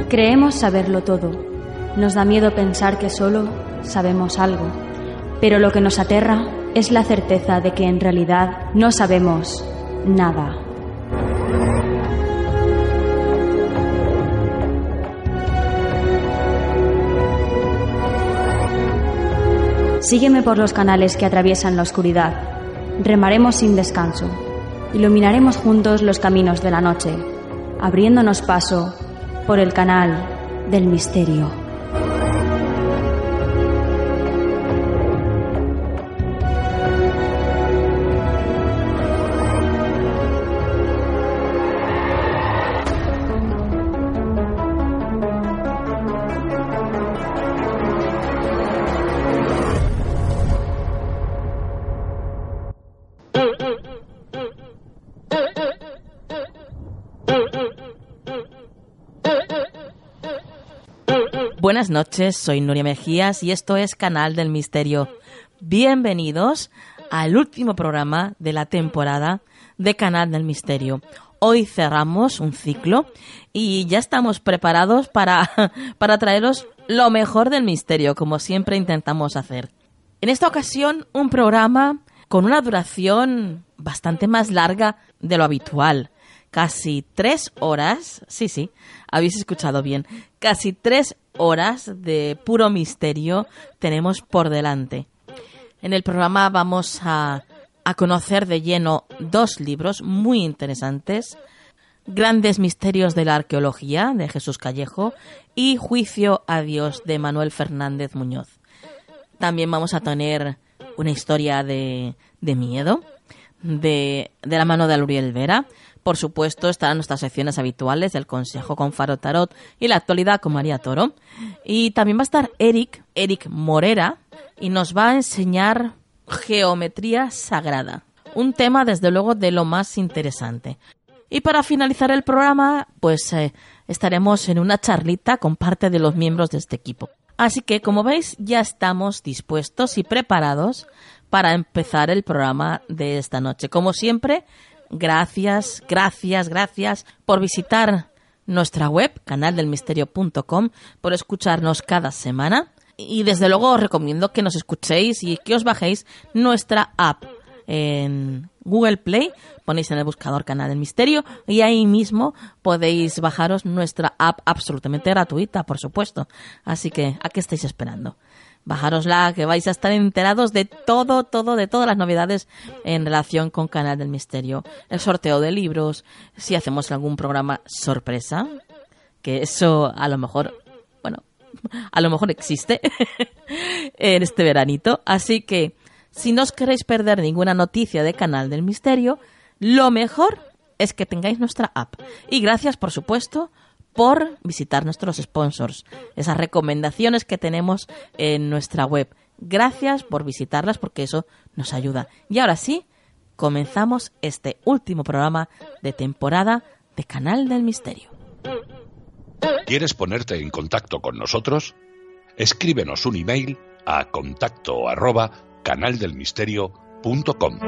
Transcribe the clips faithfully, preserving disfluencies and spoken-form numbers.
Creemos saberlo todo. Nos da miedo pensar que solo sabemos algo. Pero lo que nos aterra es la certeza de que en realidad no sabemos nada. Sígueme por los canales que atraviesan la oscuridad. Remaremos sin descanso. Iluminaremos juntos los caminos de la noche, abriéndonos paso por el canal del misterio. Buenas noches, soy Nuria Mejías y esto es Canal del Misterio. Bienvenidos al último programa de la temporada de Canal del Misterio. Hoy cerramos un ciclo y ya estamos preparados para, para traeros lo mejor del misterio, como siempre intentamos hacer. En esta ocasión, un programa con una duración bastante más larga de lo habitual. Casi tres horas, sí, sí, habéis escuchado bien, casi tres horas de puro misterio tenemos por delante. En el programa vamos a, a conocer de lleno dos libros muy interesantes: Grandes Misterios de la Arqueología, de Jesús Callejo, y Juicio a Dios, de Manuel Fernández Muñoz. También vamos a tener una historia de, de miedo, de, de la mano de Auriel Vera. Por supuesto, estarán nuestras secciones habituales, el Consejo con Faro Tarot y la actualidad con María Toro. Y también va a estar Eric, Eric Morera, y nos va a enseñar geometría sagrada. Un tema, desde luego, de lo más interesante. Y para finalizar el programa, pues eh, estaremos en una charlita con parte de los miembros de este equipo. Así que, como veis, ya estamos dispuestos y preparados para empezar el programa de esta noche. Como siempre, Gracias, gracias, gracias por visitar nuestra web, canal del misterio punto com, por escucharnos cada semana. Y desde luego os recomiendo que nos escuchéis y que os bajéis nuestra app en Google Play. Ponéis en el buscador Canal del Misterio y ahí mismo podéis bajaros nuestra app absolutamente gratuita, por supuesto. Así que, ¿a qué estáis esperando? Bajárosla, que vais a estar enterados de todo, todo, de todas las novedades en relación con Canal del Misterio. El sorteo de libros, si hacemos algún programa sorpresa, que eso a lo mejor, bueno, a lo mejor existe en este veranito. Así que, si no os queréis perder ninguna noticia de Canal del Misterio, lo mejor es que tengáis nuestra app. Y gracias, por supuesto, por visitar nuestros sponsors, esas recomendaciones que tenemos en nuestra web. Gracias por visitarlas porque eso nos ayuda. Y ahora sí, comenzamos este último programa de temporada de Canal del Misterio. ¿Quieres ponerte en contacto con nosotros? Escríbenos un email a contacto arroba canaldelmisterio punto com.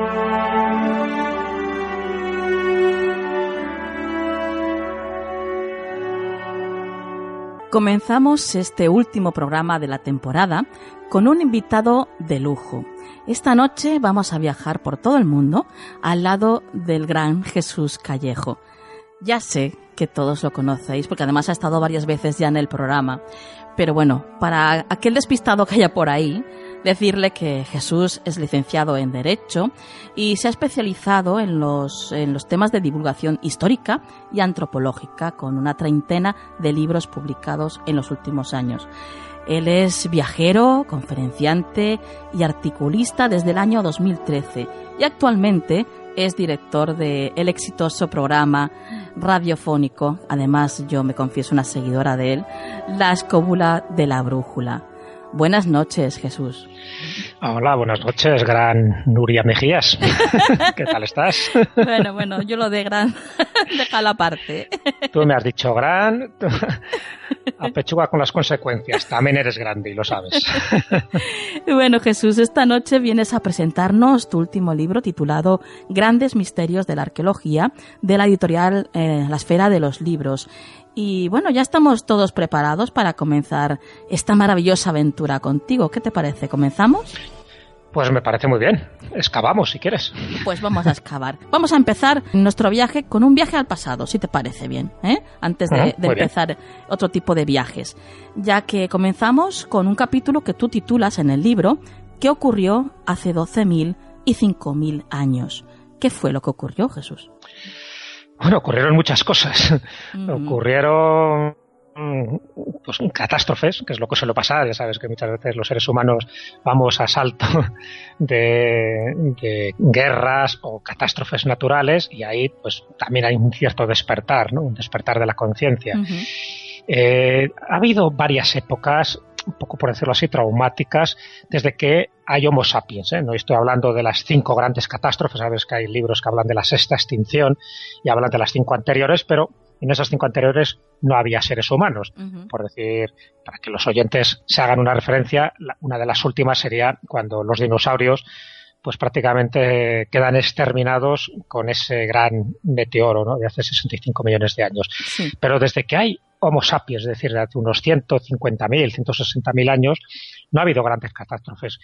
Comenzamos este último programa de la temporada con un invitado de lujo. Esta noche vamos a viajar por todo el mundo al lado del gran Jesús Callejo. Ya sé que todos lo conocéis porque además ha estado varias veces ya en el programa. Pero bueno, para aquel despistado que haya por ahí, decirle que Jesús es licenciado en Derecho y se ha especializado en los, en los temas de divulgación histórica y antropológica, con una treintena de libros publicados en los últimos años. Él es viajero, conferenciante y articulista desde el año dos mil trece y actualmente es director del exitoso programa radiofónico, además yo me confieso una seguidora de él, La Escóbula de la Brújula. Buenas noches, Jesús. Hola, buenas noches, gran Nuria Mejías. ¿Qué tal estás? Bueno, bueno, yo lo de gran Déjala aparte. Tú me has dicho gran, apechuga con las consecuencias. También eres grande y lo sabes. Bueno, Jesús, esta noche vienes a presentarnos tu último libro titulado Grandes Misterios de la Arqueología, de la editorial eh, La Esfera de los Libros. Y bueno, ya estamos todos preparados para comenzar esta maravillosa aventura contigo. ¿Qué te parece? ¿Comenzamos? Pues me parece muy bien. Excavamos, si quieres. Pues vamos a excavar. Vamos a empezar nuestro viaje con un viaje al pasado, si te parece bien, ¿eh? Antes de, de empezar bien. Otro tipo de viajes. Ya que comenzamos con un capítulo que tú titulas en el libro, ¿qué ocurrió hace doce mil y cinco mil años? ¿Qué fue lo que ocurrió, Jesús? Bueno, ocurrieron muchas cosas. Uh-huh. Ocurrieron pues catástrofes, que es lo que suele pasar. Ya sabes que muchas veces los seres humanos vamos a salto de, de guerras o catástrofes naturales, y ahí pues también hay un cierto despertar, ¿no? Un despertar de la conciencia. Uh-huh. Eh, ha habido varias épocas, un poco por decirlo así, traumáticas, desde que hay Homo sapiens, ¿eh? No estoy hablando de las cinco grandes catástrofes, sabes que hay libros que hablan de la sexta extinción y hablan de las cinco anteriores, pero en esas cinco anteriores no había seres humanos. Uh-huh. Por decir, para que los oyentes se hagan una referencia, una de las últimas sería cuando los dinosaurios pues prácticamente quedan exterminados con ese gran meteoro, ¿no? De hace sesenta y cinco millones de años. Sí. Pero desde que hay Homo sapiens, es decir, de hace unos ciento cincuenta mil, ciento sesenta mil años, no ha habido grandes catástrofes.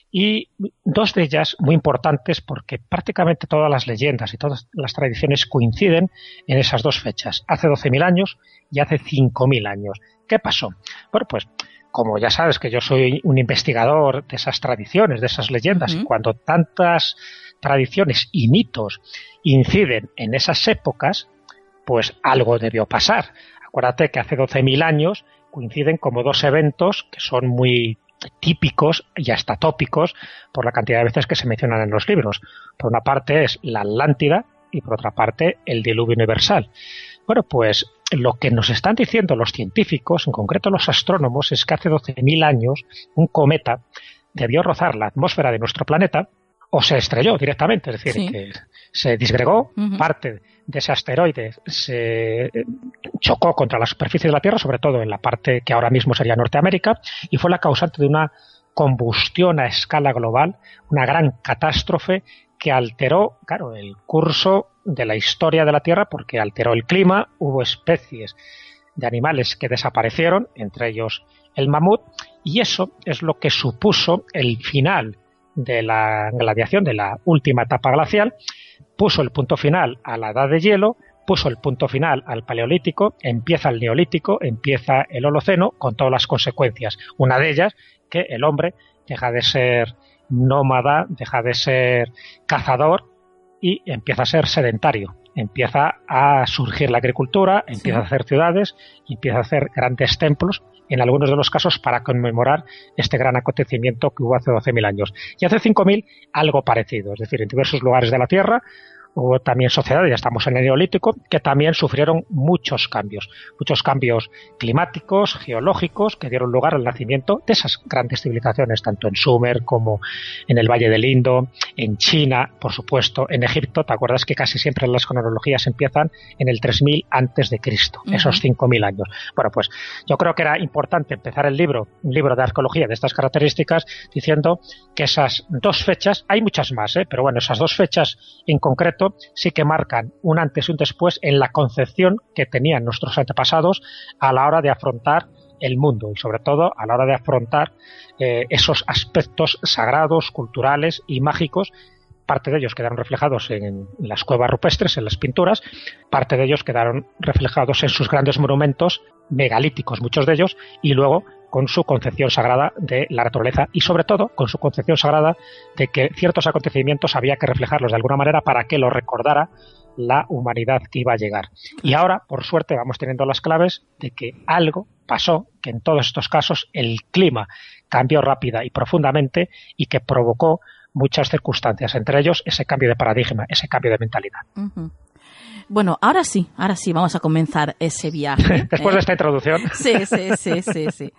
Y dos de ellas muy importantes porque prácticamente todas las leyendas y todas las tradiciones coinciden en esas dos fechas, hace doce mil años y hace cinco mil años. ¿Qué pasó? Bueno, pues como ya sabes que yo soy un investigador de esas tradiciones, de esas leyendas, uh-huh. y cuando tantas tradiciones y mitos inciden en esas épocas, pues algo debió pasar. Acuérdate que hace doce mil años coinciden como dos eventos que son muy típicos y hasta tópicos por la cantidad de veces que se mencionan en los libros. Por una parte es la Atlántida y por otra parte el diluvio universal. Bueno, pues lo que nos están diciendo los científicos, en concreto los astrónomos, es que hace doce mil años un cometa debió rozar la atmósfera de nuestro planeta o se estrelló directamente, es decir, sí. que se disgregó, uh-huh. parte de ese asteroide se chocó contra la superficie de la Tierra, sobre todo en la parte que ahora mismo sería Norteamérica, y fue la causante de una combustión a escala global, una gran catástrofe que alteró, claro, el curso de la historia de la Tierra, porque alteró el clima, hubo especies de animales que desaparecieron, entre ellos el mamut, y eso es lo que supuso el final de la gladiación, de la última etapa glacial, puso el punto final a la edad de hielo, puso el punto final al paleolítico, empieza el neolítico, empieza el holoceno, con todas las consecuencias. Una de ellas, que el hombre deja de ser nómada, deja de ser cazador y empieza a ser sedentario. Empieza a surgir la agricultura, empieza sí. a hacer ciudades, y empieza a hacer grandes templos, en algunos de los casos para conmemorar este gran acontecimiento que hubo hace doce mil años. Y hace cinco mil algo parecido, es decir, en diversos lugares de la Tierra hubo también sociedades, ya estamos en el Neolítico, que también sufrieron muchos cambios, muchos cambios climáticos, geológicos, que dieron lugar al nacimiento de esas grandes civilizaciones, tanto en Sumer como en el Valle del Indo, en China, por supuesto, en Egipto. ¿Te acuerdas que casi siempre las cronologías empiezan en el tres mil antes de Cristo, uh-huh. esos cinco mil años? Bueno, pues yo creo que era importante empezar el libro, un libro de arqueología de estas características, diciendo que esas dos fechas, hay muchas más, ¿eh? pero bueno, esas dos fechas en concreto sí que marcan un antes y un después en la concepción que tenían nuestros antepasados a la hora de afrontar el mundo y sobre todo a la hora de afrontar eh, esos aspectos sagrados, culturales y mágicos. Parte de ellos quedaron reflejados en las cuevas rupestres, en las pinturas, parte de ellos quedaron reflejados en sus grandes monumentos megalíticos, muchos de ellos, y luego con su concepción sagrada de la naturaleza y sobre todo con su concepción sagrada de que ciertos acontecimientos había que reflejarlos de alguna manera para que lo recordara la humanidad que iba a llegar. Y ahora, por suerte, vamos teniendo las claves de que algo pasó, que en todos estos casos el clima cambió rápida y profundamente y que provocó muchas circunstancias, entre ellos ese cambio de paradigma, ese cambio de mentalidad. Uh-huh. Bueno, ahora sí, ahora sí vamos a comenzar ese viaje. Después ¿eh? de esta introducción. Sí, sí, sí, sí, sí.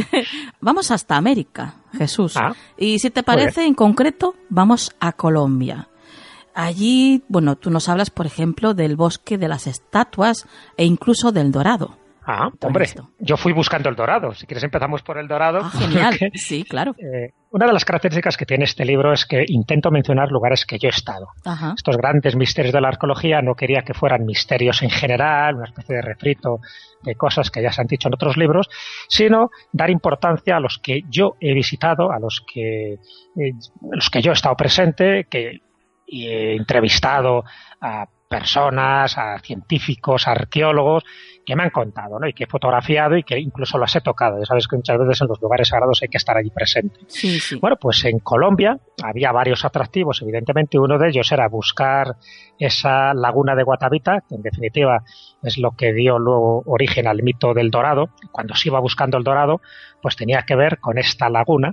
Vamos hasta América, Jesús. Ah, y si te parece, en concreto, vamos a Colombia. allí, bueno, tú nos hablas, por ejemplo, del bosque de las estatuas e incluso del Dorado. Ah, hombre, esto. Yo fui buscando el Dorado. Si quieres empezamos por el Dorado. Ah, genial, porque, sí, claro. Eh, una de las características que tiene este libro es que intento mencionar lugares que yo he estado. Ajá. Estos grandes misterios de la arqueología no quería que fueran misterios en general, una especie de refrito de cosas que ya se han dicho en otros libros, sino dar importancia a los que yo he visitado, a los que, eh, los que yo he estado presente, que y he entrevistado a personas, a científicos, a arqueólogos que me han contado, ¿no? Y que he fotografiado y que incluso las he tocado. Ya sabes que muchas veces en los lugares sagrados hay que estar allí presente. Sí, sí. Bueno, pues en Colombia había varios atractivos, evidentemente. Uno de ellos era buscar esa laguna de Guatavita, que en definitiva es lo que dio luego origen al mito del Dorado. Cuando se iba buscando el Dorado, pues tenía que ver con esta laguna.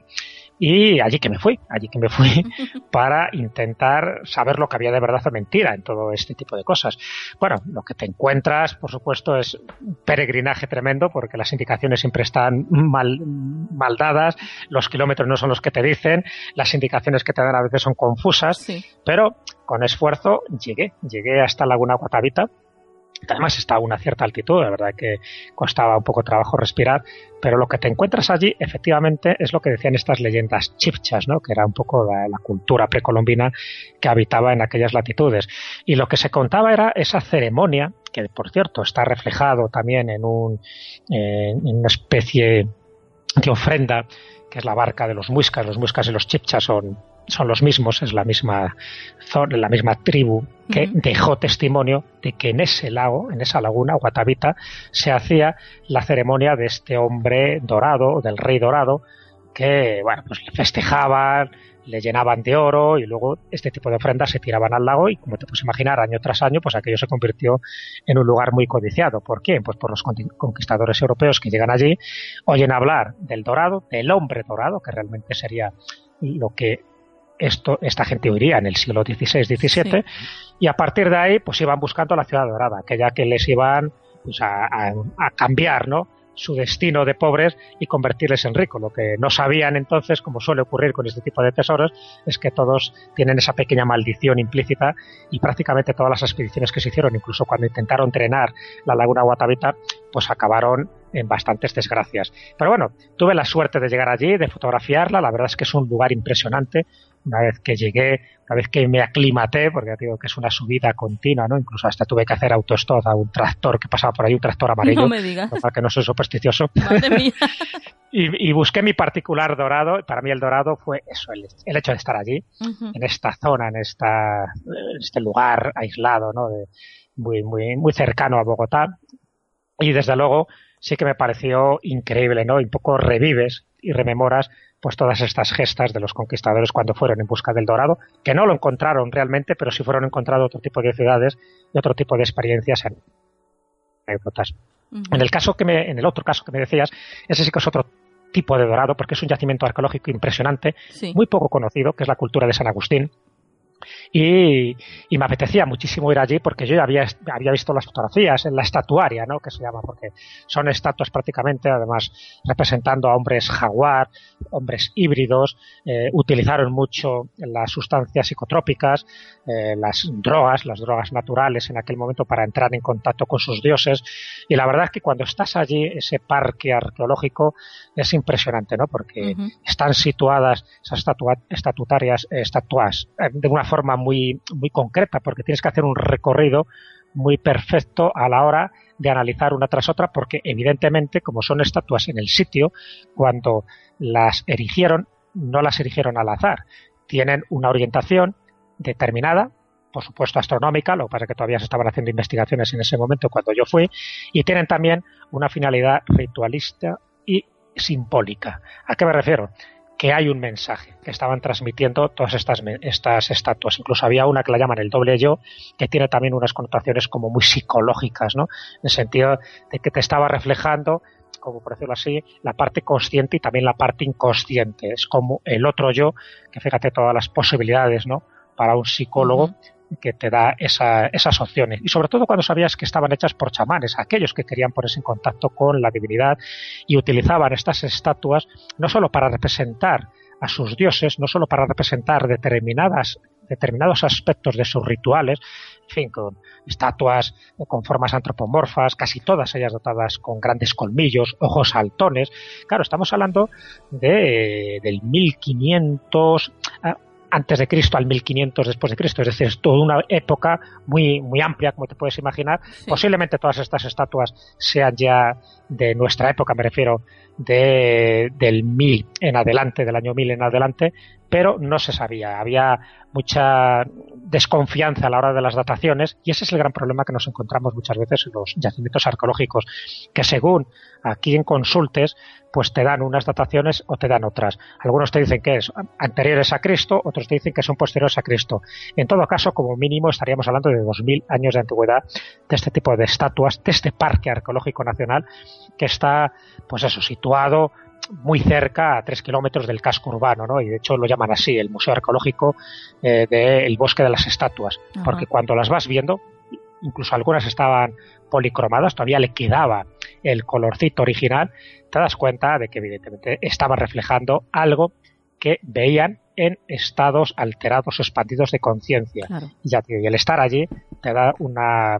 Y allí que me fui, allí que me fui para intentar saber lo que había de verdad o mentira en todo este tipo de cosas. Bueno, lo que te encuentras, por supuesto, es un peregrinaje tremendo porque las indicaciones siempre están mal, mal dadas, los kilómetros no son los que te dicen, las indicaciones que te dan a veces son confusas, sí. Pero con esfuerzo llegué, llegué hasta Laguna Guatavita. Además está a una cierta altitud, la verdad que costaba un poco trabajo respirar, pero lo que te encuentras allí efectivamente es lo que decían estas leyendas chibchas, ¿no? Que era un poco la, la cultura precolombina que habitaba en aquellas latitudes. Y lo que se contaba era esa ceremonia, que por cierto está reflejado también en, un, eh, en una especie de ofrenda, que es la barca de los muiscas. Los muiscas y los chibchas son son los mismos, es la misma zona, la misma tribu que uh-huh. dejó testimonio de que en ese lago, en esa laguna, Guatavita, se hacía la ceremonia de este hombre dorado, del rey dorado, que, bueno, pues le festejaban, le llenaban de oro y luego este tipo de ofrendas se tiraban al lago y, como te puedes imaginar, año tras año, pues aquello se convirtió en un lugar muy codiciado. ¿Por quién? Pues por los conquistadores europeos que llegan allí, oyen hablar del dorado, del hombre dorado, que realmente sería lo que Esto, esta gente huiría en el siglo dieciséis diecisiete, sí. Y a partir de ahí pues iban buscando la ciudad dorada, aquella que les iban pues, a, a, a cambiar, ¿no?, su destino de pobres y convertirles en ricos. Lo que no sabían entonces, como suele ocurrir con este tipo de tesoros, es que todos tienen esa pequeña maldición implícita y prácticamente todas las expediciones que se hicieron, incluso cuando intentaron drenar la laguna Guatavita, pues acabaron en bastantes desgracias. Pero bueno, tuve la suerte de llegar allí, de fotografiarla. La verdad es que es un lugar impresionante. Una vez que llegué, una vez que me aclimaté, porque ya digo que es una subida continua, ¿no? Incluso hasta tuve que hacer autostop a un tractor que pasaba por ahí, un tractor amarillo. No me digas. Para que no soy supersticioso. Madre mía. y, y busqué mi particular dorado. Y para mí el dorado fue eso, el, el hecho de estar allí, uh-huh. en esta zona, en, esta, en este lugar aislado, ¿no? De, muy, muy, muy cercano a Bogotá. Y desde luego sí que me pareció increíble, ¿no? Y un poco revives y rememoras pues todas estas gestas de los conquistadores cuando fueron en busca del dorado, que no lo encontraron realmente, pero sí fueron encontrando otro tipo de ciudades y otro tipo de experiencias en anécdotas. Uh-huh. En el caso que me, en el otro caso que me decías, ese sí que es otro tipo de dorado, porque es un yacimiento arqueológico impresionante, sí. muy poco conocido, que es la cultura de San Agustín. Y, y me apetecía muchísimo ir allí porque yo ya había, había visto las fotografías en la estatuaria, ¿no?, que se llama, porque son estatuas prácticamente, además representando a hombres jaguar, hombres híbridos. Eh, utilizaron mucho las sustancias psicotrópicas, eh, las drogas, las drogas naturales en aquel momento para entrar en contacto con sus dioses. Y la verdad es que cuando estás allí, ese parque arqueológico es impresionante, ¿no?, porque uh-huh. están situadas esas estatua, estatutarias, eh, estatuas eh, de una forma muy, muy concreta, porque tienes que hacer un recorrido muy perfecto a la hora de analizar una tras otra, porque evidentemente, como son estatuas en el sitio, cuando las erigieron, no las erigieron al azar. Tienen una orientación determinada, por supuesto astronómica, lo que pasa es que todavía se estaban haciendo investigaciones en ese momento cuando yo fui, y tienen también una finalidad ritualista y simbólica. ¿A qué me refiero? Que hay un mensaje que estaban transmitiendo todas estas, estas estatuas. Incluso había una que la llaman el doble yo, que tiene también unas connotaciones como muy psicológicas, ¿no?, en el sentido de que te estaba reflejando, como por decirlo así, la parte consciente y también la parte inconsciente. Es como el otro yo, que fíjate todas las posibilidades, ¿no?, para un psicólogo, uh-huh. que te da esa, esas opciones. Y sobre todo cuando sabías que estaban hechas por chamanes, aquellos que querían ponerse en contacto con la divinidad y utilizaban estas estatuas no solo para representar a sus dioses, no solo para representar determinadas determinados aspectos de sus rituales, en fin, con estatuas con formas antropomorfas, casi todas ellas dotadas con grandes colmillos, ojos saltones. Claro, estamos hablando de, del mil quinientos antes de Cristo al mil quinientos después de Cristo, es decir, es toda una época muy muy amplia, como te puedes imaginar. Sí. Posiblemente todas estas estatuas sean ya de nuestra época, me refiero de del mil en adelante, del año mil en adelante, pero no se sabía, había mucha desconfianza a la hora de las dataciones, y ese es el gran problema que nos encontramos muchas veces en los yacimientos arqueológicos, que según aquí en consultes, pues te dan unas dataciones o te dan otras. Algunos te dicen que es anteriores a Cristo, otros te dicen que son posteriores a Cristo. En todo caso, como mínimo, estaríamos hablando de dos mil años de antigüedad de este tipo de estatuas, de este parque arqueológico nacional, que está, pues eso, situado muy cerca, a tres kilómetros del casco urbano, ¿no? Y de hecho lo llaman así, el Museo Arqueológico eh, del Bosque de las Estatuas. Ajá. Porque cuando las vas viendo, incluso algunas estaban policromadas, todavía le quedaba el colorcito original, te das cuenta de que evidentemente estaban reflejando algo que veían en estados alterados o expandidos de conciencia. Claro. Y ya, tío, y el estar allí te da una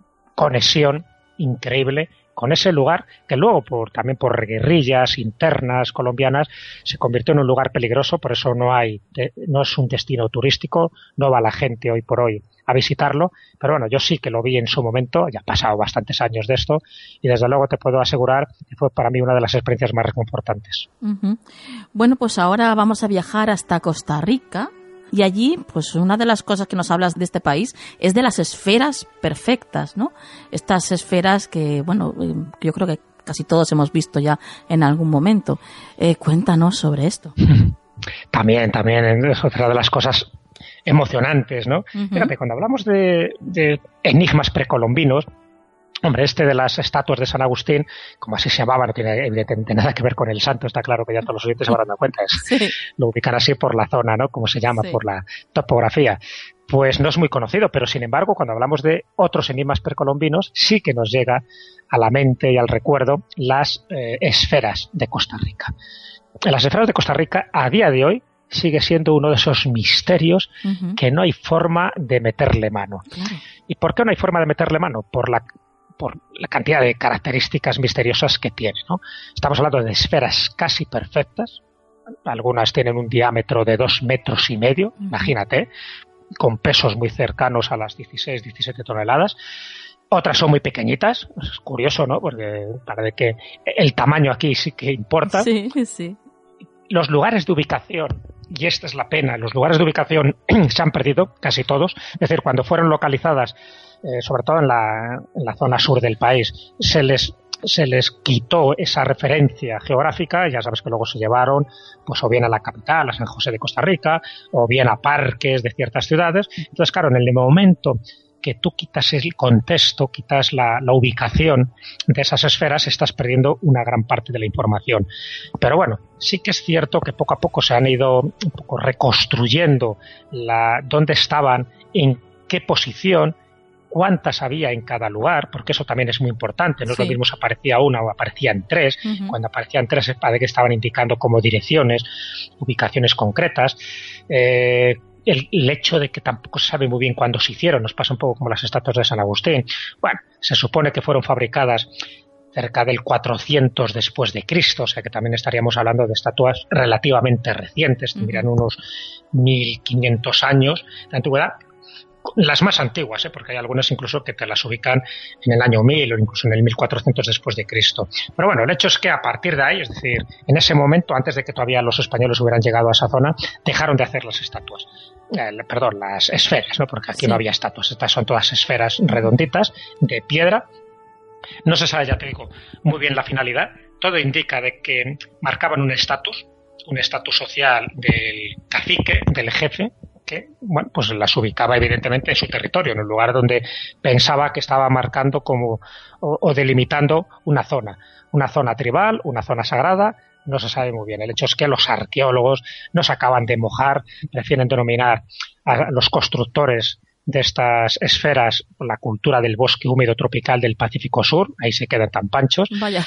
conexión increíble con ese lugar que luego por también por guerrillas internas colombianas se convirtió en un lugar peligroso, por eso no hay no es un destino turístico, no va la gente hoy por hoy a visitarlo, pero bueno, yo sí que lo vi en su momento, ya han pasado bastantes años de esto, y desde luego te puedo asegurar que fue para mí una de las experiencias más reconfortantes. Uh-huh. Bueno, pues ahora vamos a viajar hasta Costa Rica. Y allí, pues una de las cosas que nos hablas de este país es de las esferas perfectas, ¿no? Estas esferas que, bueno, yo creo que casi todos hemos visto ya en algún momento. Eh, cuéntanos sobre esto. También, también es otra de las cosas emocionantes, ¿no? Uh-huh. Fíjate, cuando hablamos de, de enigmas precolombinos, hombre, este de las estatuas de San Agustín, como así se llamaba, no tiene evidentemente nada que ver con el santo, está claro que ya todos los oyentes se habrán dado cuenta, es, sí. Lo ubican así por la zona, ¿no? Como se llama, sí. Por la topografía. Pues no es muy conocido, pero sin embargo, cuando hablamos de otros enigmas precolombinos, sí que nos llega a la mente y al recuerdo las eh, esferas de Costa Rica. Las esferas de Costa Rica, a día de hoy, sigue siendo uno de esos misterios uh-huh. que no hay forma de meterle mano. Claro. ¿Y por qué no hay forma de meterle mano? Por la por la cantidad de características misteriosas que tiene, ¿no? Estamos hablando de esferas casi perfectas, algunas tienen un diámetro de dos metros y medio, uh-huh. imagínate, con pesos muy cercanos a las dieciséis, diecisiete toneladas. Otras son muy pequeñitas, es curioso, ¿no? Porque parece que el tamaño aquí sí que importa. Sí, sí. Los lugares de ubicación, y esta es la pena, los lugares de ubicación se han perdido, casi todos, es decir, cuando fueron localizadas, Eh, sobre todo en la, en la zona sur del país, se les se les quitó esa referencia geográfica, ya sabes que luego se llevaron pues o bien a la capital, a San José de Costa Rica, o bien a parques de ciertas ciudades. Entonces, claro, en el momento que tú quitas el contexto, quitas la, la ubicación de esas esferas, estás perdiendo una gran parte de la información. Pero bueno, sí que es cierto que poco a poco se han ido un poco reconstruyendo la, dónde estaban, en qué posición, cuántas había en cada lugar, porque eso también es muy importante, no es sí. lo mismo si aparecía una o aparecían tres, uh-huh. cuando aparecían tres es para que estaban indicando como direcciones, ubicaciones concretas, eh, el, el hecho de que tampoco se sabe muy bien cuándo se hicieron, nos pasa un poco como las estatuas de San Agustín. Bueno, se supone que fueron fabricadas cerca del cuatrocientos después de Cristo, o sea que también estaríamos hablando de estatuas relativamente recientes, tendrían uh-huh. unos mil quinientos años de antigüedad. Las más antiguas, ¿eh? Porque hay algunas incluso que te las ubican en el año mil o incluso en el mil cuatrocientos después de Cristo. Pero bueno, el hecho es que a partir de ahí, es decir, en ese momento, antes de que todavía los españoles hubieran llegado a esa zona, dejaron de hacer las estatuas. Eh, perdón, las esferas, ¿no? Porque aquí sí. no había estatuas. Estas son todas esferas redonditas de piedra. No se sabe, ya te digo, muy bien la finalidad. Todo indica de que marcaban un estatus, un estatus social del cacique, del jefe, que bueno, pues las ubicaba evidentemente en su territorio, en el lugar donde pensaba que estaba marcando como o, o delimitando una zona, una zona tribal, una zona sagrada, no se sabe muy bien. El hecho es que los arqueólogos no se acaban de mojar, prefieren denominar a los constructores de estas esferas la cultura del bosque húmedo tropical del Pacífico Sur, ahí se quedan tan panchos. Vaya.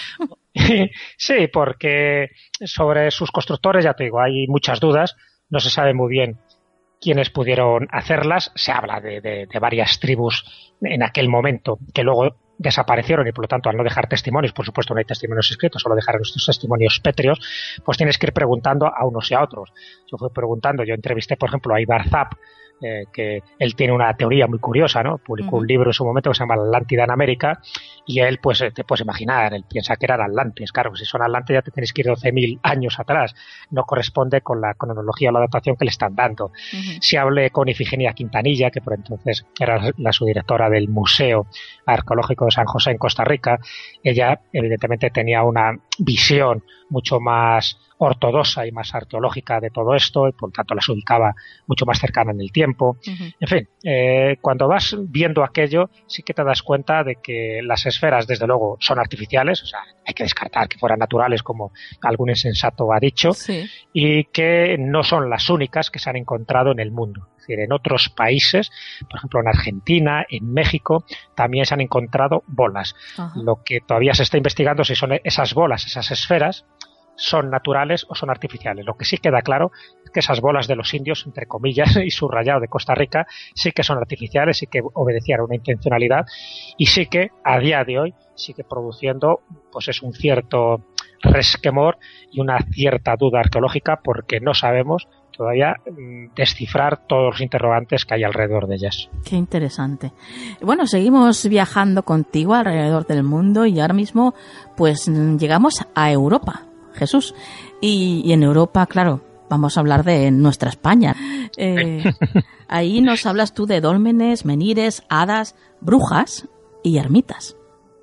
Sí, porque sobre sus constructores, ya te digo, hay muchas dudas, no se sabe muy bien quienes pudieron hacerlas. Se habla de, de, de varias tribus en aquel momento que luego desaparecieron y por lo tanto al no dejar testimonios, por supuesto no hay testimonios escritos, solo dejaron estos testimonios pétreos, pues tienes que ir preguntando a unos y a otros. Yo fui preguntando, yo entrevisté por ejemplo a Ibar Zap, eh, que él tiene una teoría muy curiosa, ¿no? Publicó uh-huh. un libro en su momento que se llama La Atlántida en América, y él, pues te puedes imaginar, él piensa que eran atlantes. Claro, si son atlantes ya te tienes que ir doce mil años atrás, no corresponde con la cronología o la datación que le están dando. Uh-huh. Si hablé con Ifigenia Quintanilla, que por entonces era la subdirectora del Museo Arqueológico de San José en Costa Rica, ella evidentemente tenía una visión mucho más ortodoxa y más arqueológica de todo esto, y por lo tanto las ubicaba mucho más cercana en el tiempo. Uh-huh. En fin, eh, cuando vas viendo aquello, sí que te das cuenta de que las esferas, desde luego, son artificiales, o sea, hay que descartar que fueran naturales, como algún insensato ha dicho, sí. y que no son las únicas que se han encontrado en el mundo. Es decir, en otros países, por ejemplo en Argentina, en México, también se han encontrado bolas. Uh-huh. Lo que todavía se está investigando si son esas bolas, esas esferas, son naturales o son artificiales. Lo que sí queda claro es que esas bolas de los indios, entre comillas, y subrayado de Costa Rica, sí que son artificiales, sí que obedecían a una intencionalidad y sí que a día de hoy sigue produciendo, pues es un cierto resquemor y una cierta duda arqueológica, porque no sabemos todavía descifrar todos los interrogantes que hay alrededor de ellas. Qué interesante. Bueno, seguimos viajando contigo alrededor del mundo y ahora mismo pues llegamos a Europa, Jesús. Y, y en Europa, claro, vamos a hablar de nuestra España. Eh, ahí nos hablas tú de dólmenes, menires, hadas, brujas y ermitas.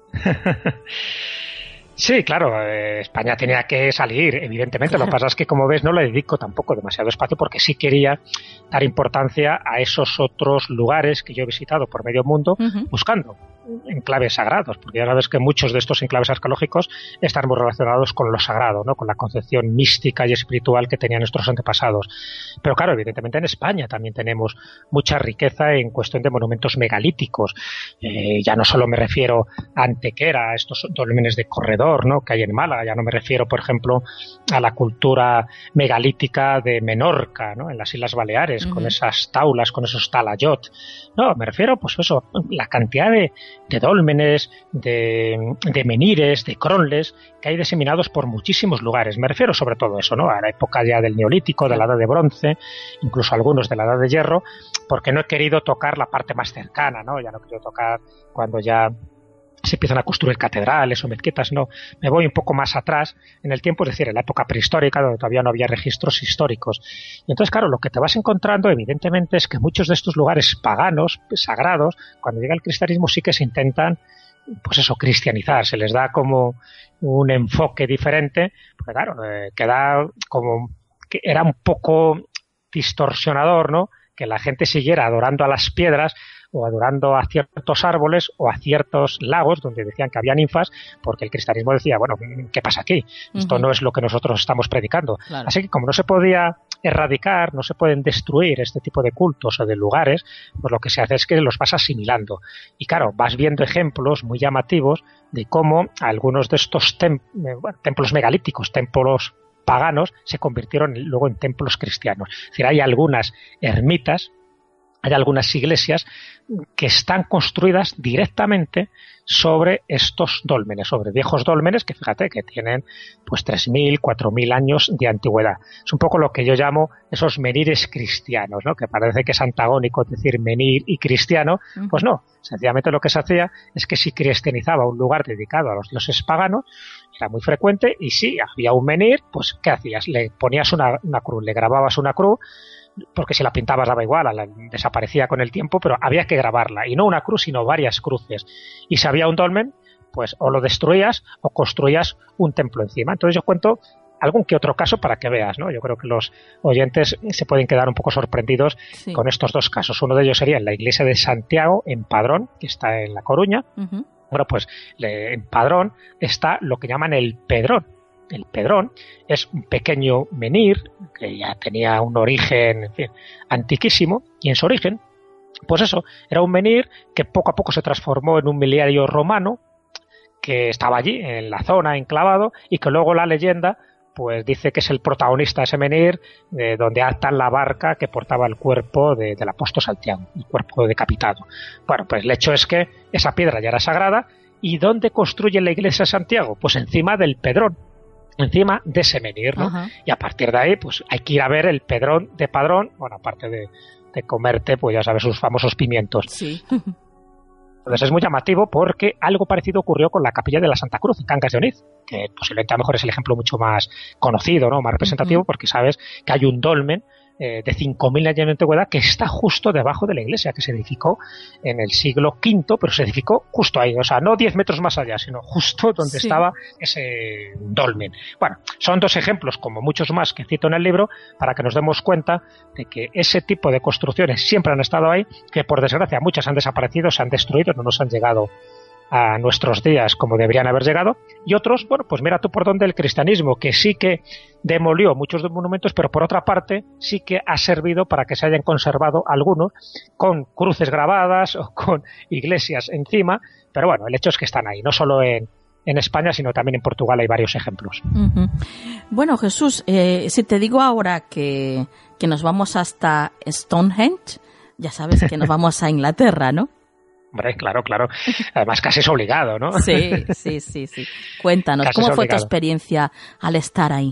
Sí, claro, eh, España tenía que salir, evidentemente. Claro. Lo que pasa es que, como ves, no le dedico tampoco demasiado espacio porque sí quería dar importancia a esos otros lugares que yo he visitado por medio mundo, uh-huh. buscando enclaves sagrados, porque ya sabes que muchos de estos enclaves arqueológicos están muy relacionados con lo sagrado, ¿no? Con la concepción mística y espiritual que tenían nuestros antepasados. Pero claro, evidentemente en España también tenemos mucha riqueza en cuestión de monumentos megalíticos. Eh, ya no solo me refiero a Antequera, a estos dólmenes de corredor, ¿no? Que hay en Málaga, ya no me refiero, por ejemplo, a la cultura megalítica de Menorca, ¿no? En las Islas Baleares, uh-huh. con esas taulas, con esos talayot. No, me refiero, pues eso, la cantidad de de dólmenes, de, de menires, de cronles, que hay diseminados por muchísimos lugares. Me refiero sobre todo a eso, ¿no? A la época ya del Neolítico, de la Edad de Bronce, incluso algunos de la Edad de Hierro, porque no he querido tocar la parte más cercana, ¿no? Ya no quiero tocar cuando ya se empiezan a construir catedrales o mezquitas, no. Me voy un poco más atrás en el tiempo, es decir, en la época prehistórica, donde todavía no había registros históricos. Y entonces, claro, lo que te vas encontrando, evidentemente, es que muchos de estos lugares paganos, sagrados, cuando llega el cristianismo sí que se intentan, pues eso, cristianizar. Se les da como un enfoque diferente, porque claro, eh, queda como que era un poco distorsionador, ¿no? Que la gente siguiera adorando a las piedras o adorando a ciertos árboles o a ciertos lagos donde decían que había ninfas, porque el cristianismo decía, bueno, ¿qué pasa aquí? Esto uh-huh. no es lo que nosotros estamos predicando. Claro. Así que como no se podía erradicar, no se pueden destruir este tipo de cultos o de lugares, pues lo que se hace es que los vas asimilando. Y claro, vas viendo ejemplos muy llamativos de cómo algunos de estos tem- bueno, templos megalíticos, templos paganos, se convirtieron luego en templos cristianos. Es decir, hay algunas ermitas, hay algunas iglesias que están construidas directamente sobre estos dólmenes, sobre viejos dólmenes que, fíjate, que tienen pues tres mil, cuatro mil años de antigüedad. Es un poco lo que yo llamo esos menires cristianos, ¿no? Que parece que es antagónico decir menir y cristiano. Uh-huh. Pues no, sencillamente lo que se hacía es que si cristianizaba un lugar dedicado a los dioses paganos, era muy frecuente, y si había un menir, pues ¿qué hacías? Le ponías una, una cruz, le grababas una cruz, porque si la pintabas daba igual, la, desaparecía con el tiempo, pero había que grabarla, y no una cruz, sino varias cruces. Y si había un dolmen, pues o lo destruías o construías un templo encima. Entonces yo cuento algún que otro caso para que veas, ¿no? Yo creo que los oyentes se pueden quedar un poco sorprendidos sí. con estos dos casos. Uno de ellos sería en la iglesia de Santiago, en Padrón, que está en La Coruña. Uh-huh. Bueno, pues le, en Padrón está lo que llaman el Pedrón. El Pedrón es un pequeño menhir que ya tenía un origen, en fin, antiquísimo, y en su origen, pues eso, era un menhir que poco a poco se transformó en un miliario romano que estaba allí, en la zona, enclavado, y que luego la leyenda pues dice que es el protagonista de ese menhir, eh, donde atan la barca que portaba el cuerpo de, del apóstol Santiago, el cuerpo decapitado. Bueno, pues el hecho es que esa piedra ya era sagrada. ¿Y dónde construye la iglesia de Santiago? Pues encima del Pedrón, encima de ese menhir, ¿no? Uh-huh. Y a partir de ahí, pues hay que ir a ver el Pedrón de Padrón, bueno, aparte de, de comerte, pues ya sabes, sus famosos pimientos. Sí. Entonces es muy llamativo porque algo parecido ocurrió con la capilla de la Santa Cruz en Cangas de Onís, que posiblemente a lo mejor es el ejemplo mucho más conocido, ¿no? Más representativo, uh-huh. porque sabes que hay un dolmen eh, de cinco mil años de antigüedad que está justo debajo de la iglesia, que se edificó en el siglo quinto, pero se edificó justo ahí, o sea, no diez metros más allá, sino justo donde sí. estaba ese dolmen. Bueno, son dos ejemplos, como muchos más que cito en el libro, para que nos demos cuenta de que ese tipo de construcciones siempre han estado ahí, que por desgracia muchas han desaparecido, se han destruido, no nos han llegado a nuestros días como deberían haber llegado, y otros, bueno, pues mira tú por dónde el cristianismo, que sí que demolió muchos de monumentos, pero por otra parte sí que ha servido para que se hayan conservado algunos con cruces grabadas o con iglesias encima, pero bueno, el hecho es que están ahí, no solo en, en España, sino también en Portugal hay varios ejemplos. Uh-huh. Bueno, Jesús, eh, si te digo ahora que, que nos vamos hasta Stonehenge, ya sabes que nos vamos a Inglaterra, ¿no? Hombre, claro, claro. Además, casi es obligado, ¿no? Sí, sí, sí, sí. Cuéntanos, casi ¿cómo fue tu experiencia al estar ahí?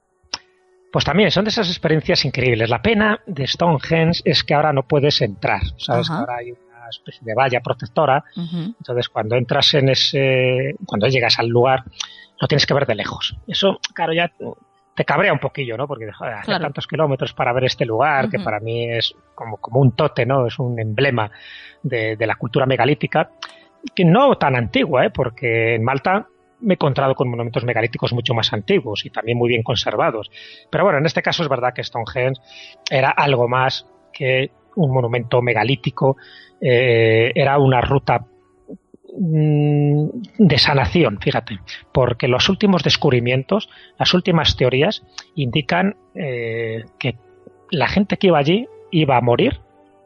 Pues también son de esas experiencias increíbles. La pena de Stonehenge es que ahora no puedes entrar, ¿sabes? Uh-huh. Ahora hay una especie de valla protectora. Uh-huh. Entonces, cuando entras en ese... Cuando llegas al lugar, lo tienes que ver de lejos. Eso, claro, ya te cabrea un poquillo, ¿no? Porque joder, hace claro. tantos kilómetros para ver este lugar, uh-huh. que para mí es como, como un tote, ¿no? Es un emblema de, de la cultura megalítica, que no tan antigua, ¿eh? Porque en Malta me he encontrado con monumentos megalíticos mucho más antiguos y también muy bien conservados. Pero bueno, en este caso es verdad que Stonehenge era algo más que un monumento megalítico, eh, era una ruta de sanación, fíjate, porque los últimos descubrimientos, las últimas teorías indican eh, que la gente que iba allí iba a morir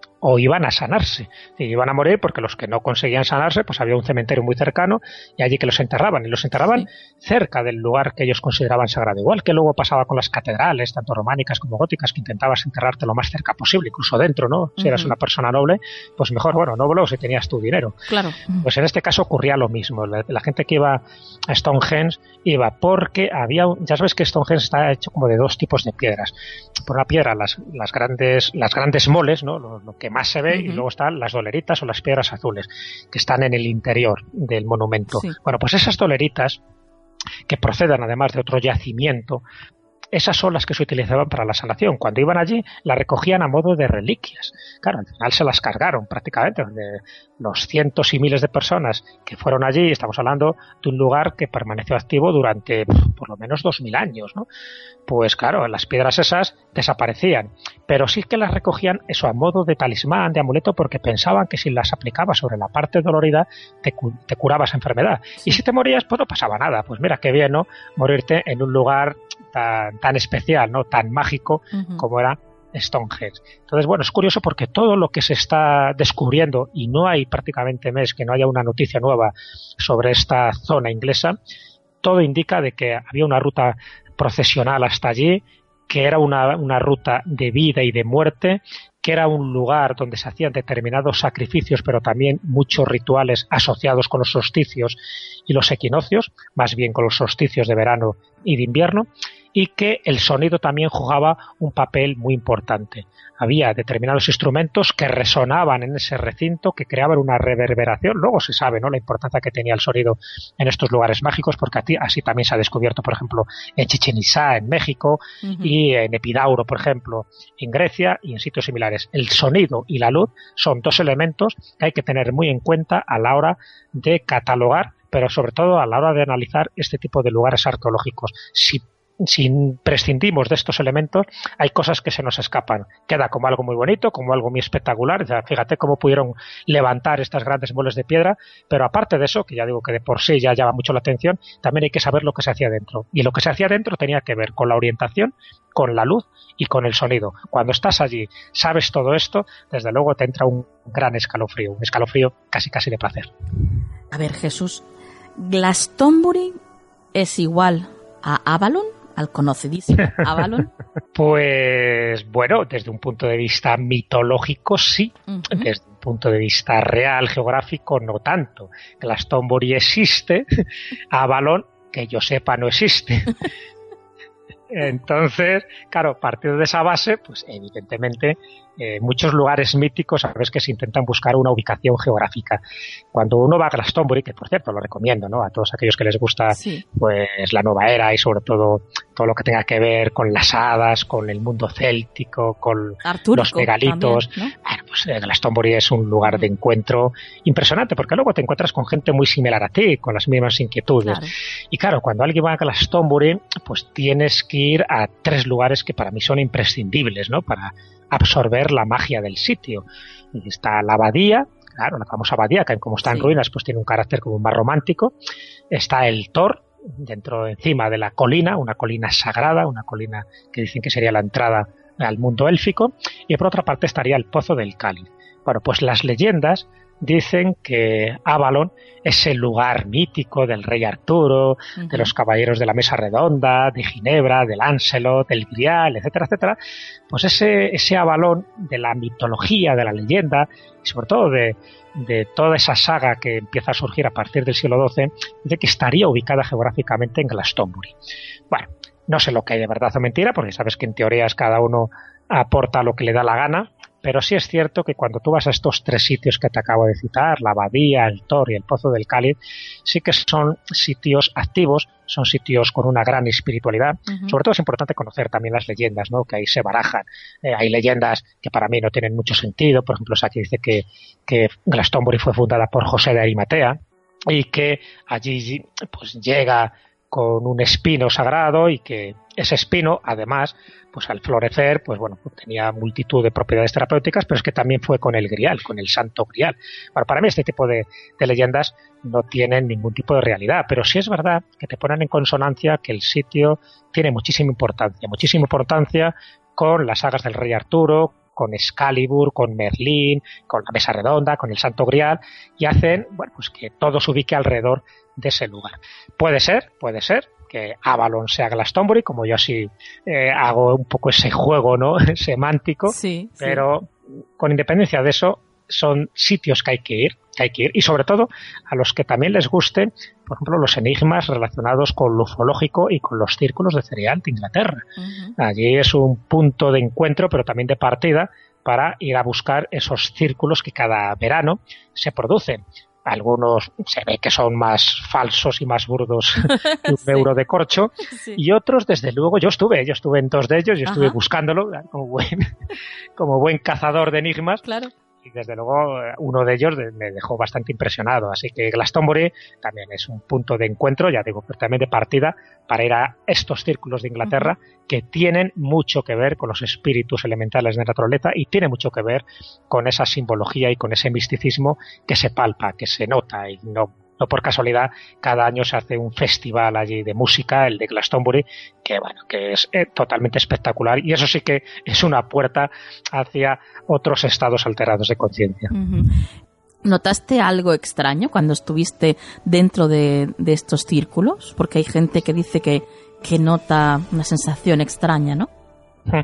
o iban a sanarse. Y iban a morir porque los que no conseguían sanarse, pues había un cementerio muy cercano y allí que los enterraban, y los enterraban sí. cerca del lugar que ellos consideraban sagrado. Igual que luego pasaba con las catedrales, tanto románicas como góticas, que intentabas enterrarte lo más cerca posible, incluso dentro, ¿no? Si uh-huh. eras una persona noble, pues mejor, bueno, noble o si tenías tu dinero. Claro. Pues en este caso ocurría lo mismo. La, la gente que iba a Stonehenge iba porque había, ya sabes que Stonehenge está hecho como de dos tipos de piedras. Por una piedra, las, las grandes, las grandes moles, ¿no? Lo, lo que más se ve, uh-huh. y luego están las doleritas o las piedras azules, que están en el interior del monumento. Sí. Bueno, pues esas doleritas, que proceden además de otro yacimiento, esas son las que se utilizaban para la sanación. Cuando iban allí, las recogían a modo de reliquias. Claro, al final se las cargaron prácticamente. De los cientos y miles de personas que fueron allí, estamos hablando de un lugar que permaneció activo durante por lo menos dos mil años, ¿no? Pues claro, las piedras esas desaparecían, pero sí que las recogían eso a modo de talismán, de amuleto, porque pensaban que si las aplicabas sobre la parte dolorida te, cu- te curabas enfermedad. Sí. Y si te morías, pues no pasaba nada. Pues mira, qué bien, ¿no? Morirte en un lugar tan, tan especial, ¿no? Tan mágico uh-huh. como era Stonehenge. Entonces, bueno, es curioso porque todo lo que se está descubriendo, y no hay prácticamente mes que no haya una noticia nueva sobre esta zona inglesa, todo indica de que había una ruta procesional hasta allí, que era una, una ruta de vida y de muerte, que era un lugar donde se hacían determinados sacrificios, pero también muchos rituales asociados con los solsticios y los equinoccios, más bien con los solsticios de verano y de invierno, y que el sonido también jugaba un papel muy importante. Había determinados instrumentos que resonaban en ese recinto, que creaban una reverberación. Luego se sabe, ¿no?, la importancia que tenía el sonido en estos lugares mágicos, porque así también se ha descubierto, por ejemplo, en Chichén Itzá, en México, uh-huh. y en Epidauro, por ejemplo, en Grecia, y en sitios similares. El sonido y la luz son dos elementos que hay que tener muy en cuenta a la hora de catalogar, pero sobre todo a la hora de analizar este tipo de lugares arqueológicos. Si Si prescindimos de estos elementos, hay cosas que se nos escapan. Queda como algo muy bonito, como algo muy espectacular. O sea, fíjate cómo pudieron levantar estas grandes moles de piedra, pero aparte de eso, que ya digo que de por sí ya llama mucho la atención, también hay que saber lo que se hacía dentro. Y lo que se hacía dentro tenía que ver con la orientación, con la luz y con el sonido. Cuando estás allí, sabes todo esto, desde luego te entra un gran escalofrío, un escalofrío casi casi de placer. A ver, Jesús, ¿Glastonbury es igual a Avalon? al conocidísimo Avalon? Pues bueno, desde un punto de vista mitológico sí, uh-huh. Desde un punto de vista real, geográfico, no tanto. Glastonbury existe, Avalon, que yo sepa, no existe. Entonces, claro, partiendo de esa base, pues evidentemente eh, muchos lugares míticos, sabes que se intentan buscar una ubicación geográfica. Cuando uno va a Glastonbury, que por cierto lo recomiendo, ¿no? A todos aquellos que les gusta sí. pues la nueva era y sobre todo todo lo que tenga que ver con las hadas, con el mundo céltico, con Artúrico, los megalitos. También, ¿no? Bueno, pues eh, Glastonbury es un lugar mm. de encuentro impresionante, porque luego te encuentras con gente muy similar a ti, con las mismas inquietudes. Claro. Y claro, cuando alguien va a Glastonbury, pues tienes que ir a tres lugares que para mí son imprescindibles, ¿no? Para absorber la magia del sitio. Y está la abadía, claro, la famosa abadía, que como está en sí. ruinas, pues tiene un carácter como más romántico. Está el Tor, dentro, encima de la colina, una colina sagrada, una colina que dicen que sería la entrada al mundo élfico. Y por otra parte estaría el Pozo del Cáliz. Bueno, pues las leyendas dicen que Avalon es el lugar mítico del rey Arturo, uh-huh. de los caballeros de la Mesa Redonda, de Ginebra, del Lancelot, del Grial, etcétera, etcétera. Pues ese, ese Avalon de la mitología, de la leyenda, y sobre todo de, de toda esa saga que empieza a surgir a partir del siglo doce, de que estaría ubicada geográficamente en Glastonbury. Bueno, no sé lo que hay de verdad o mentira, porque sabes que en teorías cada uno aporta lo que le da la gana. Pero sí es cierto que cuando tú vas a estos tres sitios que te acabo de citar, la abadía, el Tor y el Pozo del Cáliz, sí que son sitios activos, son sitios con una gran espiritualidad. Uh-huh. Sobre todo es importante conocer también las leyendas, ¿no? Que ahí se barajan. Eh, hay leyendas que para mí no tienen mucho sentido. Por ejemplo, aquí dice que, que Glastonbury fue fundada por José de Arimatea y que allí pues llega con un espino sagrado y que ese espino, además, pues al florecer, pues bueno, pues tenía multitud de propiedades terapéuticas, pero es que también fue con el Grial, con el Santo Grial. Bueno, para mí este tipo de, de leyendas no tienen ningún tipo de realidad, pero sí es verdad que te ponen en consonancia que el sitio tiene muchísima importancia, muchísima importancia con las sagas del rey Arturo, con Excalibur, con Merlín, con la Mesa Redonda, con el Santo Grial, y hacen, bueno, pues que todo se ubique alrededor de ese lugar. Puede ser, puede ser que Avalon sea Glastonbury, como yo así eh, hago un poco ese juego, ¿no? semántico, sí, pero sí. Con independencia de eso, son sitios que hay que ir, que hay que ir, y sobre todo a los que también les gusten, por ejemplo, los enigmas relacionados con lo ufológico y con los círculos de cereal de Inglaterra. Uh-huh. Allí es un punto de encuentro, pero también de partida, para ir a buscar esos círculos que cada verano se producen. Algunos se ve que son más falsos y más burdos que un sí. euro de corcho, sí. y otros, desde luego, yo estuve, yo estuve en dos de ellos, yo estuve Ajá. buscándolo como buen, como buen cazador de enigmas. Claro. Y desde luego uno de ellos me dejó bastante impresionado. Así que Glastonbury también es un punto de encuentro, ya digo, pero también de partida para ir a estos círculos de Inglaterra uh-huh. que tienen mucho que ver con los espíritus elementales de la naturaleza y tiene mucho que ver con esa simbología y con ese misticismo que se palpa, que se nota y no No por casualidad, cada año se hace un festival allí de música, el de Glastonbury, que bueno, que es eh, totalmente espectacular, y eso sí que es una puerta hacia otros estados alterados de conciencia. Uh-huh. ¿Notaste algo extraño cuando estuviste dentro de, de estos círculos? Porque hay gente que dice que, que nota una sensación extraña, ¿no? Uh-huh.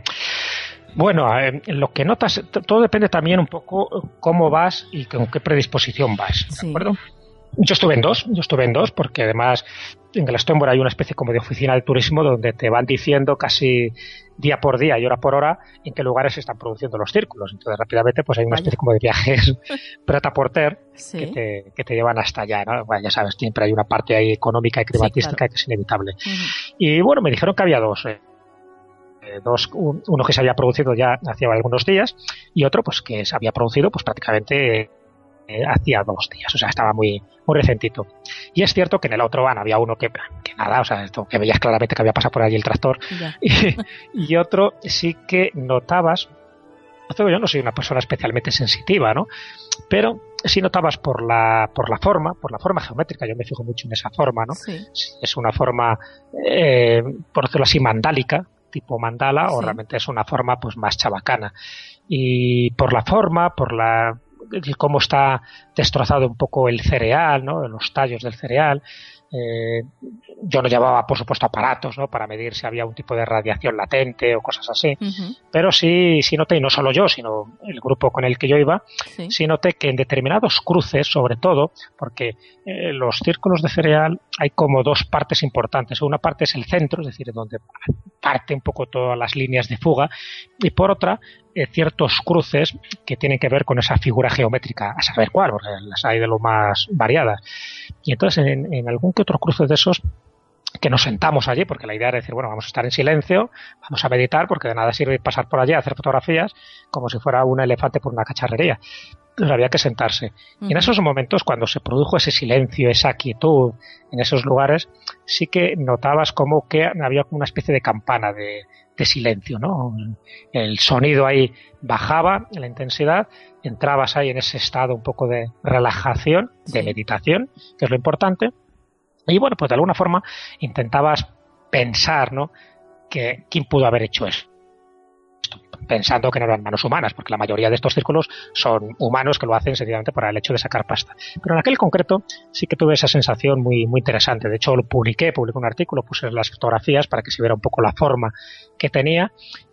Bueno, eh, lo que notas, t- todo depende también un poco cómo vas y con qué predisposición vas, ¿de sí. acuerdo? Yo estuve en dos, yo estuve en dos porque además en Glastonbury hay una especie como de oficina de turismo donde te van diciendo casi día por día y hora por hora en qué lugares se están produciendo los círculos. Entonces rápidamente pues hay una Vaya. especie como de viajes prêt-à-porter ¿Sí? que, te, que te llevan hasta allá, ¿no? Bueno, ya sabes, siempre hay una parte ahí económica y climatística sí, claro. que es inevitable. Uh-huh. Y bueno, me dijeron que había dos. Eh. Dos, uno que se había producido ya hacía algunos días y otro pues que se había producido pues prácticamente Eh, hacía dos días, o sea, estaba muy muy recentito. Y es cierto que en el otro van había uno que, que nada, o sea, esto, que veías claramente que había pasado por allí el tractor. Y, y otro sí que notabas, yo no soy una persona especialmente sensitiva, ¿no? Pero sí notabas por la por la forma, por la forma geométrica, yo me fijo mucho en esa forma, ¿no? Sí. Es una forma, eh, por decirlo así, mandálica, tipo mandala, sí. o realmente es una forma pues más chabacana. Y por la forma, por la cómo está destrozado un poco el cereal, ¿no? Los tallos del cereal, Eh, yo no llevaba, por supuesto, aparatos, ¿no?, para medir si había un tipo de radiación latente o cosas así, uh-huh. pero sí, sí noté, y no solo yo, sino el grupo con el que yo iba, sí, sí noté que en determinados cruces, sobre todo, porque eh, los círculos de cereal hay como dos partes importantes. Una parte es el centro, es decir, donde parte un poco todas las líneas de fuga, y por otra, eh, ciertos cruces que tienen que ver con esa figura geométrica, a saber cuál, porque las hay de lo más variadas. Y entonces, en, en algún que otro cruce de esos, que nos sentamos allí, porque la idea era decir, bueno, vamos a estar en silencio, vamos a meditar, porque de nada sirve pasar por allí a hacer fotografías como si fuera un elefante por una cacharrería. Entonces había que sentarse. Uh-huh. Y en esos momentos, cuando se produjo ese silencio, esa quietud en esos lugares, sí que notabas como que había una especie de campana de, de silencio, ¿no? El sonido ahí bajaba, la intensidad, entrabas ahí en ese estado un poco de relajación, de sí. meditación, que es lo importante. Y bueno, pues de alguna forma intentabas pensar, ¿no?, que quién pudo haber hecho eso, pensando que no eran manos humanas, porque la mayoría de estos círculos son humanos que lo hacen sencillamente por el hecho de sacar pasta. Pero en aquel concreto sí que tuve esa sensación muy, muy interesante. De hecho, lo publiqué, publiqué un artículo, puse las fotografías para que se viera un poco la forma que tenía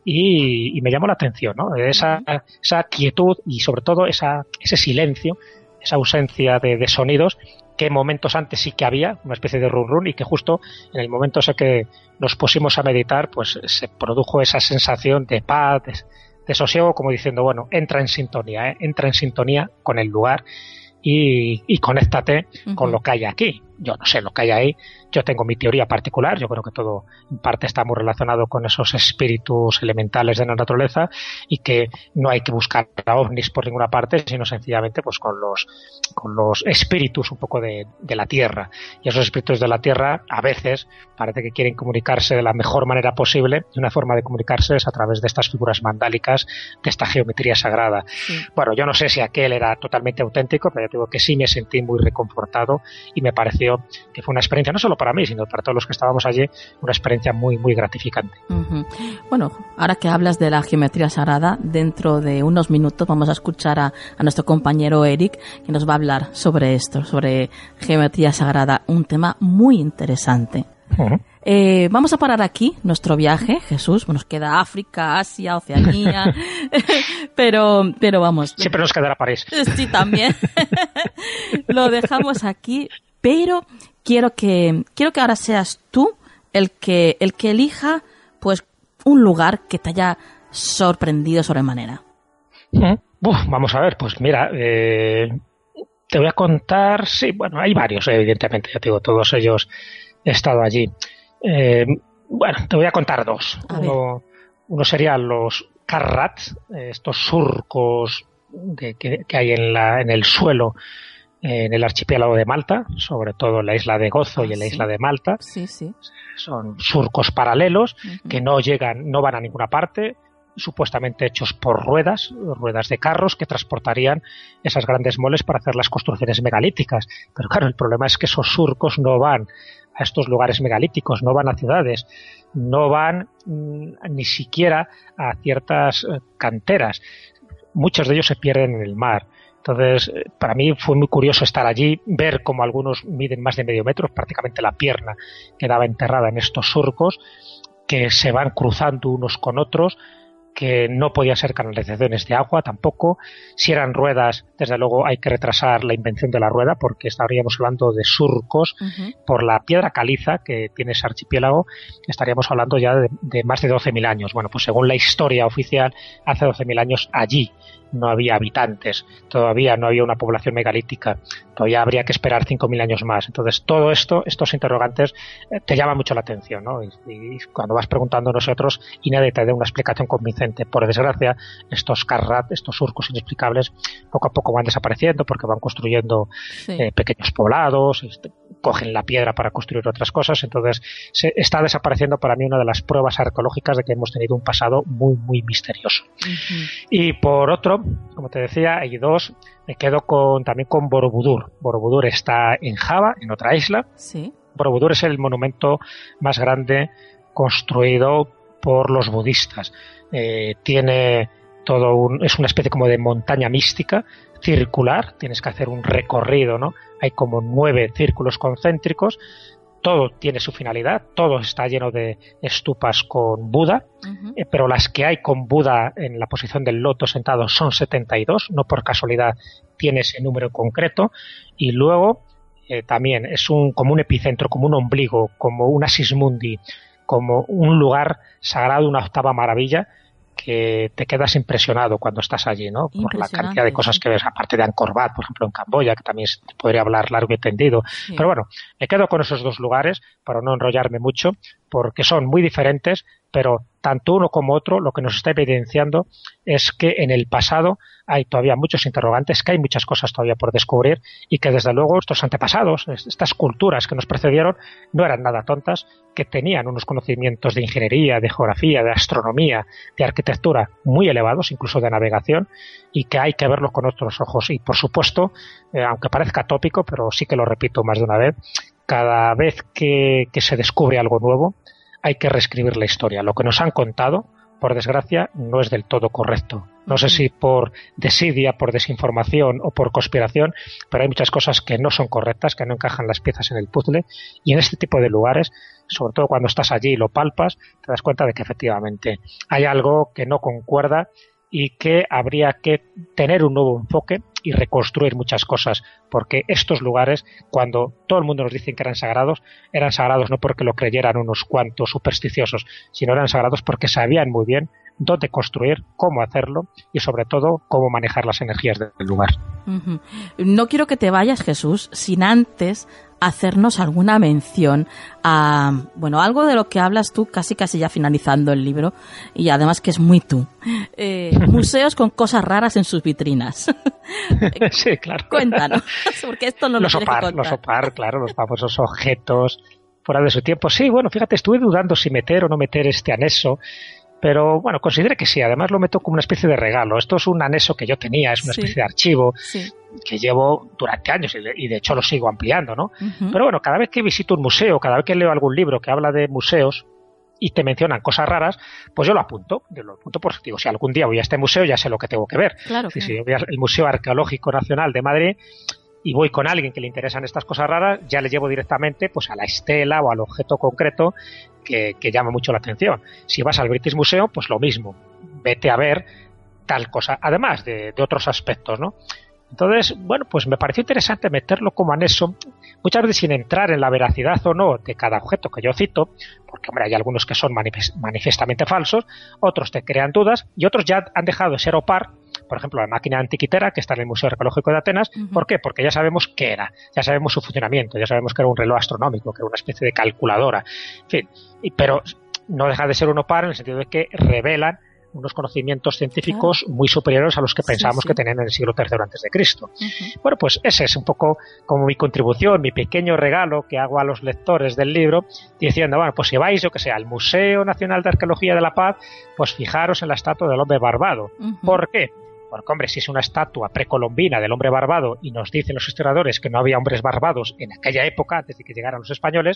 y, y me llamó la atención, ¿no?, esa, esa quietud y sobre todo esa, ese silencio, esa ausencia de, de sonidos, que momentos antes sí que había una especie de run run y que justo en el momento ese que nos pusimos a meditar, pues se produjo esa sensación de paz, de, de sosiego, como diciendo, bueno, entra en sintonía, ¿eh? entra en sintonía con el lugar y, y conéctate uh-huh. con lo que hay aquí. Yo no sé lo que hay ahí, yo tengo mi teoría particular, yo creo que todo en parte está muy relacionado con esos espíritus elementales de la naturaleza y que no hay que buscar a ovnis por ninguna parte, sino sencillamente pues con los con los espíritus un poco de, de la Tierra. Y esos espíritus de la Tierra a veces parece que quieren comunicarse de la mejor manera posible, y una forma de comunicarse es a través de estas figuras mandálicas, de esta geometría sagrada. Sí. Bueno, yo no sé si aquel era totalmente auténtico, pero yo digo que sí me sentí muy reconfortado y me pareció que fue una experiencia, no solo para mí, sino para todos los que estábamos allí, una experiencia muy, muy gratificante. Uh-huh. Bueno, ahora que hablas de la geometría sagrada, dentro de unos minutos vamos a escuchar a, a nuestro compañero Eric, que nos va a hablar sobre esto, sobre geometría sagrada, un tema muy interesante. Uh-huh. Eh, vamos a parar aquí nuestro viaje, Jesús. Nos queda África, Asia, Oceanía, pero, pero vamos. Siempre nos quedará París. Sí, también. Lo dejamos aquí, pero quiero que, quiero que ahora seas tú el que, el que elija, pues, un lugar que te haya sorprendido sobremanera. Uh-huh. Uf, vamos a ver, pues mira, eh, te voy a contar, sí, bueno, hay varios, evidentemente, ya te digo, todos ellos he estado allí. Eh, bueno, te voy a contar dos. A uno, uno serían los karrats, estos surcos de, que, que hay en, la, en el suelo en el archipiélago de Malta, sobre todo en la isla de Gozo y en la isla de Malta. Sí, sí. Son surcos paralelos uh-huh. que no llegan, no van a ninguna parte, supuestamente hechos por ruedas, ruedas de carros que transportarían esas grandes moles para hacer las construcciones megalíticas. Pero claro, el problema es que esos surcos no van a estos lugares megalíticos, no van a ciudades, no van mm, ni siquiera a ciertas eh, canteras. Muchos de ellos se pierden en el mar. Entonces, para mí fue muy curioso estar allí, ver cómo algunos miden más de medio metro, prácticamente la pierna quedaba enterrada en estos surcos, que se van cruzando unos con otros, que no podían ser canalizaciones de agua tampoco. Si eran ruedas, desde luego hay que retrasar la invención de la rueda, porque estaríamos hablando de surcos uh-huh. por la piedra caliza que tiene ese archipiélago, estaríamos hablando ya de, de más de doce mil años. Bueno, pues según la historia oficial, hace doce mil años allí no había habitantes, todavía no había una población megalítica, todavía habría que esperar cinco mil años más. Entonces, todo esto, estos interrogantes, eh, te llaman mucho la atención, ¿no? Y, y cuando vas preguntando a nosotros y nadie te da una explicación convincente. Por desgracia, estos karrat, estos surcos inexplicables, poco a poco van desapareciendo porque van construyendo sí. eh, pequeños poblados, este, cogen la piedra para construir otras cosas. Entonces, se está desapareciendo para mí una de las pruebas arqueológicas de que hemos tenido un pasado muy, muy misterioso. Uh-huh. Y por otro, como te decía, hay dos. Me quedo con, también con Borobudur. Borobudur está en Java, en otra isla. Sí. Borobudur es el monumento más grande construido por los budistas. Eh, tiene todo un, es una especie como de montaña mística. circular, tienes que hacer un recorrido, ¿no? Hay como nueve círculos concéntricos, todo tiene su finalidad, todo está lleno de estupas con Buda, uh-huh. eh, pero las que hay con Buda en la posición del loto sentado son setenta y dos, no por casualidad tiene ese número concreto, y luego eh, también es un como un epicentro, como un ombligo, como un Asis Mundi, como un lugar sagrado, una octava maravilla, que te quedas impresionado cuando estás allí, ¿no? Por la cantidad de cosas que ves, aparte de Angkor Wat, por ejemplo, en Camboya, que también te podría hablar largo y tendido. Sí. Pero bueno, me quedo con esos dos lugares para no enrollarme mucho, porque son muy diferentes, pero tanto uno como otro lo que nos está evidenciando es que en el pasado hay todavía muchos interrogantes, que hay muchas cosas todavía por descubrir y que desde luego estos antepasados, estas culturas que nos precedieron, no eran nada tontas, que tenían unos conocimientos de ingeniería, de geografía, de astronomía, de arquitectura muy elevados, incluso de navegación, y que hay que verlos con otros ojos. Y por supuesto, eh, aunque parezca tópico, pero sí que lo repito más de una vez, cada vez que, que se descubre algo nuevo, hay que reescribir la historia. Lo que nos han contado, por desgracia, no es del todo correcto. No sé si por desidia, por desinformación o por conspiración, pero hay muchas cosas que no son correctas, que no encajan las piezas en el puzzle, y en este tipo de lugares, sobre todo cuando estás allí y lo palpas, te das cuenta de que efectivamente hay algo que no concuerda y que habría que tener un nuevo enfoque y reconstruir muchas cosas, porque estos lugares, cuando todo el mundo nos dice que eran sagrados, eran sagrados no porque lo creyeran unos cuantos supersticiosos, sino eran sagrados porque sabían muy bien dónde construir, cómo hacerlo y sobre todo cómo manejar las energías del lugar. Uh-huh. No quiero que te vayas, Jesús, sin antes hacernos alguna mención a, bueno, algo de lo que hablas tú casi casi ya finalizando el libro, y además que es muy tú. Eh, museos con cosas raras en sus vitrinas. Sí, claro. Cuéntanos, porque esto no lo los tienes opar, que contar. Los opar, claro, los famosos objetos fuera de su tiempo. Sí, bueno, fíjate, estuve dudando si meter o no meter este anexo, pero bueno, consideré que sí, además lo meto como una especie de regalo. Esto es un anexo que yo tenía, es una Sí. especie de archivo Sí. que llevo durante años y de, y de hecho lo sigo ampliando, ¿no? Uh-huh. Pero bueno, cada vez que visito un museo, cada vez que leo algún libro que habla de museos y te mencionan cosas raras, pues yo lo apunto. Yo lo apunto porque digo, si algún día voy a este museo ya sé lo que tengo que ver. Claro, Si, claro. si yo voy al Museo Arqueológico Nacional de Madrid y voy con alguien que le interesan estas cosas raras, ya le llevo directamente pues a la estela o al objeto concreto que, que llama mucho la atención. Si vas al British Museum, pues lo mismo. Vete a ver tal cosa, además de, de otros aspectos, ¿no? Entonces, bueno, pues me pareció interesante meterlo como anexo, muchas veces sin entrar en la veracidad o no de cada objeto que yo cito, porque, hombre, hay algunos que son manifest- manifiestamente falsos, otros te crean dudas y otros ya han dejado de ser opar. Por ejemplo, la máquina antiquitera que está en el Museo Arqueológico de Atenas. Uh-huh. ¿Por qué? Porque ya sabemos qué era, ya sabemos su funcionamiento, ya sabemos que era un reloj astronómico, que era una especie de calculadora, en fin, y, pero no deja de ser un opar en el sentido de que revelan unos conocimientos científicos claro. muy superiores a los que pensábamos sí, sí. que tenían en el siglo tercero antes de Cristo. Uh-huh. Bueno, pues ese es un poco como mi contribución, mi pequeño regalo que hago a los lectores del libro, diciendo, bueno, pues si vais, yo que sé, al Museo Nacional de Arqueología de la Paz, pues fijaros en la estatua del hombre barbado. Uh-huh. ¿Por qué? Porque, hombre, si es una estatua precolombina del hombre barbado y nos dicen los historiadores que no había hombres barbados en aquella época, antes de que llegaran los españoles,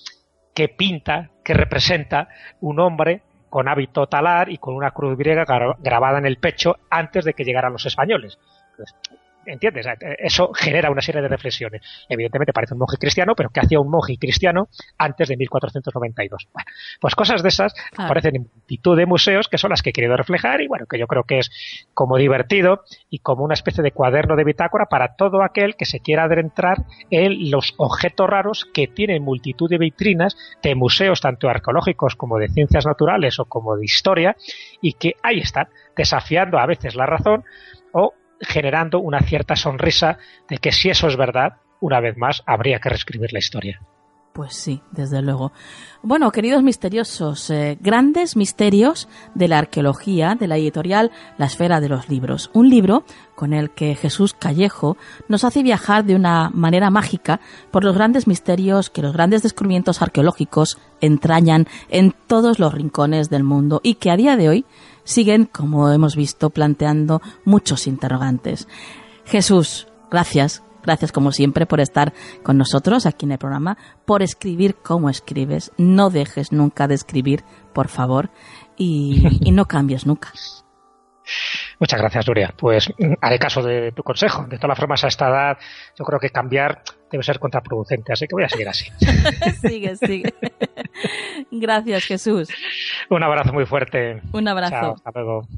¿qué pinta, qué representa un hombre con hábito talar y con una cruz griega grabada en el pecho antes de que llegaran los españoles? Pues, ¿entiendes? Eso genera una serie de reflexiones. Evidentemente parece un monje cristiano, pero ¿qué hacía un monje cristiano antes de mil cuatrocientos noventa y dos? Bueno, pues cosas de esas claro. aparecen en multitud de museos que son las que he querido reflejar y bueno, que yo creo que es como divertido y como una especie de cuaderno de bitácora para todo aquel que se quiera adentrar en los objetos raros que tienen multitud de vitrinas de museos tanto arqueológicos como de ciencias naturales o como de historia y que ahí están, desafiando a veces la razón o generando una cierta sonrisa de que si eso es verdad, una vez más habría que reescribir la historia. Pues sí, desde luego. Bueno, queridos misteriosos, eh, grandes misterios de la arqueología, de la editorial La Esfera de los Libros. Un libro con el que Jesús Callejo nos hace viajar de una manera mágica por los grandes misterios que los grandes descubrimientos arqueológicos entrañan en todos los rincones del mundo y que a día de hoy siguen, como hemos visto, planteando muchos interrogantes. Jesús, gracias. Gracias, como siempre, por estar con nosotros aquí en el programa, por escribir como escribes. No dejes nunca de escribir, por favor, y, y no cambies nunca. Muchas gracias, Nuria. Pues haré caso de tu consejo. De todas formas, a esta edad yo creo que cambiar debe ser contraproducente, así que voy a seguir así. Sigue, sigue. Gracias, Jesús. Un abrazo muy fuerte. Un abrazo. Chao, hasta luego.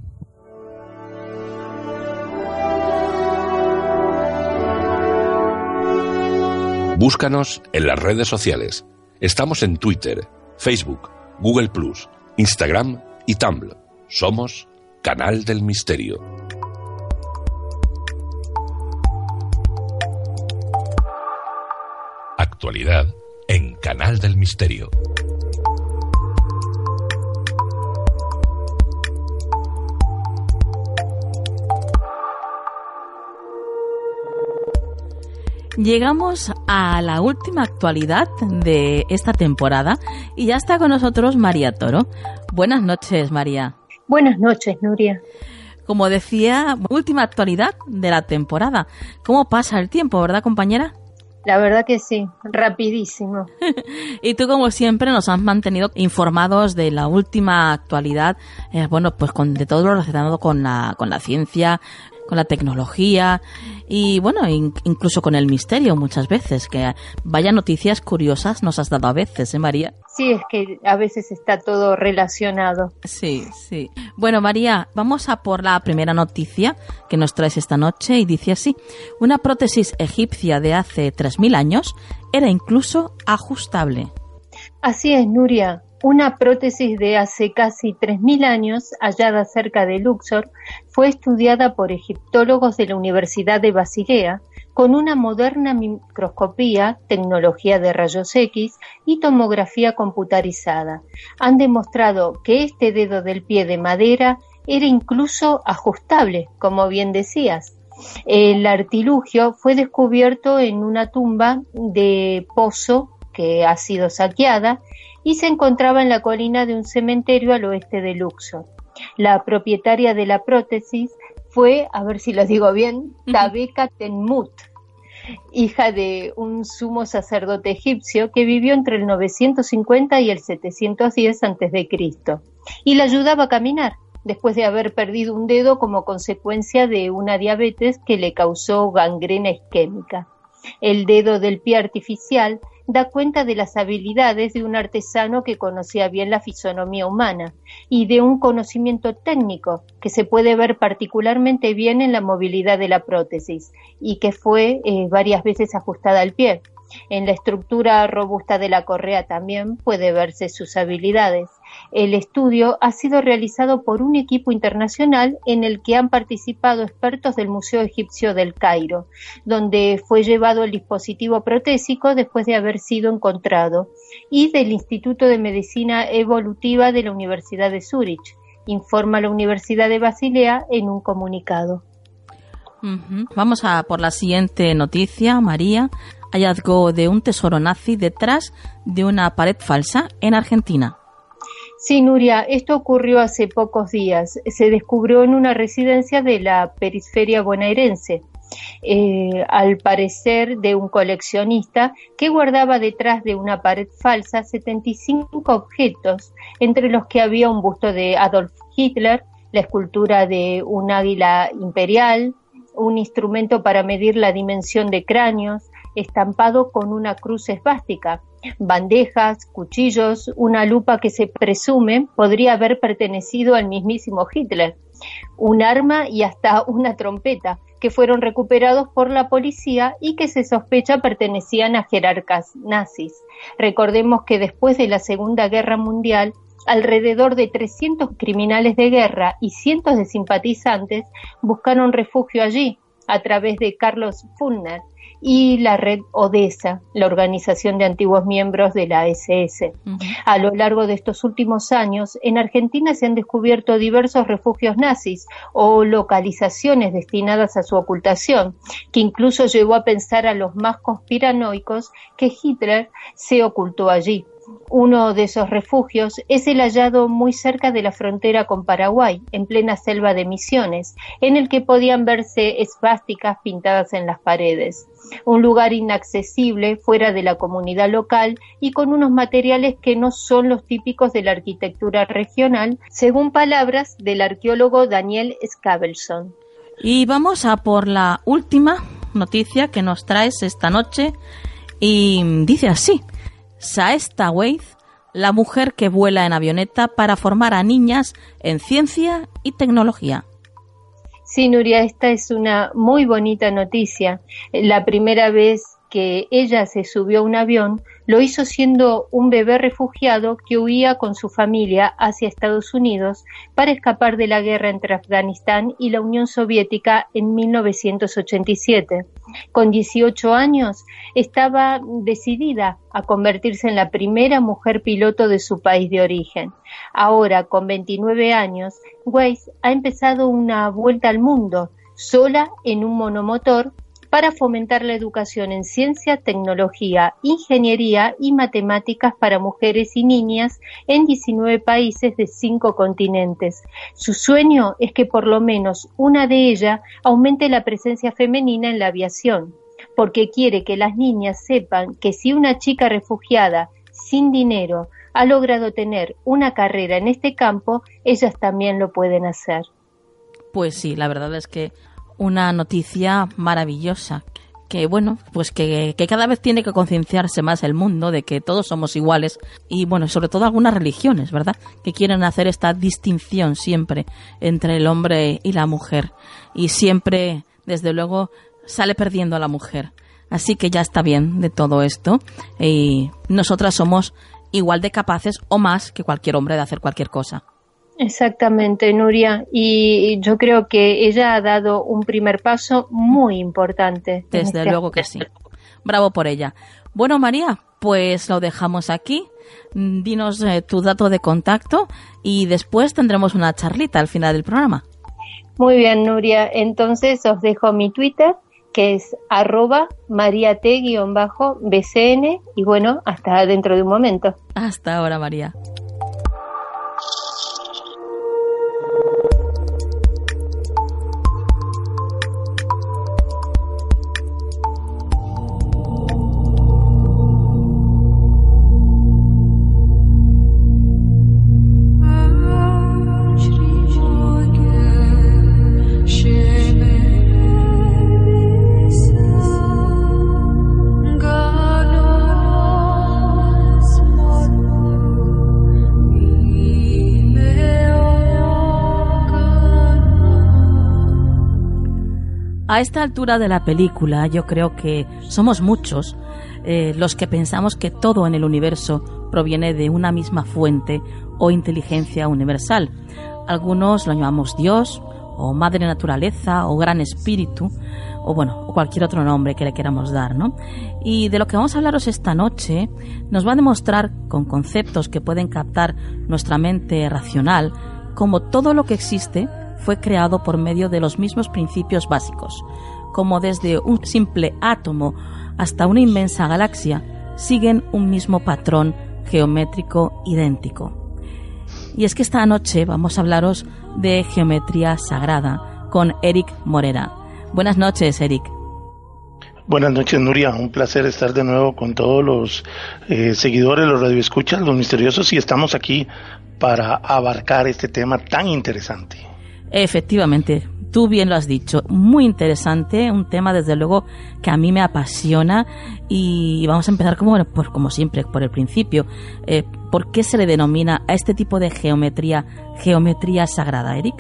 Búscanos en las redes sociales. Estamos en Twitter, Facebook, Google plus, Instagram y Tumblr. Somos Canal del Misterio. Actualidad en Canal del Misterio. Llegamos a la última actualidad de esta temporada y ya está con nosotros María Toro. Buenas noches, María. Buenas noches, Nuria. Como decía, última actualidad de la temporada. ¿Cómo pasa el tiempo, verdad, compañera? La verdad que sí, rapidísimo. Y tú, como siempre, nos has mantenido informados de la última actualidad, eh, bueno, pues con, de todo lo relacionado con la, con la ciencia, con la tecnología y, bueno, in, incluso con el misterio muchas veces, que vaya noticias curiosas nos has dado a veces, ¿eh, María? Sí, es que a veces está todo relacionado. Sí, sí. Bueno, María, vamos a por la primera noticia que nos traes esta noche y dice así: una prótesis egipcia de hace tres mil años era incluso ajustable. Así es, Nuria. Una prótesis de hace casi tres mil años, hallada cerca de Luxor, fue estudiada por egiptólogos de la Universidad de Basilea con una moderna microscopía, tecnología de rayos X y tomografía computarizada. Han demostrado que este dedo del pie de madera era incluso ajustable, como bien decías. El artilugio fue descubierto en una tumba de Pozo que ha sido saqueada y se encontraba en la colina de un cementerio al oeste de Luxor. La propietaria de la prótesis fue, a ver si lo digo bien, Tabeka Tenmut, hija de un sumo sacerdote egipcio que vivió entre el novecientos cincuenta y el setecientos diez antes de Cristo, y la ayudaba a caminar después de haber perdido un dedo como consecuencia de una diabetes que le causó gangrena isquémica. El dedo del pie artificial da cuenta de las habilidades de un artesano que conocía bien la fisonomía humana y de un conocimiento técnico que se puede ver particularmente bien en la movilidad de la prótesis y que fue eh, varias veces ajustada al pie. En la estructura robusta de la correa también puede verse sus habilidades. El estudio ha sido realizado por un equipo internacional en el que han participado expertos del Museo Egipcio del Cairo, donde fue llevado el dispositivo protésico después de haber sido encontrado, y del Instituto de Medicina Evolutiva de la Universidad de Zúrich, informa la Universidad de Basilea en un comunicado. Uh-huh. Vamos a por la siguiente noticia, María. Hallazgo de un tesoro nazi detrás de una pared falsa en Argentina. Sí, Nuria, esto ocurrió hace pocos días. Se descubrió en una residencia de la periferia bonaerense, eh, al parecer de un coleccionista que guardaba detrás de una pared falsa setenta y cinco objetos, entre los que había un busto de Adolf Hitler, la escultura de un águila imperial, un instrumento para medir la dimensión de cráneos, estampado con una cruz esvástica, bandejas, cuchillos, una lupa que se presume podría haber pertenecido al mismísimo Hitler, un arma y hasta una trompeta que fueron recuperados por la policía y que se sospecha pertenecían a jerarcas nazis. Recordemos que después de la Segunda Guerra Mundial, alrededor de trescientos criminales de guerra y cientos de simpatizantes buscaron refugio allí a través de Carlos Fulner y la red Odessa, la organización de antiguos miembros de la ese ese. Uh-huh. A lo largo de estos últimos años, en Argentina se han descubierto diversos refugios nazis o localizaciones destinadas a su ocultación, que incluso llevó a pensar a los más conspiranoicos que Hitler se ocultó allí. Uno de esos refugios es el hallado muy cerca de la frontera con Paraguay, en plena selva de Misiones, en el que podían verse esvásticas pintadas en las paredes. Un lugar inaccesible, fuera de la comunidad local y con unos materiales que no son los típicos de la arquitectura regional, según palabras del arqueólogo Daniel Skabelson. Y vamos a por la última noticia que nos traes esta noche y dice así: Saesta Weith, la mujer que vuela en avioneta para formar a niñas en ciencia y tecnología. Sí, Nuria, esta es una muy bonita noticia. La primera vez que ella se subió a un avión lo hizo siendo un bebé refugiado que huía con su familia hacia Estados Unidos para escapar de la guerra entre Afganistán y la Unión Soviética en mil novecientos ochenta y siete. Con dieciocho años estaba decidida a convertirse en la primera mujer piloto de su país de origen. Ahora, con veintinueve años, Weith ha empezado una vuelta al mundo, sola en un monomotor, para fomentar la educación en ciencia, tecnología, ingeniería y matemáticas para mujeres y niñas en diecinueve países de cinco continentes. Su sueño es que por lo menos una de ellas aumente la presencia femenina en la aviación, porque quiere que las niñas sepan que si una chica refugiada, sin dinero, ha logrado tener una carrera en este campo, ellas también lo pueden hacer. Pues sí, la verdad es que una noticia maravillosa, que bueno, pues que, que cada vez tiene que concienciarse más el mundo de que todos somos iguales y bueno, sobre todo algunas religiones, ¿verdad?, que quieren hacer esta distinción siempre entre el hombre y la mujer y siempre, desde luego, sale perdiendo a la mujer. Así que ya está bien de todo esto y nosotras somos igual de capaces o más que cualquier hombre de hacer cualquier cosa. Exactamente, Nuria, y yo creo que ella ha dado un primer paso muy importante. Desde este luego que sí. Bravo por ella. Bueno, María, pues lo dejamos aquí. Dinos eh, tu dato de contacto y después tendremos una charlita al final del programa. Muy bien, Nuria. Entonces os dejo mi Twitter, que es arroba mariat-B C N, y bueno, hasta dentro de un momento. Hasta ahora, María. A esta altura de la película yo creo que somos muchos eh, los que pensamos que todo en el universo proviene de una misma fuente o inteligencia universal. Algunos lo llamamos Dios, o Madre Naturaleza, o Gran Espíritu, o bueno, o cualquier otro nombre que le queramos dar, ¿no? Y de lo que vamos a hablaros esta noche nos va a demostrar con conceptos que pueden captar nuestra mente racional cómo todo lo que existe fue creado por medio de los mismos principios básicos, como desde un simple átomo hasta una inmensa galaxia siguen un mismo patrón geométrico idéntico. Y es que esta noche vamos a hablaros de geometría sagrada con Eric Morera. Buenas noches, Eric. Buenas noches, Nuria. Un placer estar de nuevo con todos los eh, seguidores, los radioescuchas, los misteriosos, y estamos aquí para abarcar este tema tan interesante. Efectivamente, tú bien lo has dicho, muy interesante, un tema desde luego que a mí me apasiona y vamos a empezar como, por, como siempre, por el principio. Eh, ¿Por qué se le denomina a este tipo de geometría geometría sagrada, Eric?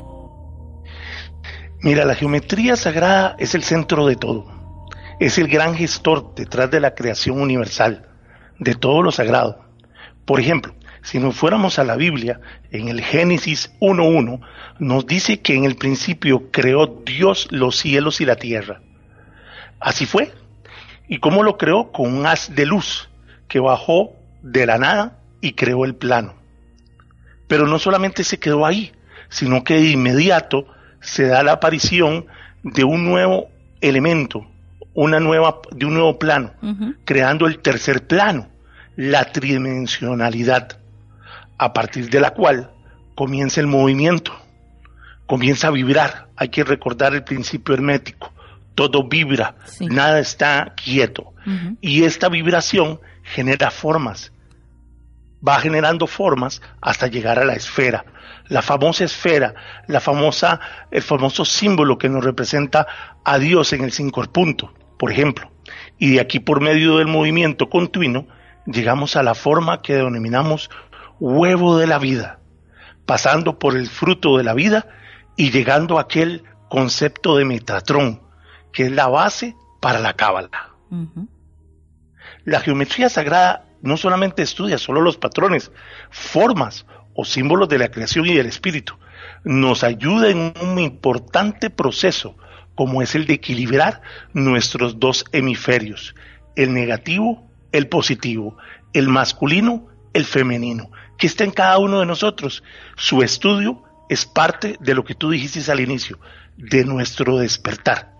Mira, la geometría sagrada es el centro de todo, es el gran gestor detrás de la creación universal, de todo lo sagrado. Por ejemplo, si nos fuéramos a la Biblia, en el Génesis uno uno, nos dice que en el principio creó Dios los cielos y la tierra. Así fue. ¿Y cómo lo creó? Con un haz de luz que bajó de la nada y creó el plano. Pero no solamente se quedó ahí, sino que de inmediato se da la aparición de un nuevo elemento, una nueva, de un nuevo plano, uh-huh. creando el tercer plano. la tridimensionalidad, a partir de la cual comienza el movimiento, comienza a vibrar. Hay que recordar el principio hermético, todo vibra, sí. Nada está quieto. Uh-huh. Y esta vibración genera formas, va generando formas hasta llegar a la esfera, la famosa esfera, la famosa, el famoso símbolo que nos representa a Dios en el cinco punto, por ejemplo. Y de aquí, por medio del movimiento continuo, llegamos a la forma que denominamos huevo de la vida, pasando por el fruto de la vida y llegando a aquel concepto de Metatrón, que es la base para la cábala. Uh-huh. La geometría sagrada no solamente estudia solo los patrones, formas o símbolos de la creación y del espíritu, nos ayuda en un importante proceso como es el de equilibrar nuestros dos hemisferios, el negativo, el positivo, el masculino, el femenino, que está en cada uno de nosotros. Su estudio es parte de lo que tú dijiste al inicio, de nuestro despertar.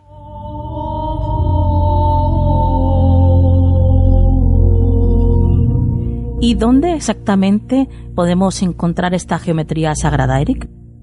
¿Y dónde exactamente podemos encontrar esta geometría sagrada, Eric?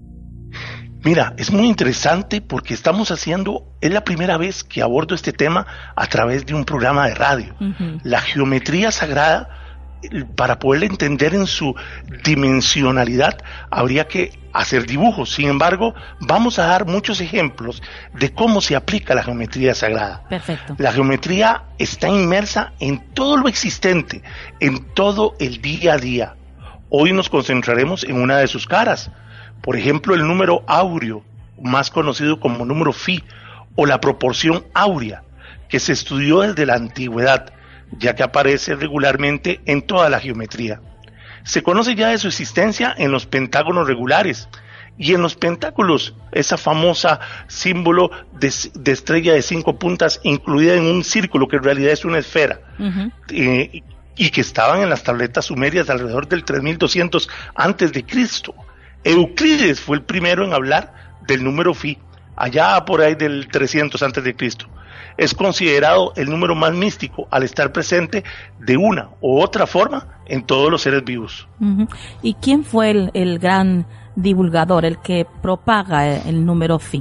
Mira, es muy interesante porque estamos haciendo, es la primera vez que abordo este tema a través de un programa de radio. Uh-huh. La geometría sagrada, para poderla entender en su dimensionalidad, habría que hacer dibujos. Sin embargo, vamos a dar muchos ejemplos de cómo se aplica la geometría sagrada. Perfecto. La geometría está inmersa en todo lo existente, en todo el día a día. Hoy nos concentraremos en una de sus caras. Por ejemplo, el número áureo, más conocido como número phi, o la proporción áurea, que se estudió desde la antigüedad, ya que aparece regularmente en toda la geometría. Se conoce ya de su existencia en los pentágonos regulares y en los pentáculos, esa famosa símbolo de, de estrella de cinco puntas incluida en un círculo que en realidad es una esfera. Uh-huh. eh, y que estaban en las tabletas sumerias alrededor del tres mil doscientos antes de Cristo. Euclides fue el primero en hablar del número phi, allá por ahí del trescientos antes de Cristo. Es considerado el número más místico al estar presente de una u otra forma en todos los seres vivos. Uh-huh. ¿Y quién fue el, el gran divulgador, el que propaga el, el número phi?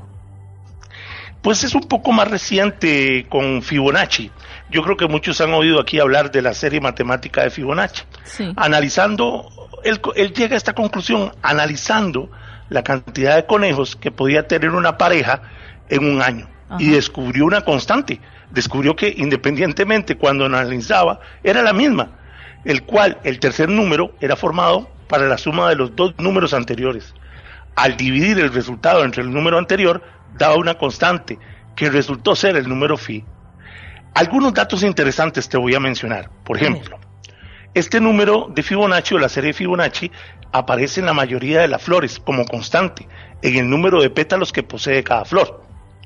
Pues es un poco más reciente con Fibonacci. Yo creo que muchos han oído aquí hablar de la serie matemática de Fibonacci. Sí. Analizando, él, él llega a esta conclusión analizando la cantidad de conejos que podía tener una pareja en un año. Ajá. Y descubrió una constante, descubrió que independientemente cuando analizaba era la misma, el cual el tercer número era formado para la suma de los dos números anteriores. Al dividir el resultado entre el número anterior daba una constante que resultó ser el número phi. Algunos datos interesantes te voy a mencionar. Por ejemplo, este número de Fibonacci o la serie de Fibonacci aparece en la mayoría de las flores como constante en el número de pétalos que posee cada flor.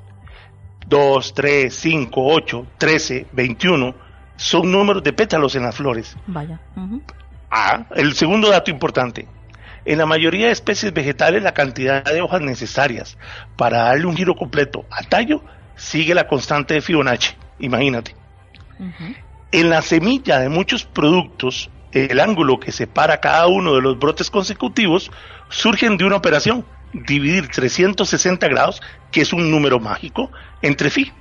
dos, tres, cinco, ocho, trece, veintiuno son números de pétalos en las flores. Vaya. Uh-huh. Ah, el segundo dato importante. En la mayoría de especies vegetales la cantidad de hojas necesarias para darle un giro completo al tallo sigue la constante de Fibonacci. Imagínate. Uh-huh. En la semilla de muchos productos, el ángulo que separa cada uno de los brotes consecutivos surgen de una operación, dividir trescientos sesenta grados, que es un número mágico, entre phi.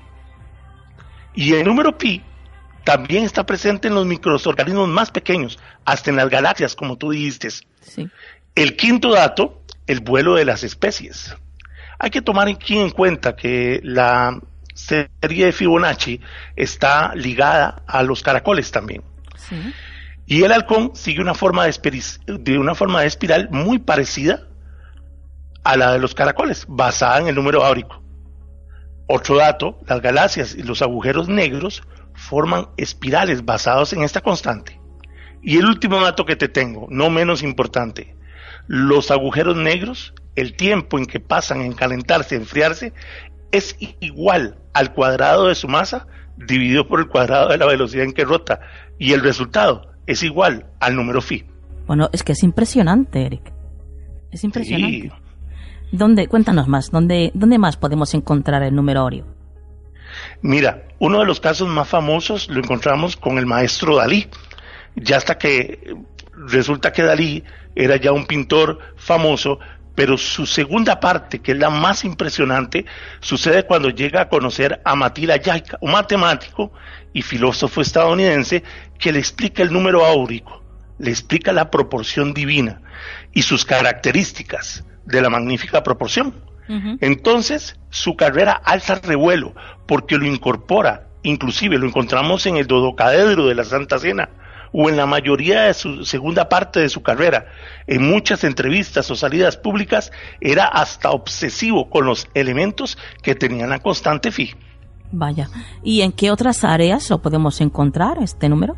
Y el número pi también está presente en los microorganismos más pequeños, hasta en las galaxias, como tú dijiste. Sí. El quinto dato, el vuelo de las especies. Hay que tomar aquí en cuenta que la serie de Fibonacci está ligada a los caracoles también. Sí. Y el halcón sigue una forma de, esperi- de una forma de espiral muy parecida a la de los caracoles, basada en el número áurico. Otro dato, las galaxias y los agujeros negros forman espirales basados en esta constante. Y el último dato que te tengo, no menos importante, los agujeros negros, el tiempo en que pasan en calentarse y enfriarse, es igual al cuadrado de su masa dividido por el cuadrado de la velocidad en que rota, y el resultado es igual al número phi. Bueno, es que es impresionante, Eric. Es impresionante. Sí. ¿Dónde, cuéntanos más, ¿dónde, dónde más podemos encontrar el número áureo? Mira, uno de los casos más famosos lo encontramos con el maestro Dalí. ya hasta que resulta que Dalí era ya un pintor famoso, pero su segunda parte, que es la más impresionante, sucede cuando llega a conocer a Matil Ayayka, un matemático y filósofo estadounidense que le explica el número áurico, le explica la proporción divina y sus características de la magnífica proporción. Uh-huh. Entonces, su carrera alza revuelo porque lo incorpora, inclusive lo encontramos en el dodocaedro de la Santa Cena, o en la mayoría de su segunda parte de su carrera. En muchas entrevistas o salidas públicas era hasta obsesivo con los elementos que tenían la constante phi. Vaya, ¿y en qué otras áreas lo podemos encontrar este número?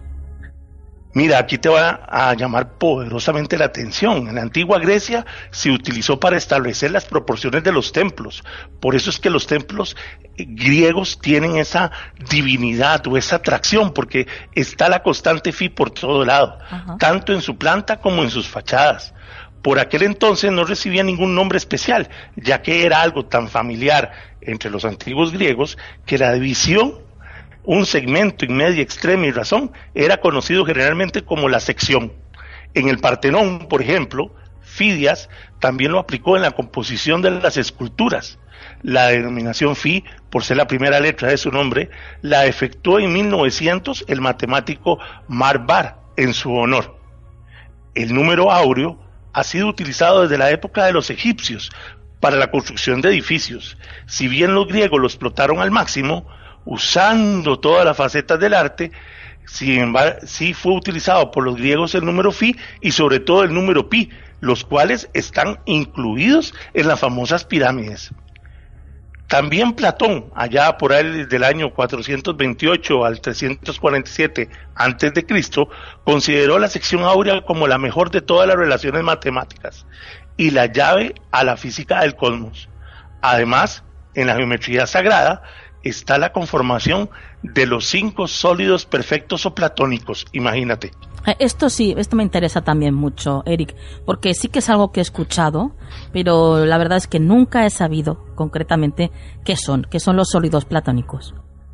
Mira, aquí te va a llamar poderosamente la atención. En la antigua Grecia se utilizó para establecer las proporciones de los templos. Por eso es que los templos griegos tienen esa divinidad o esa atracción, porque está la constante phi por todo lado, uh-huh. tanto en su planta como en sus fachadas. Por aquel entonces no recibía ningún nombre especial, ya que era algo tan familiar entre los antiguos griegos que la división, un segmento en media, extrema y razón, era conocido generalmente como la sección. En el Partenón, por ejemplo, Fidias también lo aplicó en la composición de las esculturas. La denominación phi, por ser la primera letra de su nombre, la efectuó en mil novecientos el matemático Marbar en su honor. El número áureo ha sido utilizado desde la época de los egipcios para la construcción de edificios. Si bien los griegos lo explotaron al máximo, usando todas las facetas del arte, sin embargo, sí fue utilizado por los griegos el número phi y sobre todo el número pi, los cuales están incluidos en las famosas pirámides. También Platón, allá por ahí del año cuatrocientos veintiocho al trescientos cuarenta y siete antes de Cristo, consideró la sección áurea como la mejor de todas las relaciones matemáticas y la llave a la física del cosmos. Además, en la geometría sagrada está la conformación de los cinco sólidos perfectos o platónicos, imagínate. Esto sí, esto me interesa también mucho, Eric, porque sí que es algo que he escuchado, pero la verdad es que nunca he sabido concretamente qué son, qué son los sólidos platónicos.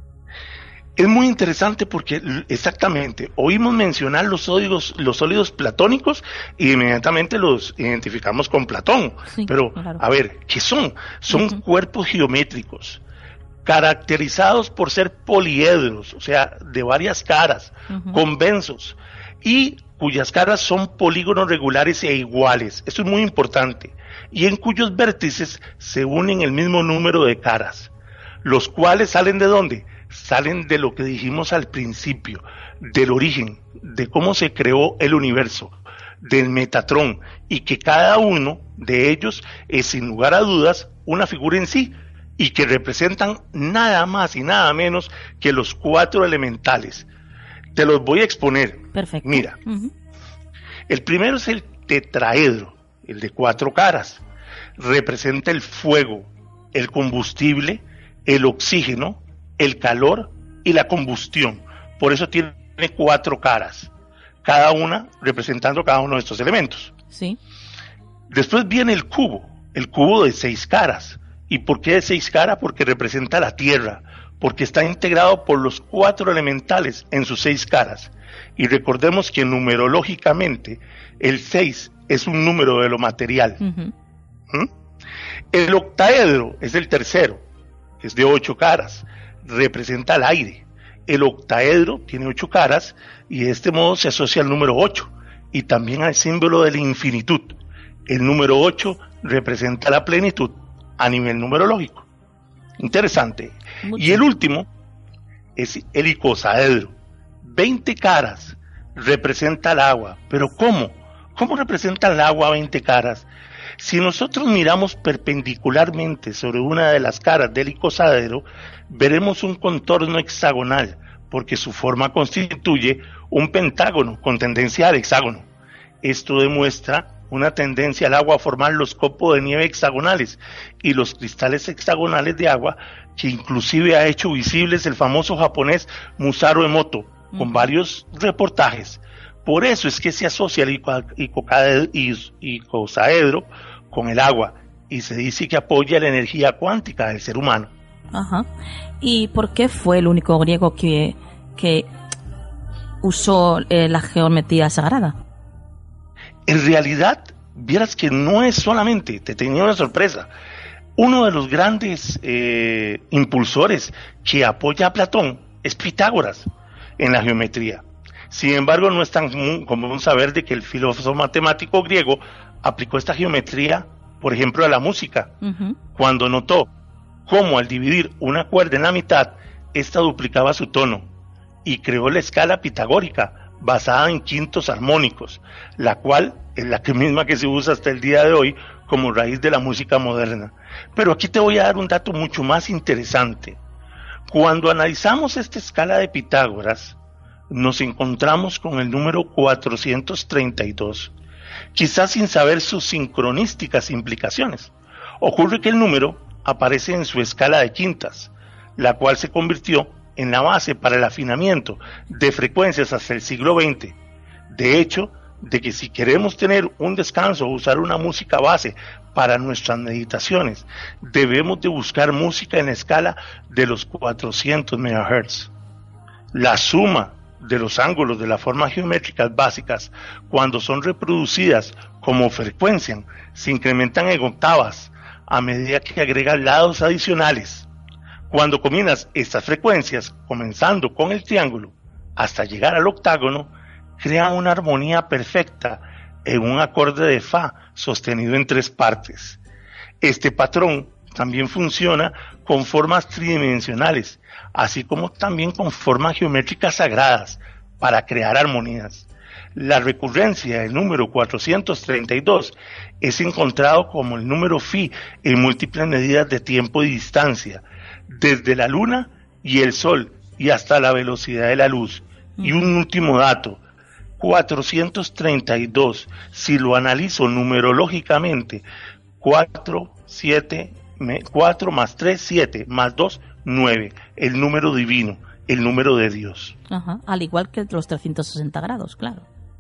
Es muy interesante porque exactamente oímos mencionar los sólidos, los sólidos platónicos y inmediatamente los identificamos con Platón. Sí, pero, claro. A ver, ¿qué son? Son uh-huh. cuerpos geométricos caracterizados por ser poliedros, o sea, de varias caras, uh-huh. convexos, y cuyas caras son polígonos regulares e iguales. Esto es muy importante. Y en cuyos vértices se unen el mismo número de caras, los cuales salen ¿de dónde? Salen de lo que dijimos al principio, del origen, de cómo se creó el universo, del Metatrón, y que cada uno de ellos es sin lugar a dudas una figura en sí, y que representan nada más y nada menos que los cuatro elementales. Te los voy a exponer. Perfecto. Mira, uh-huh. el primero es el tetraedro, el de cuatro caras. Representa el fuego, el combustible, el oxígeno, el calor y la combustión. Por eso tiene cuatro caras, cada una representando cada uno de estos elementos. Sí. Después viene el cubo, el cubo de seis caras. ¿Y por qué de seis caras? Porque representa la tierra, porque está integrado por los cuatro elementales en sus seis caras. Y recordemos que numerológicamente el seis es un número de lo material. Uh-huh. ¿Mm? El octaedro es el tercero, es de ocho caras, representa el aire. El octaedro tiene ocho caras y de este modo se asocia al número ocho y también al símbolo de la infinitud. El número ocho representa la plenitud a nivel numerológico. Interesante. Mucho. Y el último es el icosaedro. veinte caras representa el agua. ¿Pero cómo? ¿Cómo representa el agua veinte caras? Si nosotros miramos perpendicularmente sobre una de las caras del icosaedro, veremos un contorno hexagonal, porque su forma constituye un pentágono con tendencia al hexágono. Esto demuestra una tendencia al agua a formar los copos de nieve hexagonales y los cristales hexagonales de agua, que inclusive ha hecho visibles el famoso japonés Musaru Emoto, uh-huh. con varios reportajes. Por eso es que se asocia el icosaedro con el agua y se dice que apoya la energía cuántica del ser humano. Ajá. ¿Y por qué fue el único griego que, que usó eh, la geometría sagrada? En realidad, vieras que no es solamente, te tenía una sorpresa. Uno de los grandes eh, impulsores que apoya a Platón es Pitágoras en la geometría. Sin embargo, no es tan común saber de que el filósofo matemático griego aplicó esta geometría, por ejemplo, a la música, uh-huh. cuando notó cómo al dividir una cuerda en la mitad, ésta duplicaba su tono, y creó la escala pitagórica, basada en quintos armónicos, la cual es la que misma que se usa hasta el día de hoy como raíz de la música moderna. Pero aquí te voy a dar un dato mucho más interesante. Cuando analizamos esta escala de Pitágoras, nos encontramos con el número cuatrocientos treinta y dos, quizás sin saber sus sincronísticas implicaciones. Ocurre que el número aparece en su escala de quintas, la cual se convirtió en la base para el afinamiento de frecuencias hasta el siglo veinte. De hecho, de que si queremos tener un descanso o usar una música base para nuestras meditaciones, debemos de buscar música en la escala de los cuatrocientos megahertz. La suma de los ángulos de las formas geométricas básicas, cuando son reproducidas como frecuencia, se incrementan en octavas a medida que agregan lados adicionales. Cuando combinas estas frecuencias, comenzando con el triángulo hasta llegar al octágono, crean una armonía perfecta en un acorde de Fa sostenido en tres partes. Este patrón también funciona con formas tridimensionales, así como también con formas geométricas sagradas para crear armonías. La recurrencia del número cuatrocientos treinta y dos es encontrado como el número Phi en múltiples medidas de tiempo y distancia, desde la luna y el sol y hasta la velocidad de la luz. Y un último dato, cuatrocientos treinta y dos, si lo analizo numerológicamente, cuatro, siete, cuatro más tres, siete, más dos, nueve, el número divino, el número de Dios. Ajá, al igual que los trescientos sesenta grados, claro.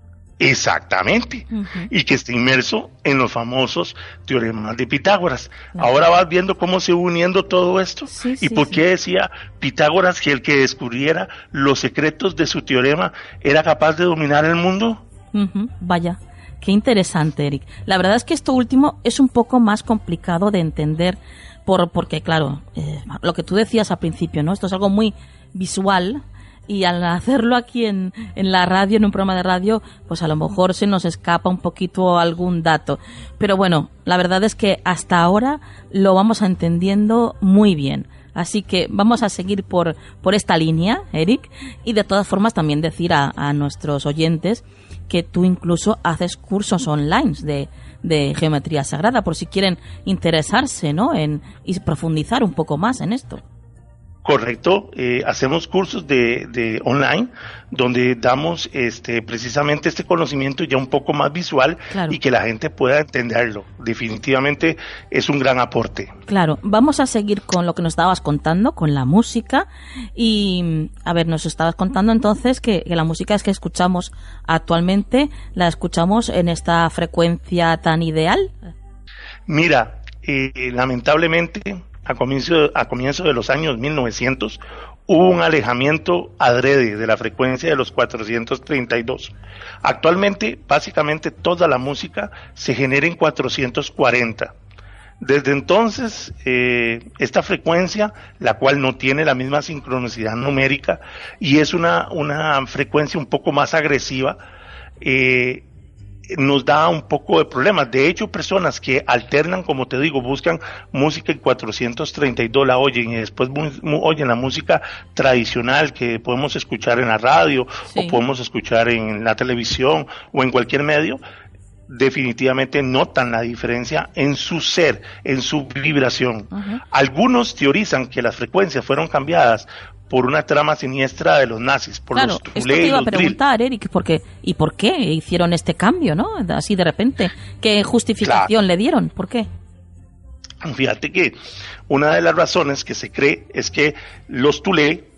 Exactamente, uh-huh. Y que está inmerso en los famosos teoremas de Pitágoras. Uh-huh. Ahora vas viendo cómo se va uniendo todo esto, sí, y sí, por qué sí. decía Pitágoras que el que descubriera los secretos de su teorema era capaz de dominar el mundo. Uh-huh. Vaya, qué interesante, Eric. La verdad es que esto último es un poco más complicado de entender, por porque claro, eh, lo que tú decías al principio, ¿no? Esto es algo muy visual. Y al hacerlo aquí en, en la radio, en un programa de radio, pues a lo mejor se nos escapa un poquito algún dato. Pero bueno, la verdad es que hasta ahora lo vamos entendiendo muy bien. Así que vamos a seguir por, por esta línea, Eric. Y de todas formas también decir a, a nuestros oyentes que tú incluso haces cursos online de, de geometría sagrada, por si quieren interesarse, ¿no? En, y profundizar un poco más en esto. Correcto, eh, hacemos cursos de, de online donde damos este precisamente este conocimiento ya un poco más visual, claro, y que la gente pueda entenderlo. Definitivamente es un gran aporte. Claro, vamos a seguir con lo que nos estabas contando, con la música. Y, a ver, nos estabas contando entonces que, que la música es que escuchamos actualmente, la escuchamos en esta frecuencia tan ideal. Mira, eh, lamentablemente... A comienzo, a comienzo de los años mil novecientos hubo un alejamiento adrede de la frecuencia de los cuatrocientos treinta y dos. Actualmente, básicamente toda la música se genera en cuatrocientos cuarenta. Desde entonces, eh, esta frecuencia, la cual no tiene la misma sincronicidad numérica y es una, una frecuencia un poco más agresiva, eh, nos da un poco de problemas. De hecho, personas que alternan, como te digo, buscan música en cuatrocientos treinta y dos, la oyen y después mu- mu- oyen la música tradicional que podemos escuchar en la radio, sí, o podemos escuchar en la televisión o en cualquier medio, definitivamente notan la diferencia en su ser, en su vibración. Uh-huh. Algunos teorizan que las frecuencias fueron cambiadas por una trama siniestra de los nazis, por claro, los Tulé esto te iba y los a preguntar, drill. Eric, porque, ¿y por qué hicieron este cambio, no? Así de repente, ¿qué justificación claro. le dieron? ¿Por qué? Fíjate que una de las razones que se cree es que los Tulé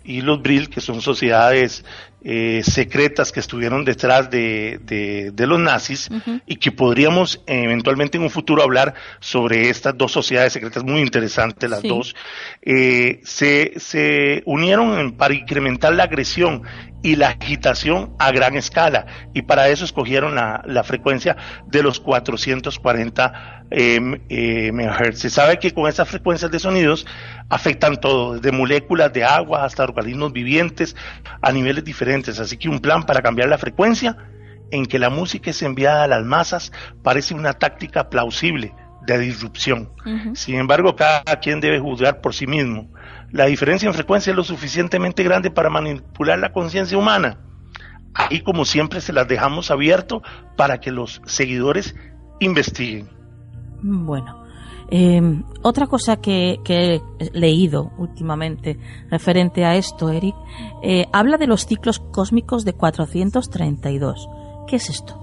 y los Brill, que son sociedades eh, secretas que estuvieron detrás de, de, de los nazis, uh-huh. y que podríamos eh, eventualmente en un futuro hablar sobre estas dos sociedades secretas muy interesantes, las sí. dos, eh, se, se unieron para incrementar la agresión y la agitación a gran escala, y para eso escogieron la, la frecuencia de los cuatrocientos cuarenta eh, eh, megahertz. Se sabe que con esas frecuencias de sonidos afectan todo, desde moléculas de agua hasta organismos vivientes a niveles diferentes, así que un plan para cambiar la frecuencia en que la música es enviada a las masas parece una táctica plausible de disrupción. Uh-huh. Sin embargo, cada quien debe juzgar por sí mismo. La diferencia en frecuencia es lo suficientemente grande para manipular la conciencia humana. Ahí, como siempre, se las dejamos abierto para que los seguidores investiguen. Bueno, eh, otra cosa que, que he leído últimamente referente a esto, Eric, eh, habla de los ciclos cósmicos de cuatrocientos treinta y dos. ¿Qué es esto?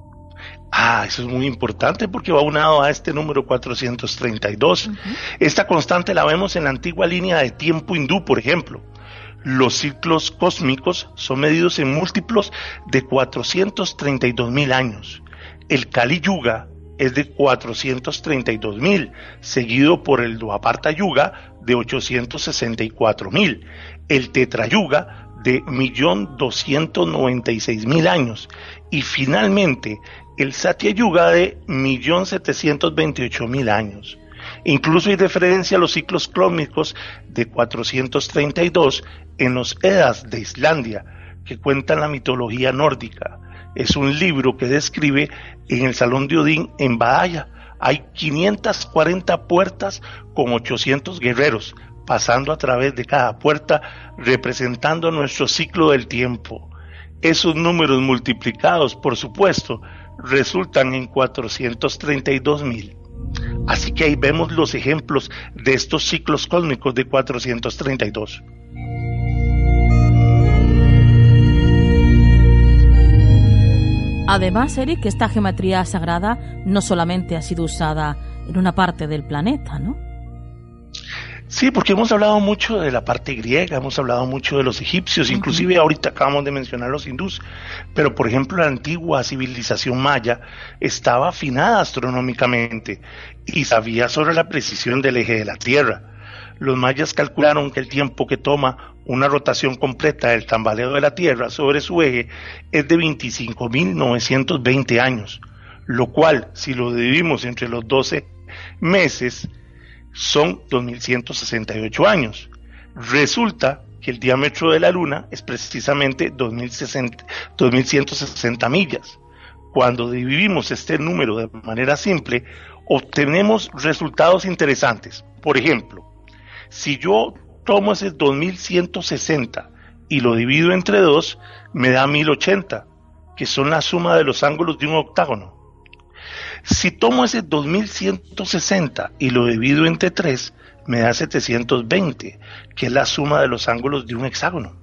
Ah, eso es muy importante porque va unado a este número cuatrocientos treinta y dos. Uh-huh. Esta constante la vemos en la antigua línea de tiempo hindú, por ejemplo. Los ciclos cósmicos son medidos en múltiplos de cuatrocientos treinta y dos mil años. El Kali Yuga es de cuatrocientos treinta y dos mil, seguido por el Dwaparta Yuga de ochocientos sesenta y cuatro mil, el Tetra Yuga de un millón doscientos noventa y seis mil años, y finalmente el Satya Yuga de un millón setecientos veintiocho mil años. Incluso hay referencia a los ciclos cósmicos de cuatrocientos treinta y dos en los Eddas de Islandia, que cuentan la mitología nórdica. Es un libro que describe en el Salón de Odín en Valhalla. Hay quinientas cuarenta puertas con ochocientos guerreros, pasando a través de cada puerta, representando nuestro ciclo del tiempo. Esos números multiplicados, por supuesto, resultan en cuatrocientos treinta y dos mil. Así que ahí vemos los ejemplos de estos ciclos cósmicos de cuatrocientos treinta y dos. Además, Eric, esta geometría sagrada no solamente ha sido usada en una parte del planeta, ¿no? Sí, porque hemos hablado mucho de la parte griega, hemos hablado mucho de los egipcios, uh-huh. inclusive ahorita acabamos de mencionar los hindús, pero por ejemplo la antigua civilización maya estaba afinada astronómicamente y sabía sobre la precisión del eje de la Tierra. Los mayas calcularon que el tiempo que toma una rotación completa del tambaleo de la Tierra sobre su eje es de veinticinco mil novecientos veinte años, lo cual, si lo dividimos entre los doce meses, son dos mil ciento sesenta y ocho años. Resulta que el diámetro de la Luna es precisamente dos mil ciento sesenta millas. Cuando dividimos este número de manera simple, obtenemos resultados interesantes. Por ejemplo, si yo tomo ese dos mil ciento sesenta y lo divido entre dos, me da mil ochenta, que son la suma de los ángulos de un octágono. Si tomo ese dos mil ciento sesenta y lo divido entre tres, me da setecientos veinte, que es la suma de los ángulos de un hexágono.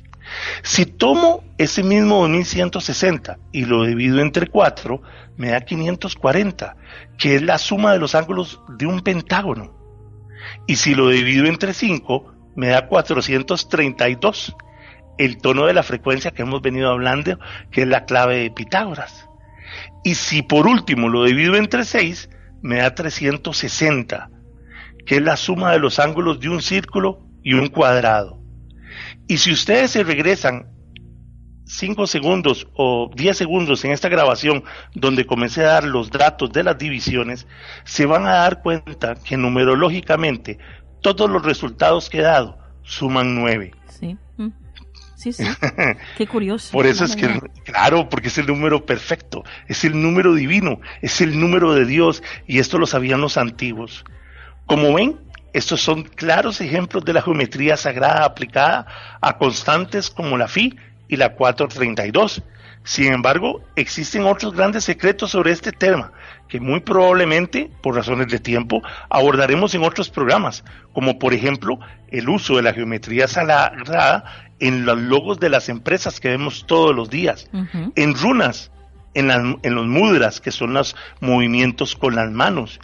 Si tomo ese mismo dos mil ciento sesenta y lo divido entre cuatro, me da quinientos cuarenta, que es la suma de los ángulos de un pentágono. Y si lo divido entre cinco, me da cuatrocientos treinta y dos, el tono de la frecuencia que hemos venido hablando, que es la clave de Pitágoras. Y si por último lo divido entre seis, me da trescientos sesenta, que es la suma de los ángulos de un círculo y un cuadrado. Y si ustedes se regresan cinco segundos o diez segundos en esta grabación donde comencé a dar los datos de las divisiones, se van a dar cuenta que numerológicamente todos los resultados que he dado suman nueve. Sí. Sí, sí. Qué curioso. Por eso es que, claro, porque es el número perfecto, es el número divino, es el número de Dios, y esto lo sabían los antiguos. Como ven, estos son claros ejemplos de la geometría sagrada aplicada a constantes como la Phi y la cuatrocientos treinta y dos. Sin embargo, existen otros grandes secretos sobre este tema, que muy probablemente, por razones de tiempo, abordaremos en otros programas, como por ejemplo, el uso de la geometría sagrada en los logos de las empresas que vemos todos los días, uh-huh. en runas, en, las, en los mudras, que son los movimientos con las manos,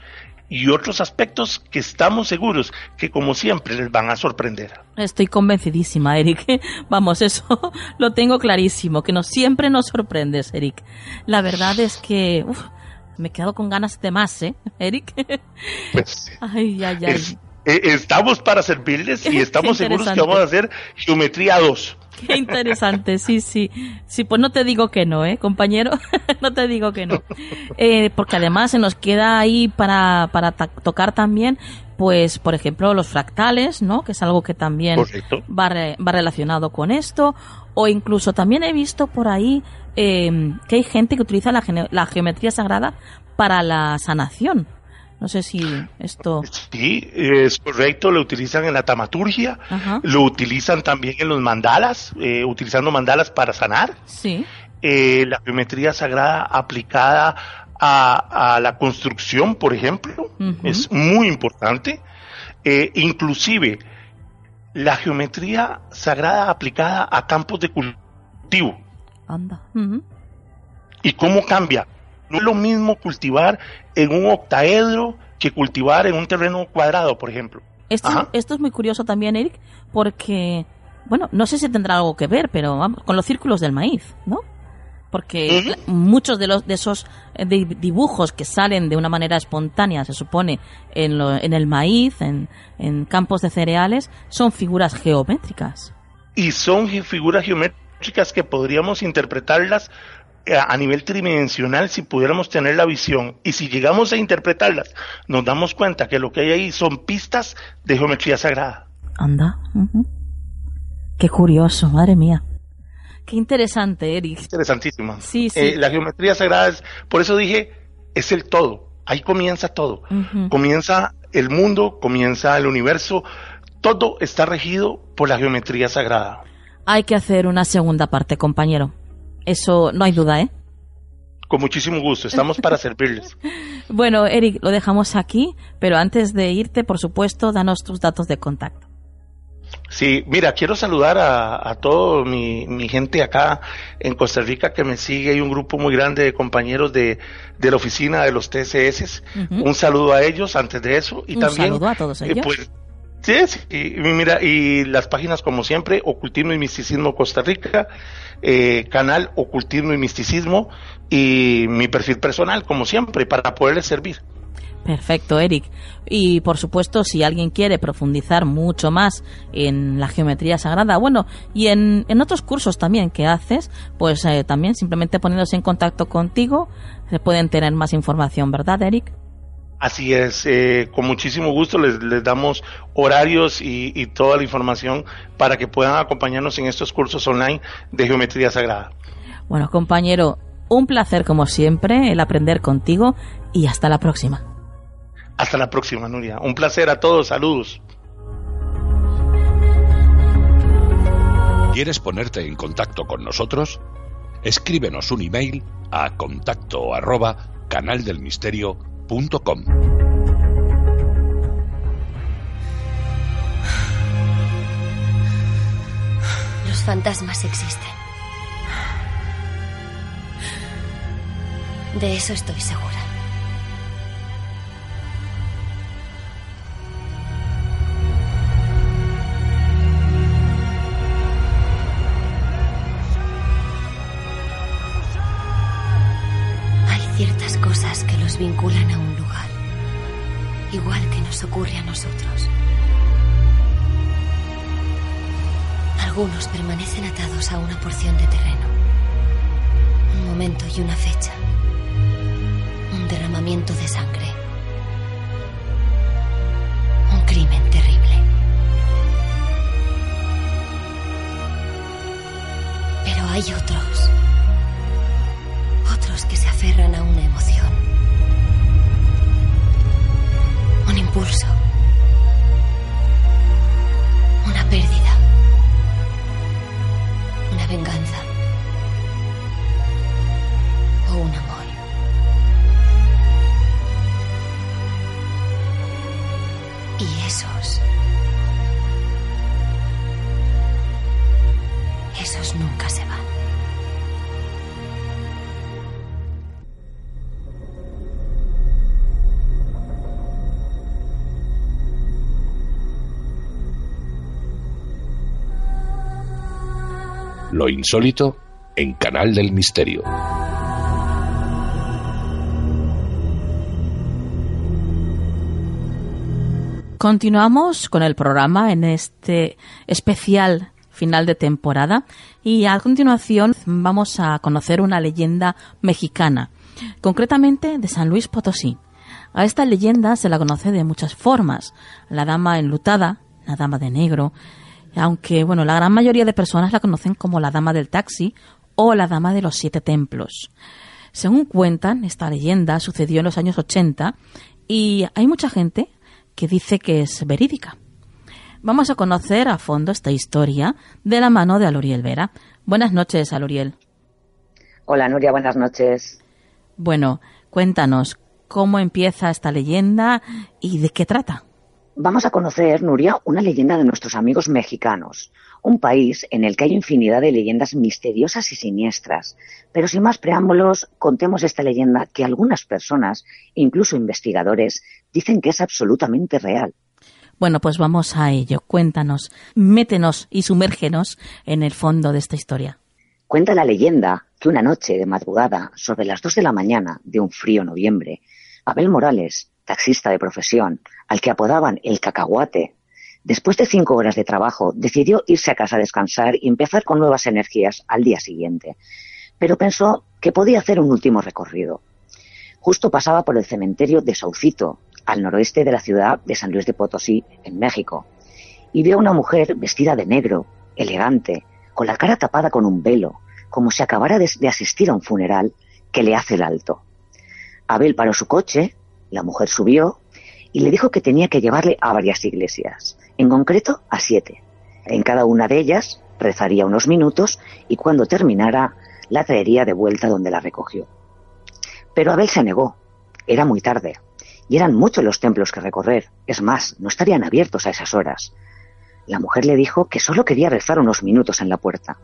y otros aspectos que estamos seguros que, como siempre, les van a sorprender. Estoy convencidísima, Eric. Vamos, eso lo tengo clarísimo, que no siempre nos sorprendes, Eric. La verdad es que uf, me he quedado con ganas de más, ¿eh, Eric? Pues, ay, ay, ay. Es, eh, estamos para servirles y estamos seguros que vamos a hacer geometría dos. Qué interesante, sí, sí. Sí, pues no te digo que no, ¿eh, compañero? No te digo que no. Eh, porque además se nos queda ahí para, para ta- tocar también, pues, por ejemplo, los fractales, ¿no? Que es algo que también va, re- va relacionado con esto. O incluso también he visto por ahí eh, que hay gente que utiliza la, gene- la geometría sagrada para la sanación. No sé si esto... Sí, es correcto, lo utilizan en la taumaturgia, Ajá. lo utilizan también en los mandalas, eh, utilizando mandalas para sanar. Sí. Eh, la geometría sagrada aplicada a, a la construcción, por ejemplo, uh-huh. es muy importante. Eh, inclusive, la geometría sagrada aplicada a campos de cultivo. Anda. Uh-huh. ¿Y cómo cambia? No es lo mismo cultivar en un octaedro que cultivar en un terreno cuadrado, por ejemplo. Esto, esto es muy curioso también, Eric, porque, bueno, no sé si tendrá algo que ver, pero vamos, con los círculos del maíz, ¿no? Porque uh-huh. muchos de los de esos de dibujos que salen de una manera espontánea, se supone, en, lo, en el maíz, en, en campos de cereales, son figuras geométricas. Y son figuras geométricas que podríamos interpretarlas a nivel tridimensional si pudiéramos tener la visión, y si llegamos a interpretarlas nos damos cuenta que lo que hay ahí son pistas de geometría sagrada. Anda, uh-huh. Qué curioso, madre mía, qué interesante, Eric. Interesantísima. Sí, sí. Eh, la geometría sagrada es, por eso dije, es el todo, ahí comienza todo, uh-huh. comienza el mundo, comienza el universo, todo está regido por la geometría sagrada. Hay que hacer una segunda parte, compañero. Eso no hay duda, ¿eh? Con muchísimo gusto, estamos para servirles. Bueno, Eric, lo dejamos aquí, pero antes de irte, por supuesto, danos tus datos de contacto. Sí, mira, quiero saludar a, a toda mi, mi gente acá en Costa Rica que me sigue. Hay un grupo muy grande de compañeros de, de la oficina de los T S S. Uh-huh. Un saludo a ellos antes de eso. Y un también, saludo a todos ellos. Eh, pues, sí, sí, y mira, y las páginas como siempre, Ocultismo y Misticismo Costa Rica, eh, canal Ocultismo y Misticismo, y mi perfil personal, como siempre, para poderles servir. Perfecto, Eric. Y por supuesto, si alguien quiere profundizar mucho más en la geometría sagrada, bueno, y en, en otros cursos también que haces, pues eh, también simplemente poniéndose en contacto contigo, se pueden tener más información, ¿verdad, Eric? Así es, eh, con muchísimo gusto les, les damos horarios y, y toda la información para que puedan acompañarnos en estos cursos online de geometría sagrada. Bueno, compañero, un placer como siempre el aprender contigo y hasta la próxima. Hasta la próxima, Nuria. Un placer a todos, saludos. ¿Quieres ponerte en contacto con nosotros? Escríbenos un email a contacto arroba canaldelmisterio punto com. Los fantasmas existen. De eso estoy segura. Ciertas cosas que los vinculan a un lugar, igual que nos ocurre a nosotros. Algunos permanecen atados a una porción de terreno, un momento y una fecha, un derramamiento de sangre, un crimen terrible. Pero hay otros Otros que se aferran a una emoción, un impulso, una pérdida, una venganza o un amor. Y esos, esos nunca se van. Lo insólito en Canal del Misterio. Continuamos con el programa en este especial final de temporada y a continuación vamos a conocer una leyenda mexicana, concretamente de San Luis Potosí. A esta leyenda se la conoce de muchas formas: la dama enlutada, la dama de negro, aunque bueno, la gran mayoría de personas la conocen como la dama del taxi o la dama de los siete templos. Según cuentan, esta leyenda sucedió en los años ochenta y hay mucha gente que dice que es verídica. Vamos a conocer a fondo esta historia de la mano de Aluriel Vera. Buenas noches, Aluriel. Hola, Nuria, buenas noches. Bueno, cuéntanos, ¿cómo empieza esta leyenda y de qué trata? Vamos a conocer, Nuria, una leyenda de nuestros amigos mexicanos, un país en el que hay infinidad de leyendas misteriosas y siniestras. Pero sin más preámbulos, contemos esta leyenda que algunas personas, incluso investigadores, dicen que es absolutamente real. Bueno, pues vamos a ello. Cuéntanos, métenos y sumérgenos en el fondo de esta historia. Cuenta la leyenda que una noche de madrugada, sobre las dos de la mañana de un frío noviembre, Abel Morales, taxista de profesión, al que apodaban el Cacahuate, después de cinco horas de trabajo, decidió irse a casa a descansar y empezar con nuevas energías al día siguiente. Pero pensó que podía hacer un último recorrido. Justo pasaba por el cementerio de Saucito, al noroeste de la ciudad de San Luis de Potosí, en México, y vio a una mujer vestida de negro, elegante, con la cara tapada con un velo, como si acabara de, de asistir a un funeral, que le hace el alto. Abel paró su coche, la mujer subió y le dijo que tenía que llevarle a varias iglesias, en concreto a siete. En cada una de ellas rezaría unos minutos y cuando terminara la traería de vuelta donde la recogió. Pero Abel se negó, era muy tarde. Y eran muchos los templos que recorrer. Es más, no estarían abiertos a esas horas. La mujer le dijo que solo quería rezar unos minutos en la puerta.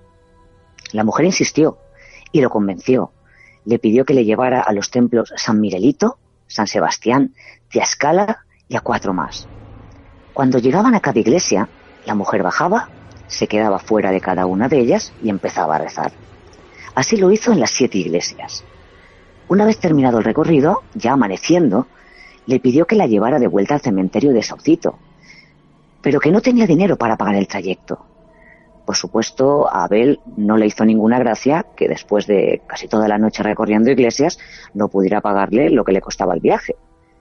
La mujer insistió y lo convenció. Le pidió que le llevara a los templos San Miguelito, San Sebastián, Tlaxcala y a cuatro más. Cuando llegaban a cada iglesia, la mujer bajaba, se quedaba fuera de cada una de ellas y empezaba a rezar. Así lo hizo en las siete iglesias. Una vez terminado el recorrido, ya amaneciendo, le pidió que la llevara de vuelta al cementerio de Saucito, pero que no tenía dinero para pagar el trayecto. Por supuesto, a Abel no le hizo ninguna gracia que después de casi toda la noche recorriendo iglesias no pudiera pagarle lo que le costaba el viaje.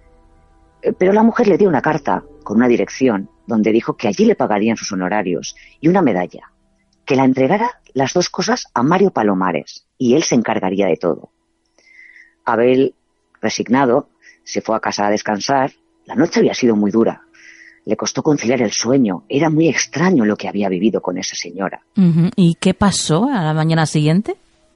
Pero la mujer le dio una carta con una dirección donde dijo que allí le pagarían sus honorarios y una medalla, que la entregara las dos cosas a Mario Palomares y él se encargaría de todo. Abel, resignado, se fue a casa a descansar. La noche había sido muy dura. Le costó conciliar el sueño. Era muy extraño lo que había vivido con esa señora. Uh-huh. ¿Y qué pasó a la mañana siguiente?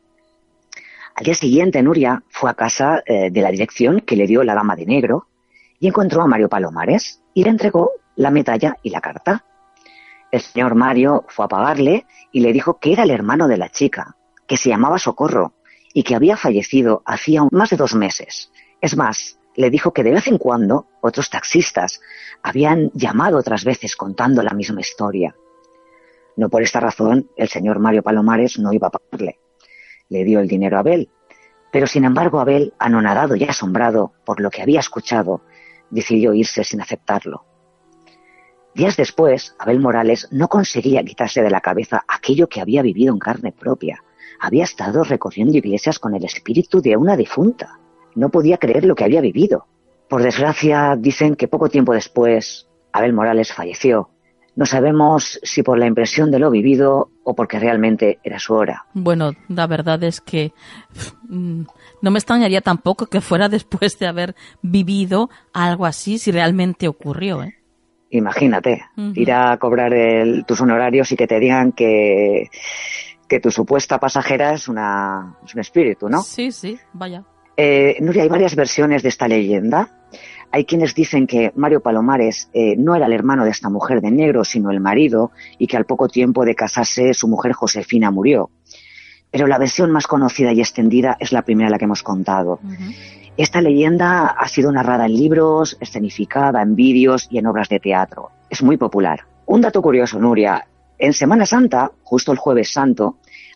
Al día siguiente, Nuria fue a casa eh, de la dirección que le dio la dama de negro y encontró a Mario Palomares y le entregó la medalla y la carta. El señor Mario fue a pagarle y le dijo que era el hermano de la chica, que se llamaba Socorro y que había fallecido hacía más de dos meses. Es más, le dijo que de vez en cuando otros taxistas habían llamado otras veces contando la misma historia. No por esta razón el señor Mario Palomares no iba a pagarle. Le dio el dinero a Abel, pero sin embargo Abel, anonadado y asombrado por lo que había escuchado, decidió irse sin aceptarlo. Días después, Abel Morales no conseguía quitarse de la cabeza aquello que había vivido en carne propia. Había estado recorriendo iglesias con el espíritu de una difunta. No podía creer lo que había vivido. Por desgracia, dicen que poco tiempo después, Abel Morales falleció. No sabemos si por la impresión de lo vivido o porque realmente era su hora. Bueno, la verdad es que mmm, no me extrañaría tampoco que fuera después de haber vivido algo así, si realmente ocurrió, ¿eh? Imagínate, uh-huh. ir a cobrar el, tus honorarios y que te digan que, que tu supuesta pasajera es, una, es un espíritu, ¿no? Sí, sí, vaya. Eh, Nuria, hay varias versiones de esta leyenda. Hay quienes dicen que Mario Palomares eh, no era el hermano de esta mujer de negro, sino el marido, y que al poco tiempo de casarse su mujer Josefina murió. Pero la versión más conocida y extendida es la primera, la que hemos contado. Uh-huh. Esta leyenda ha sido narrada en libros, escenificada en vídeos y en obras de teatro. Es muy popular. Un dato curioso, Nuria. En Semana Santa, justo el Jueves Santo,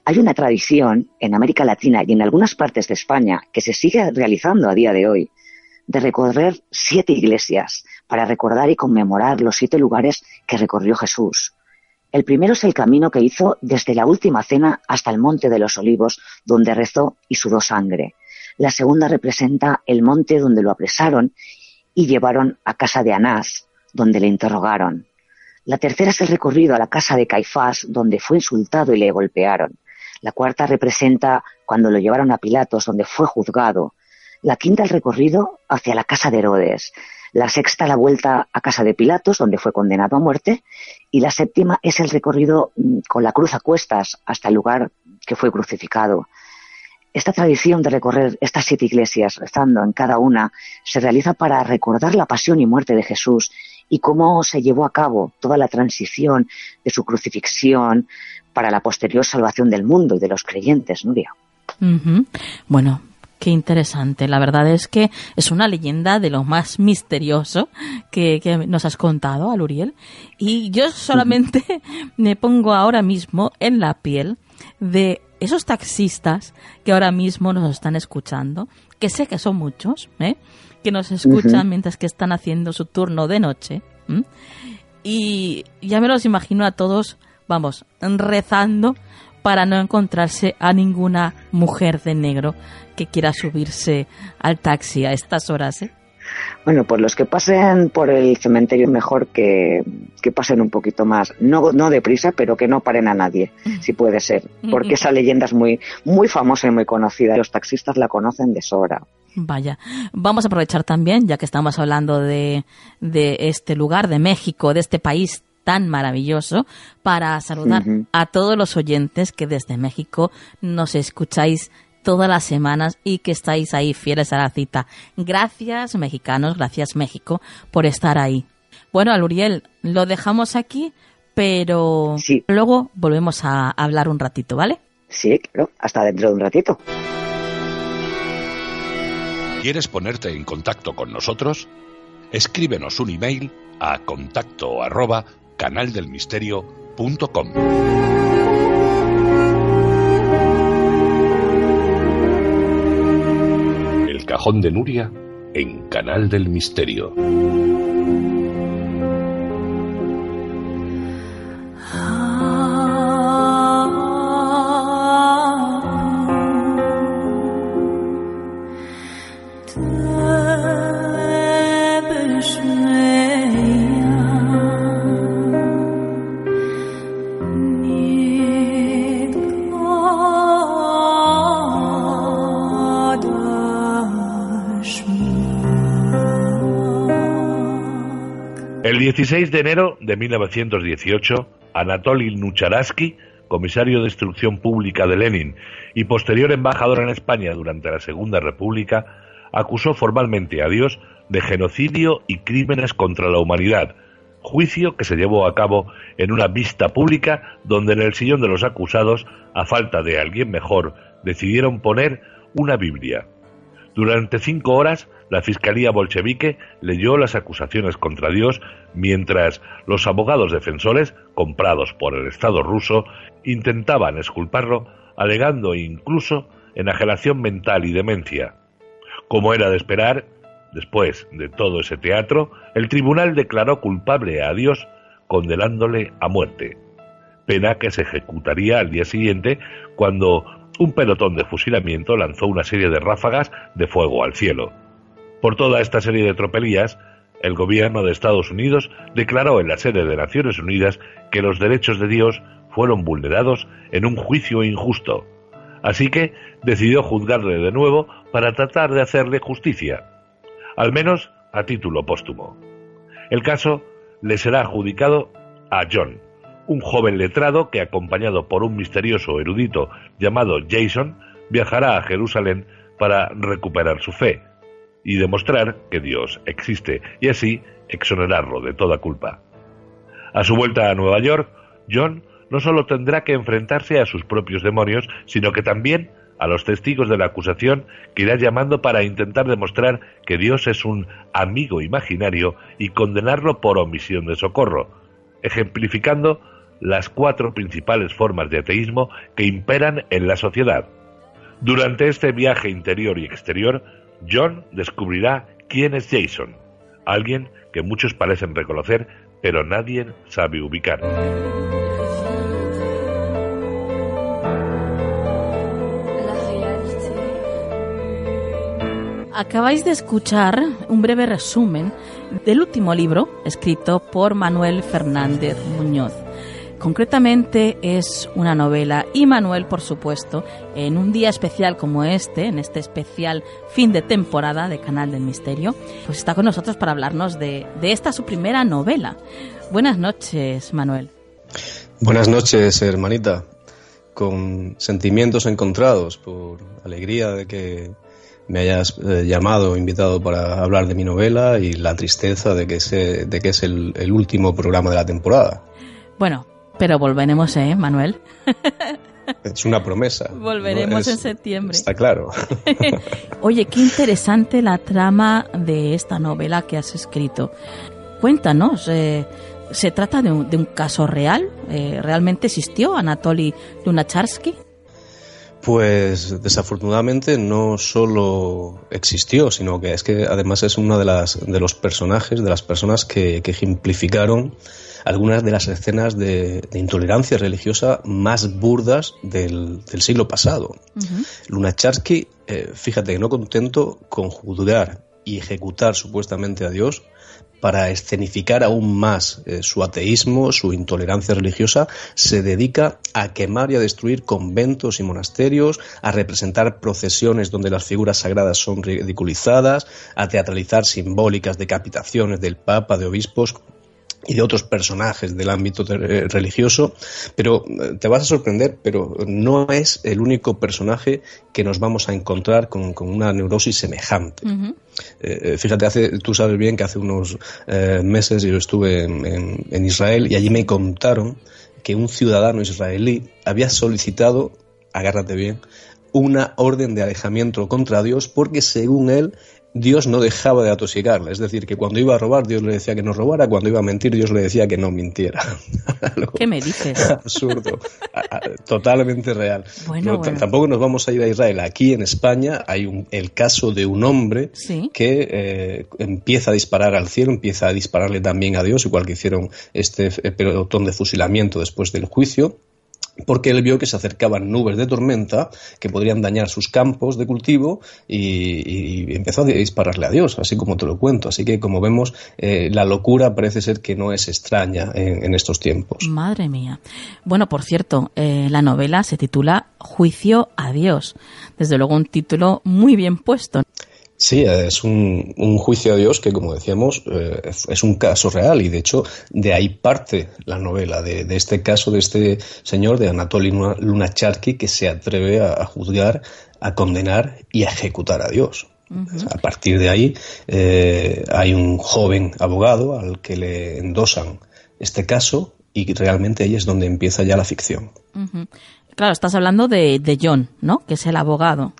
Hay una tradición en América Latina y en algunas partes de España que se sigue realizando a día de hoy de recorrer siete iglesias para recordar y conmemorar los siete lugares que recorrió Jesús. El primero es el camino que hizo desde la última cena hasta el Monte de los Olivos, donde rezó y sudó sangre. La segunda representa el monte donde lo apresaron y llevaron a casa de Anás, donde le interrogaron. La tercera es el recorrido a la casa de Caifás, donde fue insultado y le golpearon. La cuarta representa cuando lo llevaron a Pilatos, donde fue juzgado. La quinta el recorrido hacia la casa de Herodes. La sexta la vuelta a casa de Pilatos, donde fue condenado a muerte. Y la séptima es el recorrido con la cruz a cuestas hasta el lugar que fue crucificado. Esta tradición de recorrer estas siete iglesias, rezando en cada una, se realiza para recordar la pasión y muerte de Jesús y cómo se llevó a cabo toda la transición de su crucifixión para la posterior salvación del mundo y de los creyentes, Nuria. Uh-huh. Bueno, qué interesante. La verdad es que es una leyenda de lo más misterioso que, que nos has contado, Aluriel. Y yo solamente uh-huh. me pongo ahora mismo en la piel de esos taxistas que ahora mismo nos están escuchando, que sé que son muchos, ¿eh? que nos escuchan uh-huh. mientras que están haciendo su turno de noche. ¿eh? Y ya me los imagino a todos, vamos, rezando para no encontrarse a ninguna mujer de negro que quiera subirse al taxi a estas horas, ¿eh? Bueno, pues los que pasen por el cementerio mejor que, que pasen un poquito más, no, no deprisa, pero que no paren a nadie, si puede ser, porque esa leyenda es muy, muy famosa y muy conocida. Los taxistas la conocen de sobra. Vaya, vamos a aprovechar también, ya que estamos hablando de, de este lugar, de México, de este país tan maravilloso, para saludar uh-huh. a todos los oyentes que desde México nos escucháis todas las semanas y que estáis ahí fieles a la cita. Gracias, mexicanos, gracias, México, por estar ahí. Bueno, Aluriel, lo dejamos aquí, pero sí. luego volvemos a hablar un ratito, ¿vale? Sí, claro, hasta dentro de un ratito. ¿Quieres ponerte en contacto con nosotros? Escríbenos un email a contacto arroba canaldelmisterio punto com. El cajón de Nuria en Canal del Misterio. El dieciséis de enero de mil novecientos dieciocho, Anatoly Nucharansky, comisario de Instrucción Pública de Lenin y posterior embajador en España durante la Segunda República, acusó formalmente a Dios de genocidio y crímenes contra la humanidad, juicio que se llevó a cabo en una vista pública donde en el sillón de los acusados, a falta de alguien mejor, decidieron poner una Biblia. Durante cinco horas, la Fiscalía bolchevique leyó las acusaciones contra Dios, mientras los abogados defensores, comprados por el Estado ruso, intentaban exculparlo, alegando incluso enajenación mental y demencia. Como era de esperar, después de todo ese teatro, el tribunal declaró culpable a Dios, condenándole a muerte, pena que se ejecutaría al día siguiente cuando un pelotón de fusilamiento lanzó una serie de ráfagas de fuego al cielo. Por toda esta serie de tropelías, el gobierno de Estados Unidos declaró en la sede de Naciones Unidas que los derechos de Dios fueron vulnerados en un juicio injusto. Así que decidió juzgarle de nuevo para tratar de hacerle justicia, al menos a título póstumo. El caso le será adjudicado a John, un joven letrado que, acompañado por un misterioso erudito llamado Jason, viajará a Jerusalén para recuperar su fe y demostrar que Dios existe, y así exonerarlo de toda culpa. A su vuelta a Nueva York, John no solo tendrá que enfrentarse a sus propios demonios, sino que también a los testigos de la acusación que irá llamando para intentar demostrar que Dios es un amigo imaginario y condenarlo por omisión de socorro, ejemplificando las cuatro principales formas de ateísmo que imperan en la sociedad. Durante este viaje interior y exterior, John descubrirá quién es Jason, alguien que muchos parecen reconocer, pero nadie sabe ubicar. Acabáis de escuchar un breve resumen del último libro escrito por Manuel Fernández Muñoz. Concretamente es una novela y Manuel, por supuesto, en un día especial como este, en este especial fin de temporada de Canal del Misterio, pues está con nosotros para hablarnos de, de esta su primera novela. Buenas noches, Manuel. Buenas noches, hermanita. Con sentimientos encontrados, por alegría de que me hayas eh, llamado o invitado para hablar de mi novela y la tristeza de que, se, de que es el, el último programa de la temporada. Bueno, pero volveremos, ¿eh, Manuel? Es una promesa. Volveremos ¿no? es, en septiembre. Está claro. Oye, qué interesante la trama de esta novela que has escrito. Cuéntanos, eh, ¿se trata de un, de un caso real? Eh, ¿Realmente existió Anatoly Lunacharsky? Pues desafortunadamente no solo existió, sino que es que además es uno de las de los personajes, de las personas que, que ejemplificaron algunas de las escenas de, de intolerancia religiosa más burdas del, del siglo pasado. Uh-huh. Lunacharsky, eh, fíjate que no contento con juzgar y ejecutar supuestamente a Dios, para escenificar aún más eh, su ateísmo, su intolerancia religiosa, se dedica a quemar y a destruir conventos y monasterios, a representar procesiones donde las figuras sagradas son ridiculizadas, a teatralizar simbólicas decapitaciones del Papa, de obispos y de otros personajes del ámbito religioso. Pero te vas a sorprender, pero no es el único personaje que nos vamos a encontrar con, con una neurosis semejante. Uh-huh. Eh, fíjate, hace, tú sabes bien que hace unos eh, meses yo estuve en, en, en Israel y allí me contaron que un ciudadano israelí había solicitado, agárrate bien, una orden de alejamiento contra Dios porque según él Dios no dejaba de atosigarle, es decir, que cuando iba a robar Dios le decía que no robara, cuando iba a mentir Dios le decía que no mintiera. ¿Qué me dices? Absurdo, totalmente real. Bueno, no, bueno. Tampoco nos vamos a ir a Israel. Aquí en España hay un, el caso de un hombre ¿sí? que eh, empieza a disparar al cielo, empieza a dispararle también a Dios, igual que hicieron este pelotón de fusilamiento después del juicio, porque él vio que se acercaban nubes de tormenta que podrían dañar sus campos de cultivo y, y empezó a dispararle a Dios, así como te lo cuento. Así que, como vemos, eh, la locura parece ser que no es extraña en, en estos tiempos. Madre mía. Bueno, por cierto, eh, la novela se titula Juicio a Dios. Desde luego un título muy bien puesto. Sí, es un, un juicio a Dios que, como decíamos, eh, es un caso real y, de hecho, de ahí parte la novela, de, de este caso de este señor, de Anatoly Lunacharsky, que se atreve a, a juzgar, a condenar y a ejecutar a Dios. Uh-huh. A partir de ahí eh, hay un joven abogado al que le endosan este caso y realmente ahí es donde empieza ya la ficción. Uh-huh. Claro, estás hablando de, de John, ¿no? Que es el abogado.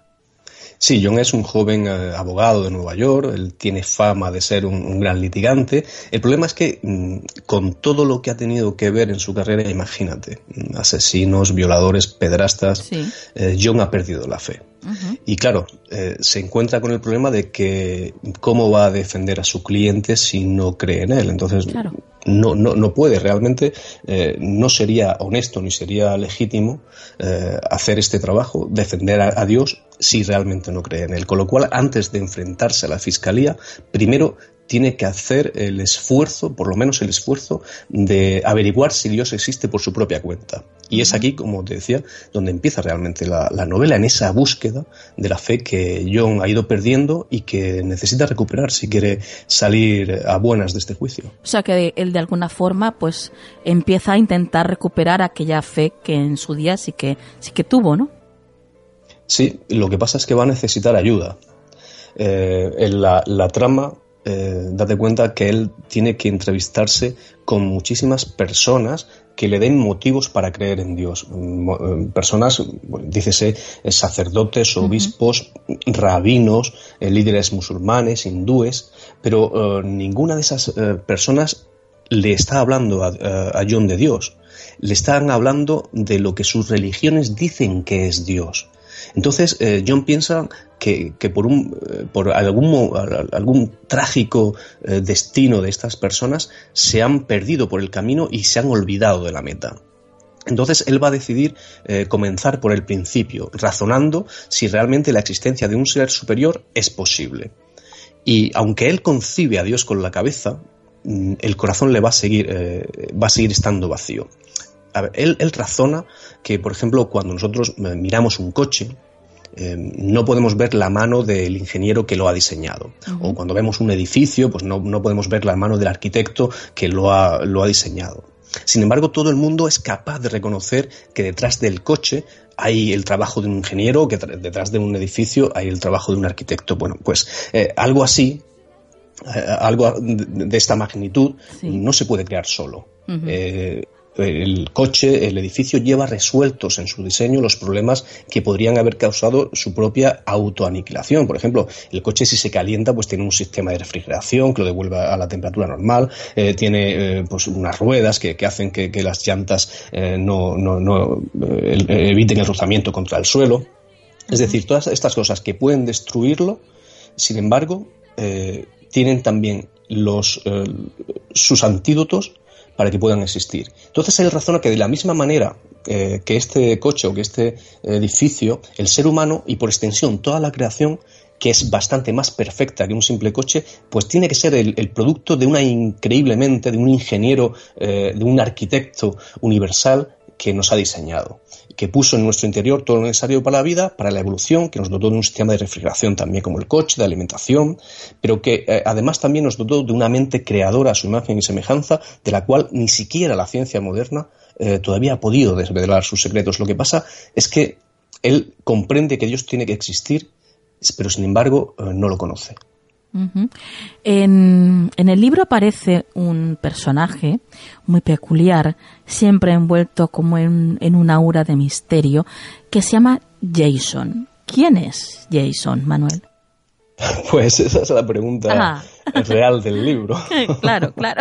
Sí, John es un joven eh, abogado de Nueva York, él tiene fama de ser un, un gran litigante. El problema es que mmm, con todo lo que ha tenido que ver en su carrera, imagínate, asesinos, violadores, pederastas, sí. eh, John ha perdido la fe. Uh-huh. Y claro, eh, se encuentra con el problema de que cómo va a defender a su cliente si no cree en él. Entonces, claro. no, no, no puede, realmente eh, no sería honesto ni sería legítimo eh, hacer este trabajo, defender a, a Dios si realmente no cree en él. Con lo cual, antes de enfrentarse a la fiscalía, primero tiene que hacer el esfuerzo, por lo menos el esfuerzo, de averiguar si Dios existe por su propia cuenta. Y es aquí, como te decía, donde empieza realmente la, la novela, en esa búsqueda de la fe que John ha ido perdiendo y que necesita recuperar si quiere salir a buenas de este juicio. O sea que él, de alguna forma, pues empieza a intentar recuperar aquella fe que en su día sí que, sí que tuvo, ¿no? Sí, lo que pasa es que va a necesitar ayuda. Eh, en la, la trama... Eh, date cuenta que él tiene que entrevistarse con muchísimas personas que le den motivos para creer en Dios. Personas, dícese, sacerdotes, obispos, uh-huh. rabinos, eh, líderes musulmanes, hindúes, pero eh, ninguna de esas eh, personas le está hablando a, a John de Dios. le están hablando de lo que sus religiones dicen que es Dios. Entonces, eh, John piensa que, que por, un, eh, por algún, algún trágico eh, destino de estas personas se han perdido por el camino y se han olvidado de la meta. Entonces él va a decidir eh, comenzar por el principio, razonando si realmente la existencia de un ser superior es posible. Y aunque él concibe a Dios con la cabeza, el corazón le va a seguir, eh, va a seguir estando vacío. A ver, él, él razona que, por ejemplo, cuando nosotros miramos un coche, eh, no podemos ver la mano del ingeniero que lo ha diseñado. Uh-huh. O cuando vemos un edificio, pues no, no podemos ver la mano del arquitecto que lo ha, lo ha diseñado. Sin embargo, todo el mundo es capaz de reconocer que detrás del coche hay el trabajo de un ingeniero, que tra- detrás de un edificio hay el trabajo de un arquitecto. Bueno, pues eh, algo así, eh, algo de, de esta magnitud, sí, no se puede crear solo. Uh-huh. Eh, el coche, el edificio lleva resueltos en su diseño los problemas que podrían haber causado su propia autoaniquilación. Por ejemplo, el coche, si se calienta, pues tiene un sistema de refrigeración que lo devuelve a la temperatura normal, eh, tiene eh, pues unas ruedas que, que hacen que, que las llantas eh, no, no, no eh, eviten el rozamiento contra el suelo. Es decir, todas estas cosas que pueden destruirlo, sin embargo, eh, tienen también los eh, sus antídotos para que puedan existir. Entonces él razona que de la misma manera eh, que este coche o que este edificio, el ser humano y por extensión toda la creación, que es bastante más perfecta que un simple coche, pues tiene que ser el, el producto de una increíblemente, de un ingeniero, eh, de un arquitecto universal que nos ha diseñado, que puso en nuestro interior todo lo necesario para la vida, para la evolución, que nos dotó de un sistema de refrigeración también como el coche, de alimentación, pero que eh, además también nos dotó de una mente creadora a su imagen y semejanza, de la cual ni siquiera la ciencia moderna eh, todavía ha podido desvelar sus secretos. Lo que pasa es que él comprende que Dios tiene que existir, pero sin embargo eh, no lo conoce. Uh-huh. En, en el libro aparece un personaje muy peculiar, siempre envuelto como en, en una aura de misterio, que se llama Jason. ¿Quién es Jason, Manuel? Pues esa es la pregunta ah. real del libro. Claro, claro.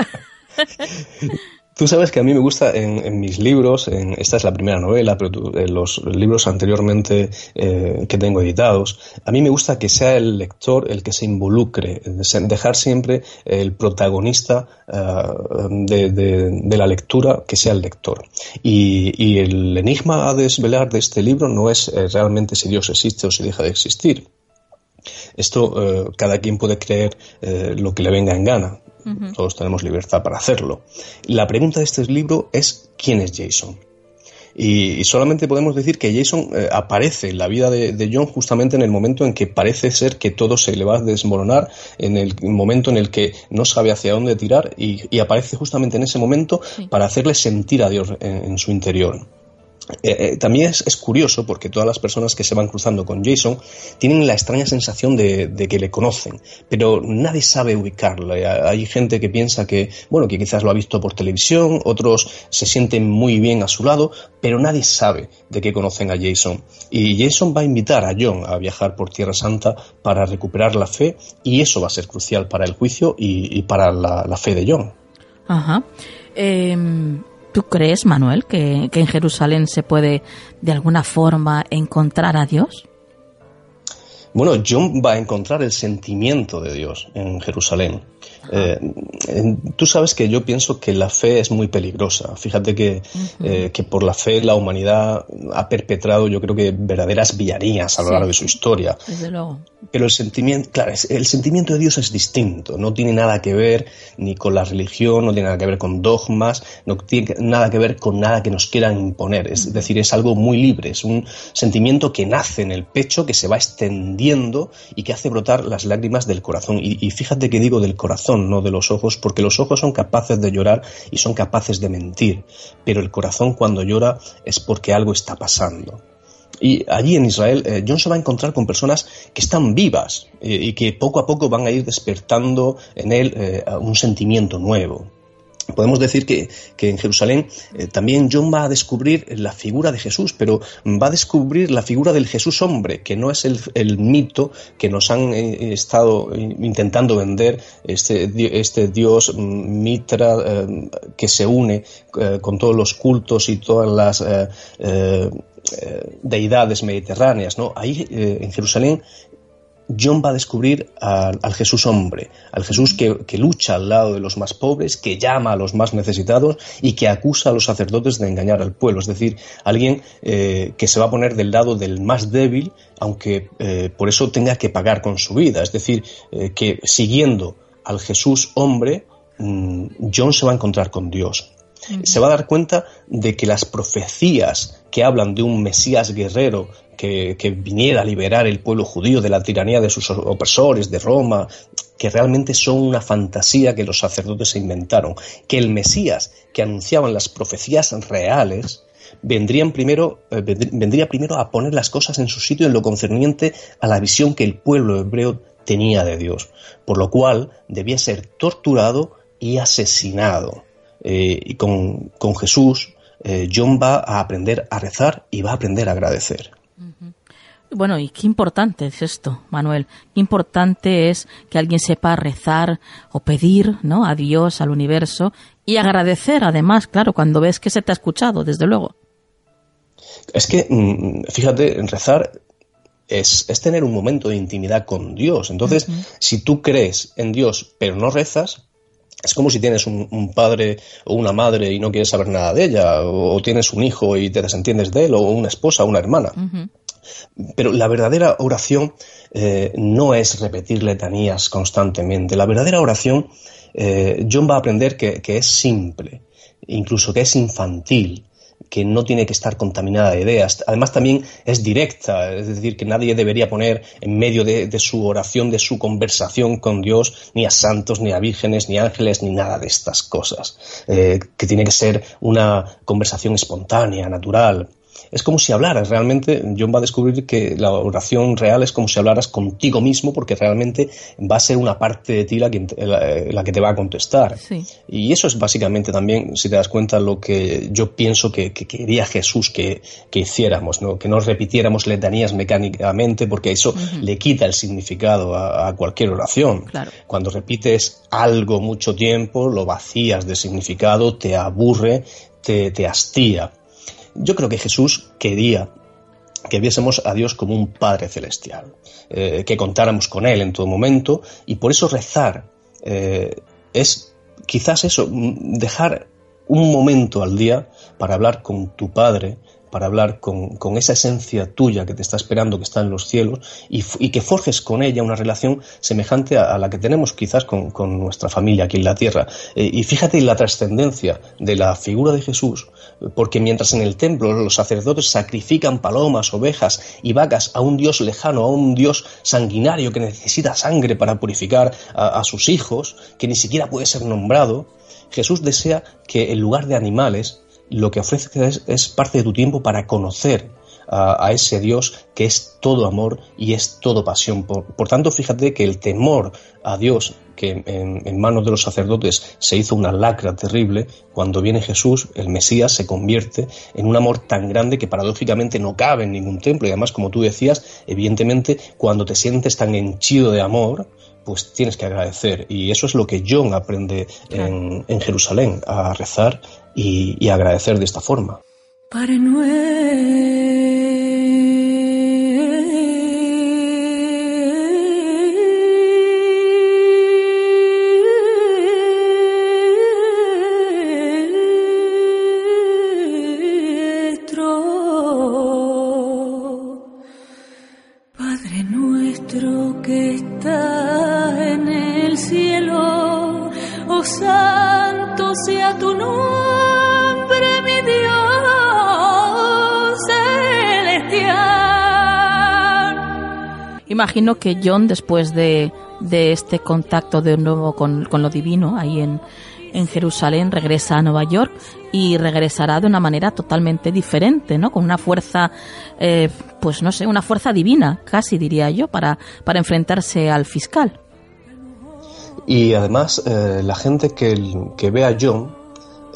Tú sabes que a mí me gusta en, en mis libros, en, esta es la primera novela, pero tú, en los libros anteriormente eh, que tengo editados, a mí me gusta que sea el lector el que se involucre, dejar siempre el protagonista uh, de, de, de la lectura que sea el lector. Y, y el enigma a desvelar de este libro no es eh, realmente si Dios existe o si deja de existir. Esto eh, cada quien puede creer eh, lo que le venga en gana. Uh-huh. Todos tenemos libertad para hacerlo. La pregunta de este libro es ¿quién es Jason? Y, y solamente podemos decir que Jason eh, aparece en la vida de, de John justamente en el momento en que parece ser que todo se le va a desmoronar, en el momento en el que no sabe hacia dónde tirar y, y aparece justamente en ese momento sí. para hacerle sentir a Dios en, en su interior. Eh, eh, también es, es curioso porque todas las personas que se van cruzando con Jason tienen la extraña sensación de, de que le conocen, pero nadie sabe ubicarlo. Hay gente que piensa que, bueno, que quizás lo ha visto por televisión, otros se sienten muy bien a su lado, pero nadie sabe de qué conocen a Jason. Y Jason va a invitar a John a viajar por Tierra Santa para recuperar la fe, y eso va a ser crucial para el juicio y, y para la, la fe de John. Ajá. Eh... ¿Tú crees, Manuel, que, que en Jerusalén se puede de alguna forma encontrar a Dios? Bueno, John va a encontrar el sentimiento de Dios en Jerusalén. Eh, tú sabes que yo pienso que la fe es muy peligrosa. Fíjate que, uh-huh. eh, que por la fe la humanidad ha perpetrado, yo creo que verdaderas villanías a lo sí. largo de su historia. Desde luego. Pero el sentimiento, claro, el sentimiento de Dios es distinto. No tiene nada que ver ni con la religión, no tiene nada que ver con dogmas, no tiene nada que ver con nada que nos quieran imponer. Es uh-huh. decir, es algo muy libre. Es un sentimiento que nace en el pecho, que se va extendiendo y que hace brotar las lágrimas del corazón. Y, y fíjate que digo del corazón, no de los ojos, porque los ojos son capaces de llorar y son capaces de mentir, pero el corazón cuando llora es porque algo está pasando. Y allí en Israel, eh, John se va a encontrar con personas que están vivas eh, y que poco a poco van a ir despertando en él eh, un sentimiento nuevo. Podemos decir que, que en Jerusalén eh, también John va a descubrir la figura de Jesús, pero va a descubrir la figura del Jesús hombre, que no es el, el mito que nos han eh, estado intentando vender, este, este Dios Mitra eh, que se une eh, con todos los cultos y todas las eh, eh, deidades mediterráneas, ¿no? Ahí eh, en Jerusalén John va a descubrir al, al Jesús hombre, al Jesús que, que lucha al lado de los más pobres, que llama a los más necesitados y que acusa a los sacerdotes de engañar al pueblo. Es decir, alguien eh, que se va a poner del lado del más débil, aunque eh, por eso tenga que pagar con su vida. Es decir, eh, que siguiendo al Jesús hombre, mmm, John se va a encontrar con Dios. Uh-huh. Se va a dar cuenta de que las profecías que hablan de un Mesías guerrero que, que viniera a liberar el pueblo judío de la tiranía de sus opresores, de Roma, que realmente son una fantasía que los sacerdotes se inventaron, que el Mesías que anunciaban las profecías reales vendrían primero, eh, vendría primero a poner las cosas en su sitio en lo concerniente a la visión que el pueblo hebreo tenía de Dios, por lo cual debía ser torturado y asesinado. Eh, y con, con Jesús, eh, John va a aprender a rezar y va a aprender a agradecer. Uh-huh. Bueno, y qué importante es esto, Manuel. Qué importante es que alguien sepa rezar o pedir, ¿no?, a Dios, al universo, y agradecer, además, claro, cuando ves que se te ha escuchado, desde luego. Es que, fíjate, rezar es, es tener un momento de intimidad con Dios. Entonces, uh-huh. si tú crees en Dios pero no rezas, es como si tienes un, un padre o una madre y no quieres saber nada de ella, o, o tienes un hijo y te desentiendes de él, o una esposa o una hermana. Uh-huh. Pero la verdadera oración eh, no es repetir letanías constantemente. La verdadera oración, eh, John va a aprender que, que es simple, incluso que es infantil, que no tiene que estar contaminada de ideas. Además también es directa, es decir, que nadie debería poner en medio de, de su oración, de su conversación con Dios, ni a santos, ni a vírgenes, ni ángeles, ni nada de estas cosas. Eh, que tiene que ser una conversación espontánea, natural. Es como si hablaras, realmente John va a descubrir que la oración real es como si hablaras contigo mismo, porque realmente va a ser una parte de ti la que, la, la que te va a contestar. Sí. Y eso es básicamente también, si te das cuenta, lo que yo pienso que, que quería Jesús que, que hiciéramos, ¿no? Que no repitiéramos letanías mecánicamente, porque eso uh-huh. le quita el significado a, a cualquier oración. Claro. Cuando repites algo mucho tiempo, lo vacías de significado, te aburre, te, te hastía. Yo creo que Jesús quería que viésemos a Dios como un Padre Celestial, eh, que contáramos con Él en todo momento, y por eso rezar eh, es quizás eso, dejar un momento al día para hablar con tu Padre, para hablar con, con esa esencia tuya que te está esperando, que está en los cielos, y, y que forjes con ella una relación semejante a, a la que tenemos quizás con, con nuestra familia aquí en la tierra. Eh, y fíjate en la trascendencia de la figura de Jesús, porque mientras en el templo los sacerdotes sacrifican palomas, ovejas y vacas a un Dios lejano, a un Dios sanguinario que necesita sangre para purificar a, a sus hijos, que ni siquiera puede ser nombrado, Jesús desea que en lugar de animales lo que ofrece es, es parte de tu tiempo para conocer a, a ese Dios que es todo amor y es todo pasión. Por, por tanto, fíjate que el temor a Dios, que en, en manos de los sacerdotes se hizo una lacra terrible, cuando viene Jesús, el Mesías, se convierte en un amor tan grande que paradójicamente no cabe en ningún templo. Y además, como tú decías, evidentemente, cuando te sientes tan henchido de amor, pues tienes que agradecer. Y eso es lo que John aprende en, en Jerusalén, a rezar y, y a agradecer de esta forma. Padre nuestro, Padre nuestro que estás en el cielo, oh santo sea tu nombre, mi Dios celestial. Imagino que John, después de, de este contacto de nuevo con, con lo divino ahí en, en Jerusalén, regresa a Nueva York y regresará de una manera totalmente diferente, ¿no? Con una fuerza, eh, pues no sé, una fuerza divina, casi diría yo, para, para enfrentarse al fiscal. Y además, eh, la gente que, que ve a John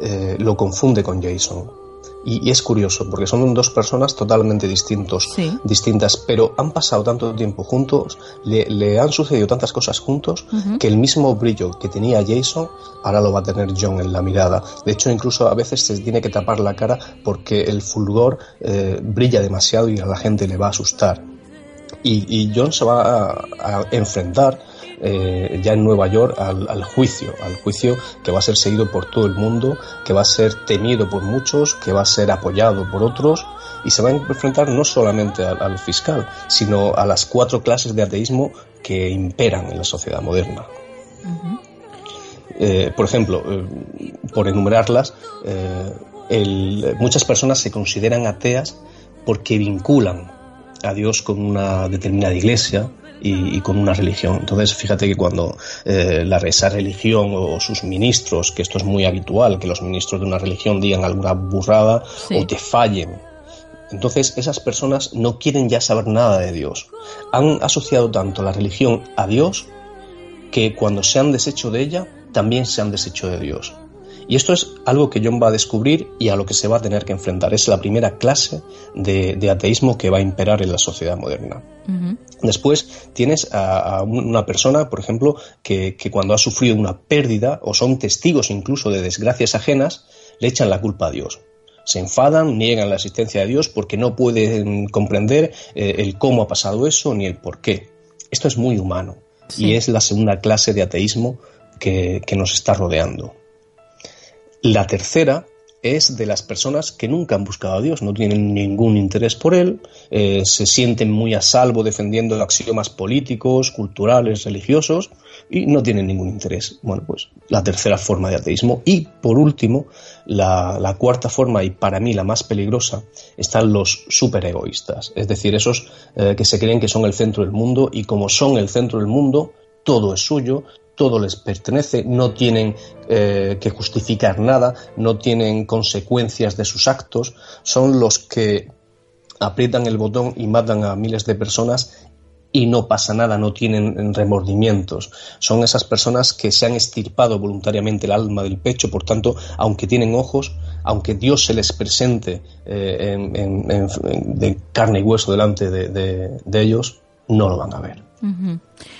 eh, lo confunde con Jason. Y, y es curioso, porque son dos personas totalmente distintos, sí. distintas, pero han pasado tanto tiempo juntos, le, le han sucedido tantas cosas juntos, uh-huh. que el mismo brillo que tenía Jason, ahora lo va a tener John en la mirada. De hecho, incluso a veces se tiene que tapar la cara porque el fulgor eh, brilla demasiado y a la gente le va a asustar. Y, y John se va a, a enfrentar eh, ya en Nueva York al, al juicio, al juicio que va a ser seguido por todo el mundo, que va a ser temido por muchos, que va a ser apoyado por otros, y se va a enfrentar no solamente al, al fiscal, sino a las cuatro clases de ateísmo que imperan en la sociedad moderna. Uh-huh. Eh, por ejemplo, eh, por enumerarlas, eh, el, muchas personas se consideran ateas porque vinculan a Dios con una determinada iglesia y, y con una religión. Entonces, fíjate que cuando eh, la, esa religión o sus ministros, que esto es muy habitual, que los ministros de una religión digan alguna burrada, sí. o te fallen. Entonces, esas personas no quieren ya saber nada de Dios. Han asociado tanto la religión a Dios que cuando se han deshecho de ella, también se han deshecho de Dios. Y esto es algo que John va a descubrir y a lo que se va a tener que enfrentar. Es la primera clase de, de ateísmo que va a imperar en la sociedad moderna. Uh-huh. Después tienes a, a una persona, por ejemplo, que, que cuando ha sufrido una pérdida o son testigos incluso de desgracias ajenas, le echan la culpa a Dios. Se enfadan, niegan la existencia de Dios porque no pueden comprender eh, el cómo ha pasado eso ni el por qué. Esto es muy humano, sí. y es la segunda clase de ateísmo que, que nos está rodeando. La tercera es de las personas que nunca han buscado a Dios, no tienen ningún interés por él, eh, se sienten muy a salvo defendiendo axiomas políticos, culturales, religiosos y no tienen ningún interés. Bueno, pues la tercera forma de ateísmo. Y por último, la, la cuarta forma, y para mí la más peligrosa, están los superegoístas, es decir, esos eh, que se creen que son el centro del mundo y como son el centro del mundo, todo es suyo, todo les pertenece, no tienen eh, que justificar nada, no tienen consecuencias de sus actos, son los que aprietan el botón y matan a miles de personas y no pasa nada, no tienen remordimientos. Son esas personas que se han extirpado voluntariamente el alma del pecho, por tanto, aunque tienen ojos, aunque Dios se les presente eh, en, en, en, de carne y hueso delante de, de, de ellos, no lo van a ver. Uh-huh.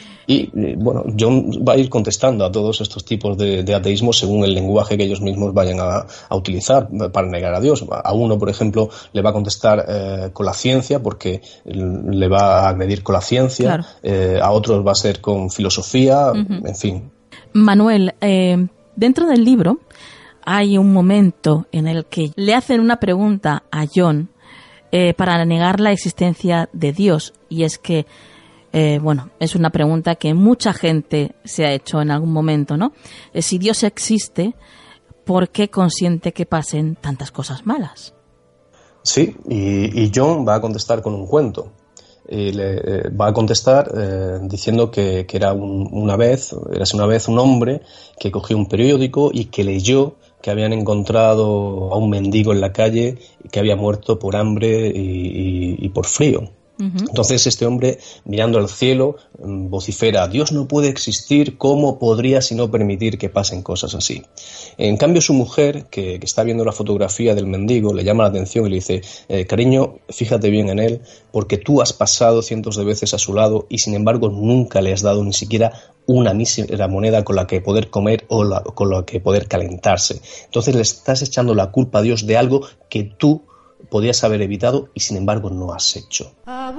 Y bueno, John va a ir contestando a todos estos tipos de, de ateísmo según el lenguaje que ellos mismos vayan a, a utilizar para negar a Dios. A uno, por ejemplo, le va a contestar eh, con la ciencia, porque le va a agredir con la ciencia. Claro. Eh, a otros va a ser con filosofía, uh-huh. en fin. Manuel, eh, dentro del libro hay un momento en el que le hacen una pregunta a John eh, para negar la existencia de Dios, y es que Eh, bueno, es una pregunta que mucha gente se ha hecho en algún momento, ¿no? Eh, si Dios existe, ¿por qué consiente que pasen tantas cosas malas? Sí, y, y John va a contestar con un cuento. Y le, eh, va a contestar eh, diciendo que, que era un, una vez, era una vez un hombre que cogió un periódico y que leyó que habían encontrado a un mendigo en la calle que había muerto por hambre y, y, y por frío. Entonces este hombre, mirando al cielo, vocifera: Dios no puede existir, ¿cómo podría sino permitir que pasen cosas así? En cambio, su mujer, que, que está viendo la fotografía del mendigo, le llama la atención y le dice: eh, cariño, fíjate bien en él, porque tú has pasado cientos de veces a su lado y sin embargo nunca le has dado ni siquiera una mísera moneda con la que poder comer o la, con la que poder calentarse. Entonces le estás echando la culpa a Dios de algo que tú podías haber evitado y sin embargo no has hecho.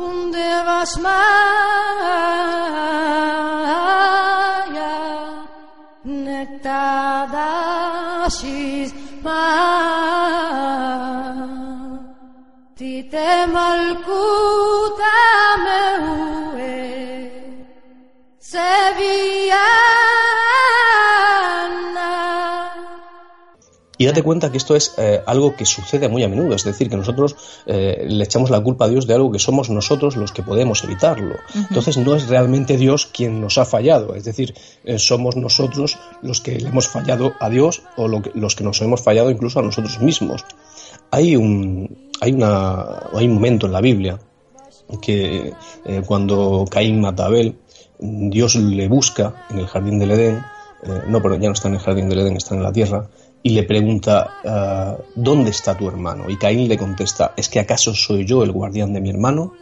Y date cuenta que esto es eh, algo que sucede muy a menudo, es decir, que nosotros eh, le echamos la culpa a Dios de algo que somos nosotros los que podemos evitarlo. Uh-huh. Entonces no es realmente Dios quien nos ha fallado, es decir, eh, somos nosotros los que le hemos fallado a Dios o lo que, los que nos hemos fallado incluso a nosotros mismos. Hay un, hay una, hay un momento en la Biblia que eh, cuando Caín mata a Abel, Dios le busca en el jardín del Edén, eh, no, pero ya no está en el jardín del Edén, está en la tierra, y le pregunta, uh, ¿dónde está tu hermano? Y Caín le contesta, ¿es que acaso soy yo el guardián de mi hermano?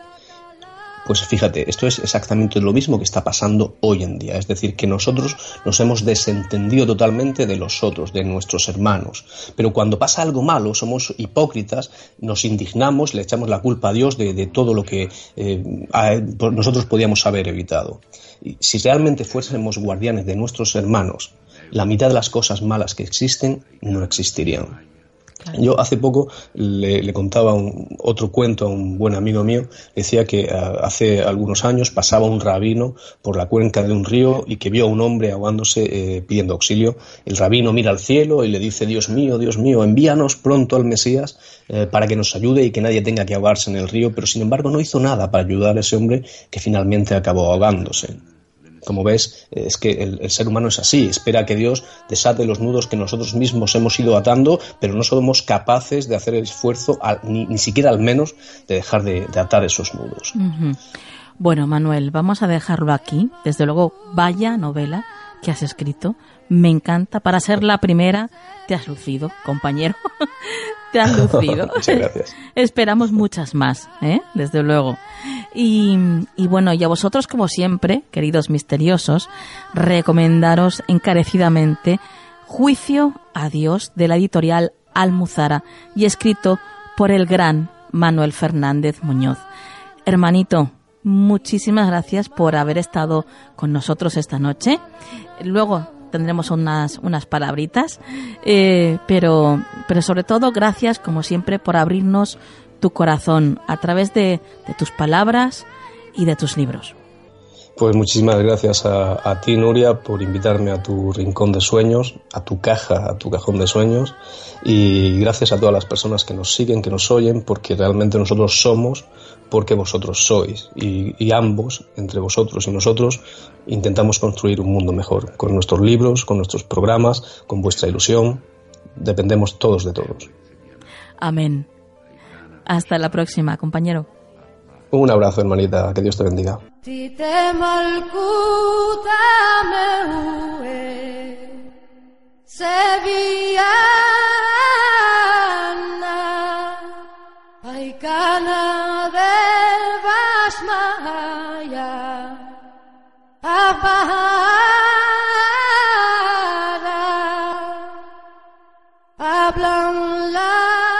Pues fíjate, esto es exactamente lo mismo que está pasando hoy en día. Es decir, que nosotros nos hemos desentendido totalmente de los otros, de nuestros hermanos. Pero cuando pasa algo malo, somos hipócritas, nos indignamos, le echamos la culpa a Dios de, de todo lo que eh, a, nosotros podíamos haber evitado. Y si realmente fuésemos guardianes de nuestros hermanos, la mitad de las cosas malas que existen no existirían. Claro. Yo hace poco le, le contaba un, otro cuento a un buen amigo mío. Decía que uh, hace algunos años pasaba un rabino por la cuenca de un río y que vio a un hombre ahogándose eh, pidiendo auxilio. El rabino mira al cielo y le dice, Dios mío, Dios mío, envíanos pronto al Mesías eh, para que nos ayude y que nadie tenga que ahogarse en el río. Pero sin embargo no hizo nada para ayudar a ese hombre que finalmente acabó ahogándose. Como ves, es que el, el ser humano es así, espera que Dios desate los nudos que nosotros mismos hemos ido atando, pero no somos capaces de hacer el esfuerzo, al, ni, ni siquiera al menos, de dejar de, de atar esos nudos. Uh-huh. Bueno, Manuel, vamos a dejarlo aquí. Desde luego, vaya novela que has escrito. Me encanta. Para ser la primera, te has lucido, compañero. Te has lucido. Muchas gracias. Esperamos muchas más, ¿eh? Desde luego. Y, y bueno, y a vosotros, como siempre, queridos misteriosos, recomendaros encarecidamente Juicio a Dios, de la editorial Almuzara, y escrito por el gran Manuel Fernández Muñoz. Hermanito, muchísimas gracias por haber estado con nosotros esta noche. Luego tendremos unas, unas palabritas, eh, pero, pero sobre todo gracias, como siempre, por abrirnos tu corazón a través de, de tus palabras y de tus libros. Pues muchísimas gracias a, a ti, Nuria, por invitarme a tu rincón de sueños, a tu caja, a tu cajón de sueños, y gracias a todas las personas que nos siguen, que nos oyen, porque realmente nosotros somos porque vosotros sois, y, y ambos, entre vosotros y nosotros, intentamos construir un mundo mejor, con nuestros libros, con nuestros programas, con vuestra ilusión. Dependemos todos de todos. Amén. Hasta la próxima, compañero. Un abrazo, hermanita, que Dios te bendiga. Hablan la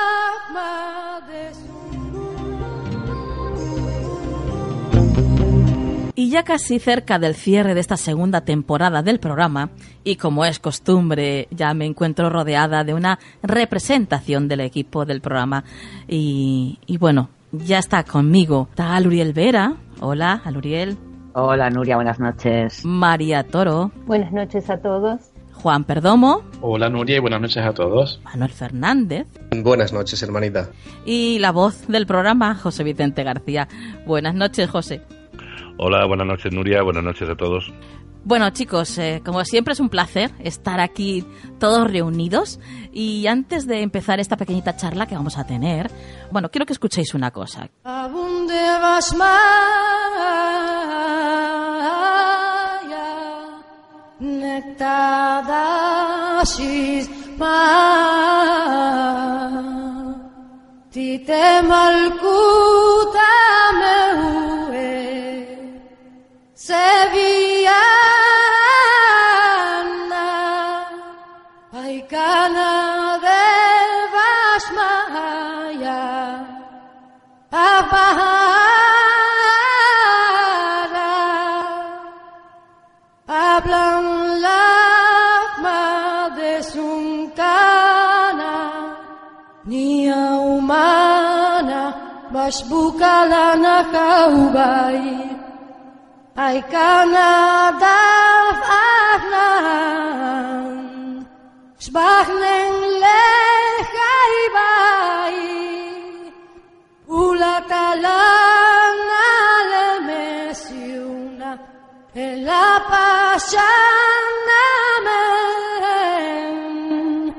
Y ya casi cerca del cierre de esta segunda temporada del programa, y como es costumbre, ya me encuentro rodeada de una representación del equipo del programa. Y, y bueno, ya está conmigo. Está Aluriel Vera. Hola, Aluriel. Hola, Nuria, buenas noches. María Toro. Buenas noches a todos. Juan Perdomo. Hola, Nuria, y buenas noches a todos. Manuel Fernández. Buenas noches, hermanita. Y la voz del programa, José Vicente García. Buenas noches, José. Hola, buenas noches, Nuria, buenas noches a todos. Bueno, chicos, eh, como siempre es un placer estar aquí todos reunidos, y antes de empezar esta pequeñita charla que vamos a tener, bueno, quiero que escuchéis una cosa. ¿A dónde vas, Maya? Nectada shisma Tite malkuta meue Sevillana, Paikana del Vasmaya, Apahara, hablan la de Suncana, ni humana, Bashbukalana Kaubai. Ay Canada afnan Sbachnen lechaibai Ula talana le mesiuna En la pasana men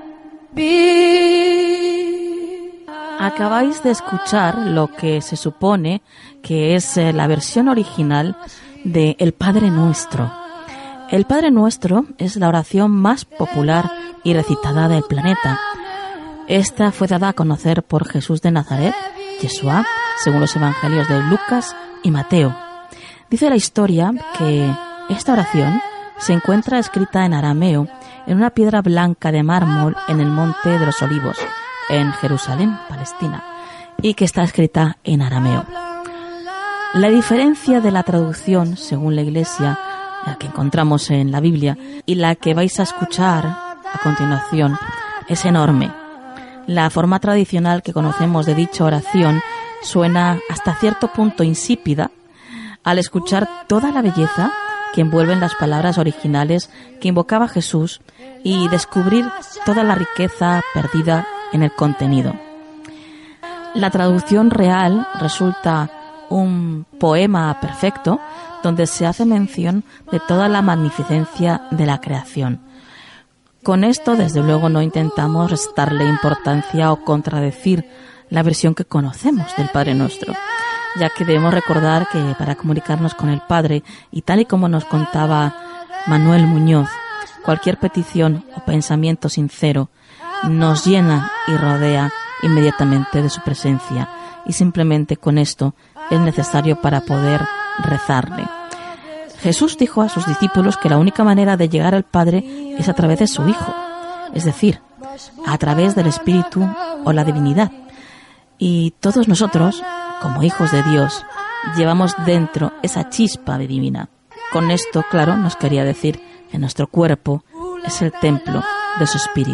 Bi. Acabáis de escuchar lo que se supone que es la versión original de El Padre Nuestro. El Padre Nuestro es la oración más popular y recitada del planeta. Esta fue dada a conocer por Jesús de Nazaret, Yeshua, según los evangelios de Lucas y Mateo. Dice la historia que esta oración se encuentra escrita en arameo en una piedra blanca de mármol en el Monte de los Olivos, en Jerusalén, Palestina, y que está escrita en arameo. La diferencia de la traducción, según la Iglesia, la que encontramos en la Biblia, y la que vais a escuchar a continuación, es enorme. La forma tradicional que conocemos de dicha oración suena hasta cierto punto insípida al escuchar toda la belleza que envuelven las palabras originales que invocaba Jesús y descubrir toda la riqueza perdida en el contenido. La traducción real resulta un poema perfecto donde se hace mención de toda la magnificencia de la creación. Con esto, desde luego, no intentamos restarle importancia o contradecir la versión que conocemos del Padre Nuestro, ya que debemos recordar que para comunicarnos con el Padre, y tal y como nos contaba Manuel Muñoz, cualquier petición o pensamiento sincero nos llena y rodea inmediatamente de su presencia, y simplemente con esto es necesario para poder rezarle. Jesús dijo a sus discípulos que la única manera de llegar al Padre es a través de su Hijo, es decir, a través del Espíritu o la divinidad. Y todos nosotros, como hijos de Dios, llevamos dentro esa chispa divina. Con esto, claro, nos quería decir que nuestro cuerpo es el templo de su Espíritu.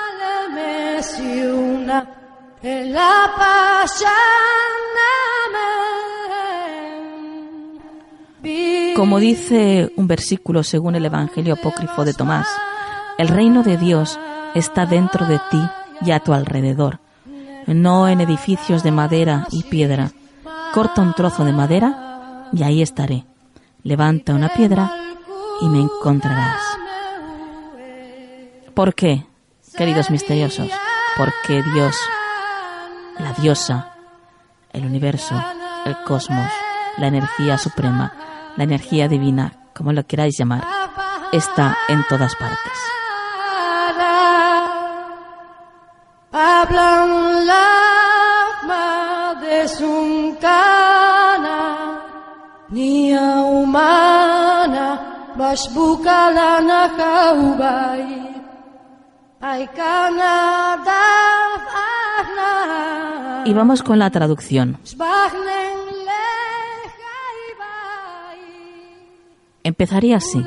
Como dice un versículo según el Evangelio apócrifo de Tomás, el reino de Dios está dentro de ti y a tu alrededor, no en edificios de madera y piedra. Corta un trozo de madera y ahí estaré. Levanta una piedra y me encontrarás. ¿Por qué, queridos misteriosos? Porque Dios, la diosa, el universo, el cosmos, la energía suprema, la energía divina, como lo queráis llamar, está en todas partes. Hablan la de sunkana, nia humana, bashbuka la nakaubay, ay canada. Y vamos con la traducción. Empezaría así: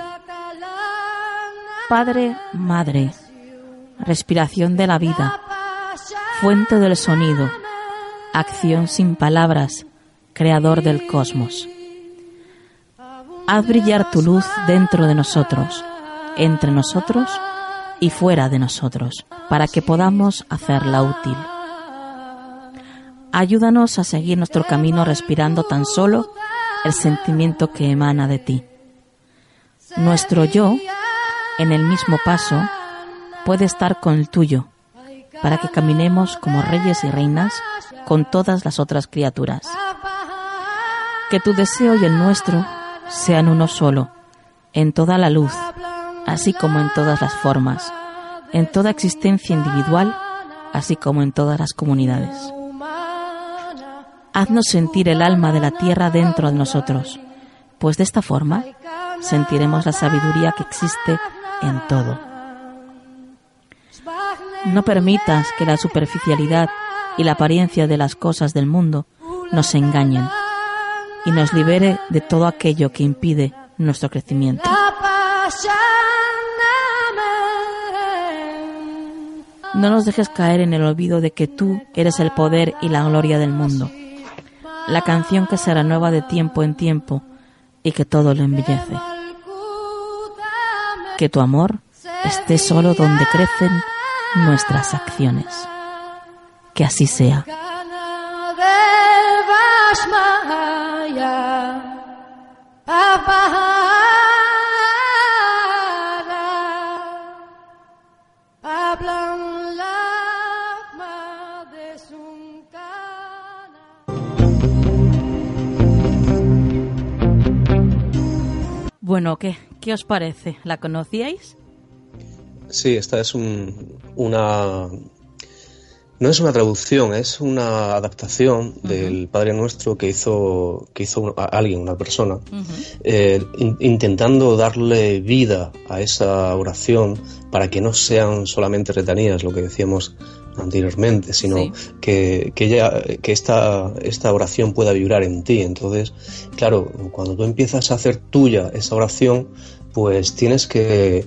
Padre, Madre, respiración de la vida, fuente del sonido, acción sin palabras, creador del cosmos. Haz brillar tu luz dentro de nosotros, entre nosotros y fuera de nosotros, para que podamos hacerla útil. Ayúdanos a seguir nuestro camino respirando tan solo el sentimiento que emana de ti. Nuestro yo, en el mismo paso, puede estar con el tuyo, para que caminemos como reyes y reinas con todas las otras criaturas. Que tu deseo y el nuestro sean uno solo, en toda la luz, así como en todas las formas, en toda existencia individual, así como en todas las comunidades. Haznos sentir el alma de la tierra dentro de nosotros, pues de esta forma sentiremos la sabiduría que existe en todo. No permitas que la superficialidad y la apariencia de las cosas del mundo nos engañen y nos libere de todo aquello que impide nuestro crecimiento. No nos dejes caer en el olvido de que tú eres el poder y la gloria del mundo, la canción que se renueva de tiempo en tiempo y que todo lo embellece. Que tu amor esté solo donde crecen nuestras acciones. Que así sea. Bueno, ¿qué? ¿Qué os parece? ¿La conocíais? Sí, esta es un, una... No es una traducción, es una adaptación uh-huh. del Padre Nuestro que hizo que hizo a alguien, una persona, uh-huh. eh, in, intentando darle vida a esa oración para que no sean solamente retanías, lo que decíamos anteriormente, sino sí. que, que, ella, que esta, esta oración pueda vibrar en ti. Entonces, claro, cuando tú empiezas a hacer tuya esa oración, pues tienes que...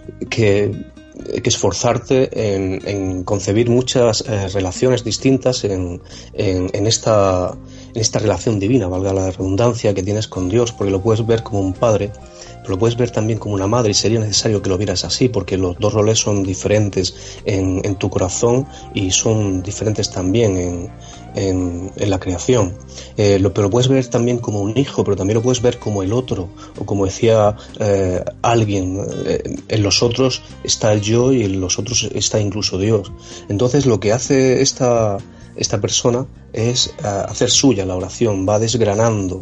que que esforzarte en, en concebir muchas eh, relaciones distintas en, en, en, esta, en esta relación divina, valga la redundancia, que tienes con Dios, porque lo puedes ver como un padre, pero lo puedes ver también como una madre, y sería necesario que lo vieras así, porque los dos roles son diferentes en, en tu corazón y son diferentes también en, en, en la creación. Eh, lo, pero lo puedes ver también como un hijo, pero también lo puedes ver como el otro, o como decía eh, alguien, eh, en los otros está el yo y en los otros está incluso Dios. Entonces lo que hace esta... esta persona es uh, hacer suya la oración, va desgranando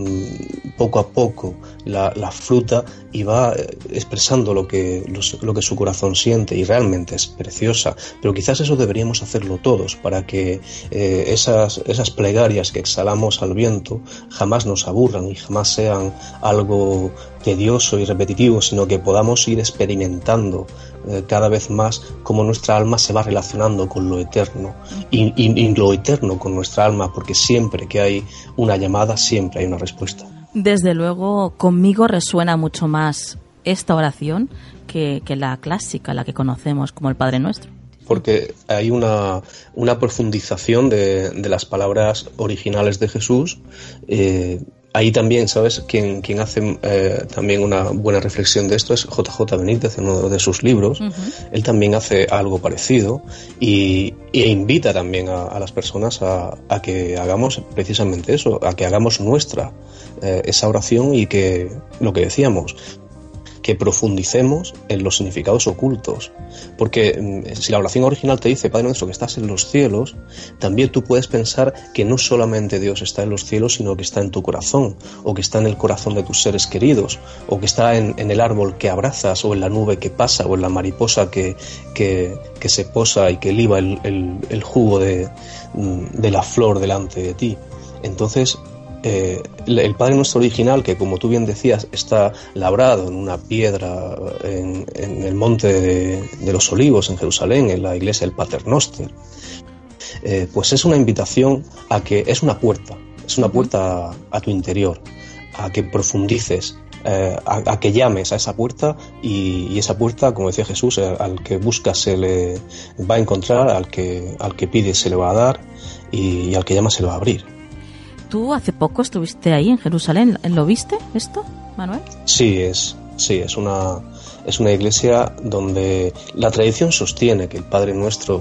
mmm, poco a poco la, la fruta y va eh, expresando lo que, los, lo que su corazón siente, y realmente es preciosa. Pero quizás eso deberíamos hacerlo todos, para que eh, esas, esas plegarias que exhalamos al viento jamás nos aburran y jamás sean algo tedioso y repetitivo, sino que podamos ir experimentando eh, cada vez más cómo nuestra alma se va relacionando con lo eterno y, y, y lo eterno con nuestra alma, porque siempre que hay una llamada, siempre hay una respuesta. Desde luego, conmigo resuena mucho más esta oración que, que la clásica, la que conocemos como el Padre Nuestro. Porque hay una, una profundización de, de las palabras originales de Jesús. Eh, Ahí también, ¿sabes? Quien, quien hace eh, también una buena reflexión de esto es J J Benítez, en uno de sus libros. Uh-huh. Él también hace algo parecido y, e invita también a, a las personas a, a que hagamos precisamente eso, a que hagamos nuestra eh, esa oración, y que, lo que decíamos, que profundicemos en los significados ocultos. Porque eh, si la oración original te dice, Padre Nuestro que estás en los cielos, también tú puedes pensar que no solamente Dios está en los cielos, sino que está en tu corazón, o que está en el corazón de tus seres queridos, o que está en, en el árbol que abrazas, o en la nube que pasa, o en la mariposa que, que, que se posa y que liba el, el, el jugo de, de la flor delante de ti. Entonces, Eh, el Padre Nuestro original, que como tú bien decías está labrado en una piedra en, en el monte de, de los Olivos en Jerusalén, en la iglesia del Pater Noster, eh, pues es una invitación a que es una puerta, es una puerta a, a tu interior, a que profundices, eh, a, a que llames a esa puerta, y, y esa puerta, como decía Jesús, eh, al que busca se le va a encontrar, al que, al que pide se le va a dar, y, y al que llama se le va a abrir. ¿Tú hace poco estuviste ahí en Jerusalén? ¿Lo viste esto, Manuel? Sí, es, sí, es una, es una iglesia donde la tradición sostiene que el Padre Nuestro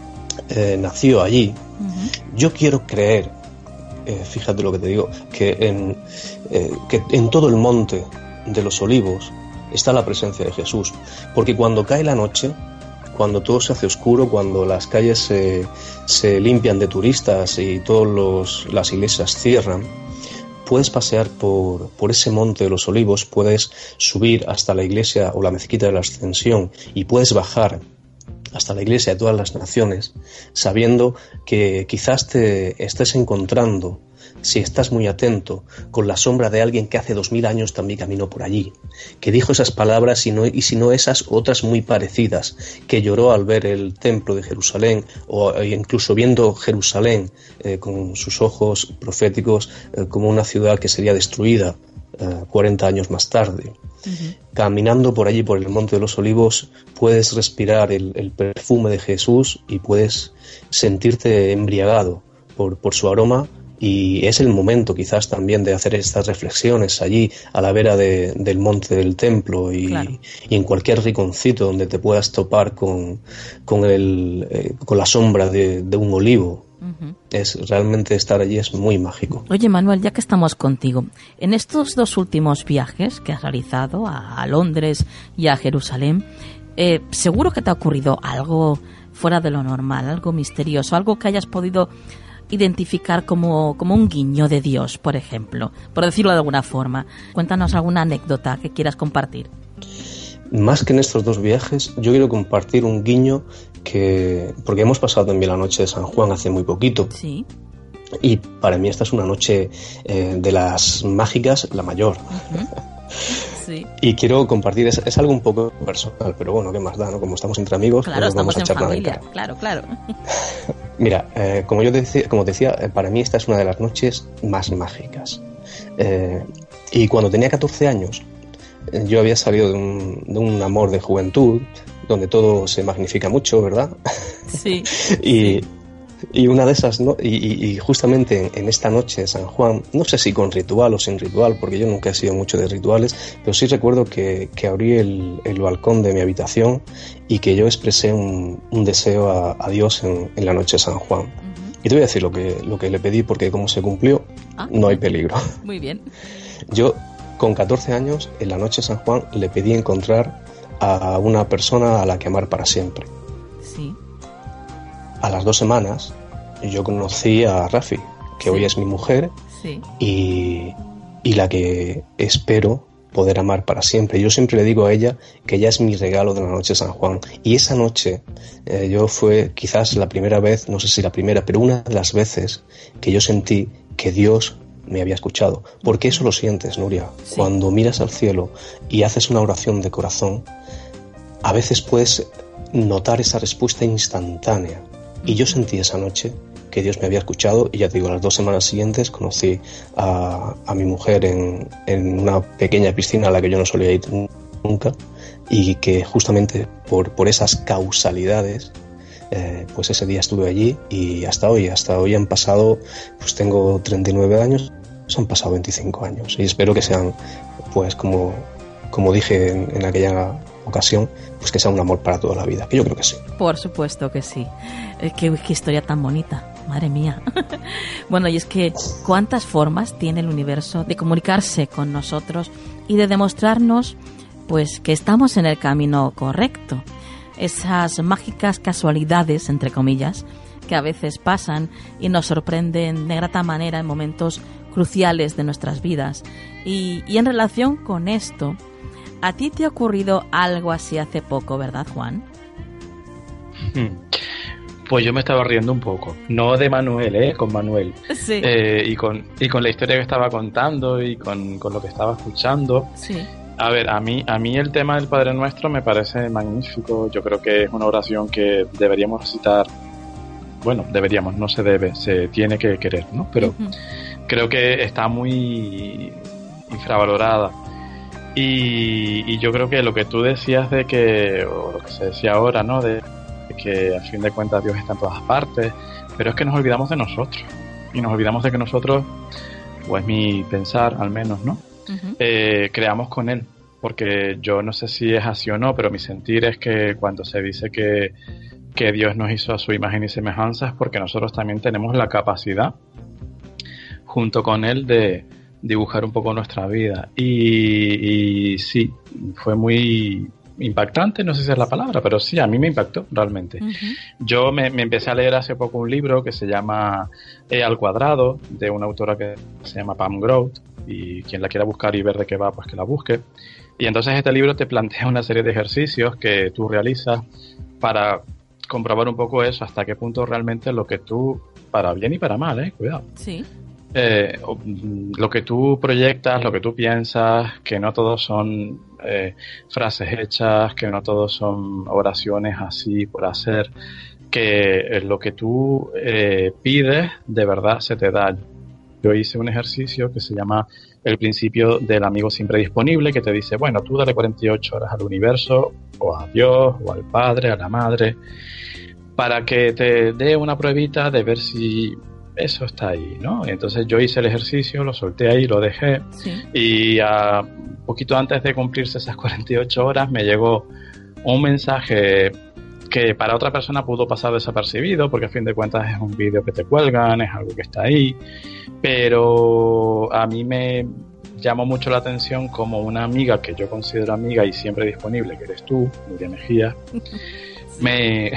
eh, nació allí. Uh-huh. Yo quiero creer, eh, fíjate lo que te digo, que en, eh, que en todo el monte de los Olivos está la presencia de Jesús, porque cuando cae la noche, cuando todo se hace oscuro, cuando las calles se, se limpian de turistas y todas las iglesias cierran, puedes pasear por, por ese monte de los Olivos, puedes subir hasta la iglesia o la mezquita de la Ascensión, y puedes bajar hasta la iglesia de todas las naciones, sabiendo que quizás te estés encontrando, si estás muy atento, con la sombra de alguien que hace dos mil años también caminó por allí, que dijo esas palabras y, no, y si no esas, otras muy parecidas, que lloró al ver el templo de Jerusalén, o incluso viendo Jerusalén eh, con sus ojos proféticos eh, como una ciudad que sería destruida eh, cuarenta años más tarde. Uh-huh. Caminando por allí, por el Monte de los Olivos, puedes respirar el, el perfume de Jesús y puedes sentirte embriagado por, por su aroma. Y es el momento quizás también de hacer estas reflexiones allí a la vera de, del monte del templo, y, claro, y en cualquier rinconcito donde te puedas topar con, con, el, eh, con la sombra de, de un olivo. Uh-huh. Es realmente estar allí es muy mágico. Oye, Manuel, ya que estamos contigo, en estos dos últimos viajes que has realizado a, a Londres y a Jerusalén, eh, seguro que te ha ocurrido algo fuera de lo normal, algo misterioso, algo que hayas podido identificar como, como un guiño de Dios, por ejemplo, por decirlo de alguna forma. Cuéntanos alguna anécdota que quieras compartir. más que en estos dos viajes, yo quiero compartir un guiño que, porque hemos pasado también la noche de San Juan hace muy poquito. Sí. Y para mí esta es una noche eh, de las mágicas, la mayor. Uh-huh. Sí. Y quiero compartir, es, es algo un poco personal, pero bueno, ¿qué más da, no? Como estamos entre amigos, claro, pues estamos vamos a en echar familia, nada en cara. claro, claro. Mira, eh, como yo decía, como decía, eh, para mí esta es una de las noches más mágicas. Eh, y cuando tenía catorce años, eh, yo había salido de un, de un amor de juventud, donde todo se magnifica mucho, ¿verdad? Sí. y... sí. Y una de esas, ¿no? y, y, y justamente en, en esta noche de San Juan, no sé si con ritual o sin ritual, porque yo nunca he sido mucho de rituales, pero sí recuerdo que, que abrí el, el balcón de mi habitación y que yo expresé un, un deseo a, a Dios en, en la noche de San Juan. Uh-huh. Y te voy a decir lo que, lo que le pedí, porque como se cumplió, ah, no hay peligro. Muy bien. Yo, con catorce años, en la noche de San Juan, le pedí encontrar a una persona a la que amar para siempre. Sí. A las dos semanas yo conocí a Rafi, que sí. hoy es mi mujer, sí. y, y la que espero poder amar para siempre. Yo siempre le digo a ella que ella es mi regalo de la noche de San Juan. Y esa noche eh, yo fue quizás la primera vez, no sé si la primera, pero una de las veces que yo sentí que Dios me había escuchado. Porque eso lo sientes, Nuria. Sí. Cuando miras al cielo y haces una oración de corazón, a veces puedes notar esa respuesta instantánea. Y yo sentí esa noche que Dios me había escuchado y ya te digo, las dos semanas siguientes conocí a, a mi mujer en, en una pequeña piscina a la que yo no solía ir nunca y que justamente por, por esas causalidades eh, pues ese día estuve allí y hasta hoy, hasta hoy han pasado, pues tengo treinta y nueve años, han pasado veinticinco años y espero que sean, pues como, como dije en, en aquella ocasión, pues que sea un amor para toda la vida, que yo creo que sí. Por supuesto que sí. Eh, qué, qué historia tan bonita, madre mía. Bueno, y es que cuántas formas tiene el universo de comunicarse con nosotros y de demostrarnos pues que estamos en el camino correcto. Esas mágicas casualidades, entre comillas, que a veces pasan y nos sorprenden de grata manera en momentos cruciales de nuestras vidas. Y, y en relación con esto, ¿a ti te ha ocurrido algo así hace poco, verdad, Juan? Pues yo me estaba riendo un poco. No de Manuel, ¿eh? Con Manuel. Sí. Eh, y, con, y con la historia que estaba contando y con, con lo que estaba escuchando. Sí. A ver, a mí, a mí el tema del Padre Nuestro me parece magnífico. Yo creo que es una oración que deberíamos recitar. Bueno, deberíamos, no se debe, se tiene que querer, ¿no? Pero uh-huh. creo que está muy infravalorada. Y, y yo creo que lo que tú decías de que, o lo que se decía ahora, ¿no? De que a fin de cuentas Dios está en todas partes, pero es que nos olvidamos de nosotros. Y nos olvidamos de que nosotros, o es mi pensar al menos, ¿no? Uh-huh. Eh, creamos con Él. Porque yo no sé si es así o no, pero mi sentir es que cuando se dice que, que Dios nos hizo a su imagen y semejanza es porque nosotros también tenemos la capacidad, junto con Él, de dibujar un poco nuestra vida. Y, y sí, fue muy impactante, no sé si es la palabra, pero sí, a mí me impactó realmente. Uh-huh. Yo me, me empecé a leer hace poco un libro que se llama E al cuadrado, de una autora que se llama Pam Grout, y quien la quiera buscar y ver de qué va, pues que la busque. Y entonces este libro te plantea una serie de ejercicios que tú realizas para comprobar un poco eso, hasta qué punto realmente lo que tú, para bien y para mal, eh, cuidado. Sí. Eh, lo que tú proyectas, lo que tú piensas, que no todos son eh, frases hechas, que no todos son oraciones así por hacer, que lo que tú eh, pides de verdad se te da. Yo hice un ejercicio que se llama el principio del amigo siempre disponible, que te dice, bueno, tú dale cuarenta y ocho horas al universo, o a Dios, o al Padre, a la Madre, para que te dé una pruebita de ver si eso está ahí, ¿no? Y entonces yo hice el ejercicio, lo solté ahí, lo dejé, sí. Y a poquito antes de cumplirse esas cuarenta y ocho horas me llegó un mensaje que para otra persona pudo pasar desapercibido, porque a fin de cuentas es un vídeo que te cuelgan, es algo que está ahí, pero a mí me llamó mucho la atención como una amiga que yo considero amiga y siempre disponible, que eres tú, Nuria Mejía, sí. me...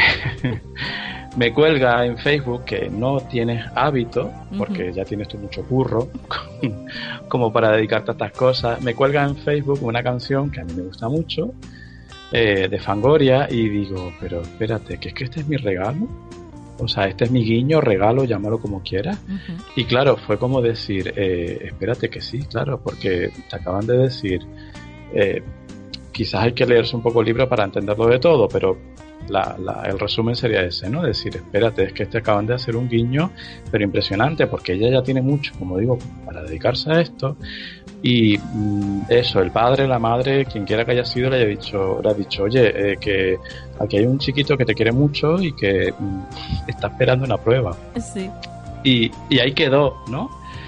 me cuelga en Facebook que no tienes hábito, porque uh-huh. ya tienes tú mucho curro, como para dedicarte a estas cosas. Me cuelga en Facebook una canción que a mí me gusta mucho, eh, de Fangoria, y digo, pero espérate, que es que este es mi regalo. O sea, este es mi guiño, regalo, llámalo como quieras. Uh-huh. Y claro, fue como decir, eh, espérate que sí, claro, porque te acaban de decir, eh, quizás hay que leerse un poco el libro para entenderlo de todo, pero la, la, el resumen sería ese, ¿no? Decir, espérate, es que te acaban de hacer un guiño, pero impresionante, porque ella ya tiene mucho, como digo, para dedicarse a esto. Y mm, eso, el padre, la madre, quien quiera que haya sido, le haya dicho, le ha dicho, oye, eh, que aquí hay un chiquito que te quiere mucho y que mm, está esperando una prueba. Sí. Y, y ahí quedó, ¿no?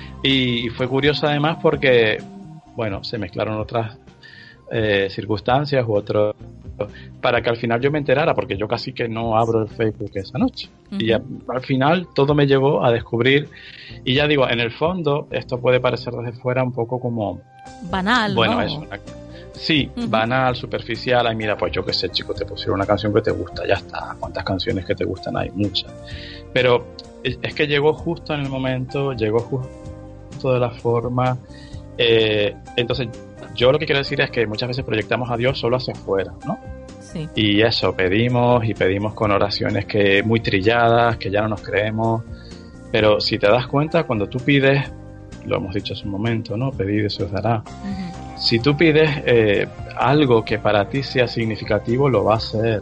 Y fue curioso además porque, bueno, se mezclaron otras eh, circunstancias u otros, para que al final yo me enterara, porque yo casi que no abro el Facebook esa noche. Uh-huh. Y a, al final todo me llevó a descubrir, y ya digo, en el fondo esto puede parecer desde fuera un poco como banal, bueno, ¿no? es una, sí, uh-huh. banal, superficial. Ay, mira, pues yo qué sé, chico, te pusieron una canción que te gusta, ya está. ¿Cuántas canciones que te gustan hay? Muchas. Pero es, es que llegó justo en el momento, llegó justo de la forma. Eh, entonces yo lo que quiero decir es que muchas veces proyectamos a Dios solo hacia afuera, ¿no? Sí. Y eso, pedimos y pedimos con oraciones que muy trilladas, que ya no nos creemos. Pero si te das cuenta, cuando tú pides, lo hemos dicho hace un momento, ¿no? Pedid y se os dará. Uh-huh. Si tú pides eh, algo que para ti sea significativo, lo va a hacer.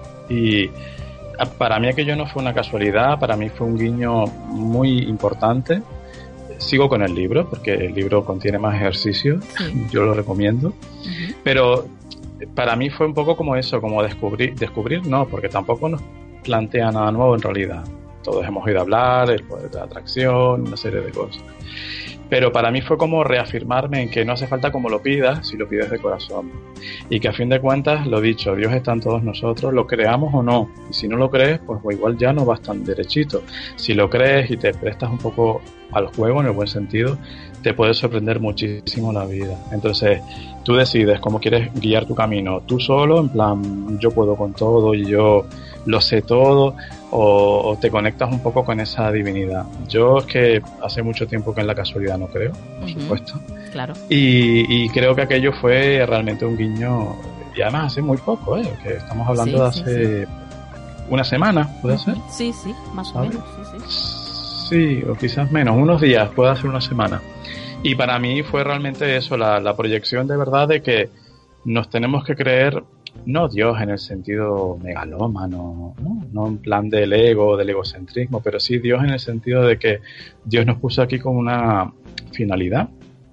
Y para mí aquello no fue una casualidad, para mí fue un guiño muy importante. Sigo con el libro, porque el libro contiene más ejercicios, sí. Yo lo recomiendo. Uh-huh. Pero para mí fue un poco como eso, como descubrir, descubrir no, porque tampoco nos plantea nada nuevo en realidad. Todos hemos oído hablar, el poder de la atracción, una serie de cosas. Pero para mí fue como reafirmarme en que no hace falta como lo pidas, si lo pides de corazón. Y que a fin de cuentas, lo dicho, Dios está en todos nosotros, lo creamos o no. Y si no lo crees, pues igual ya no vas tan derechito. Si lo crees y te prestas un poco al juego, en el buen sentido, te puede sorprender muchísimo la vida. Entonces, tú decides cómo quieres guiar tu camino. Tú solo, en plan, yo puedo con todo y yo lo sé todo, o, o te conectas un poco con esa divinidad. Yo es que hace mucho tiempo que en la casualidad no creo, por uh-huh. supuesto. Claro. Y, y creo que aquello fue realmente un guiño, y además hace muy poco, ¿eh? Que estamos hablando sí, de hace sí, sí. una semana, ¿puede uh-huh. ser? Sí, sí, más o ¿sabes? menos, sí, sí. Sí, o quizás menos, unos días, puede ser una semana. Y para mí fue realmente eso, la, la proyección de verdad de que nos tenemos que creer, no Dios en el sentido megalómano, no, no en plan del ego, del egocentrismo, pero sí Dios en el sentido de que Dios nos puso aquí con una finalidad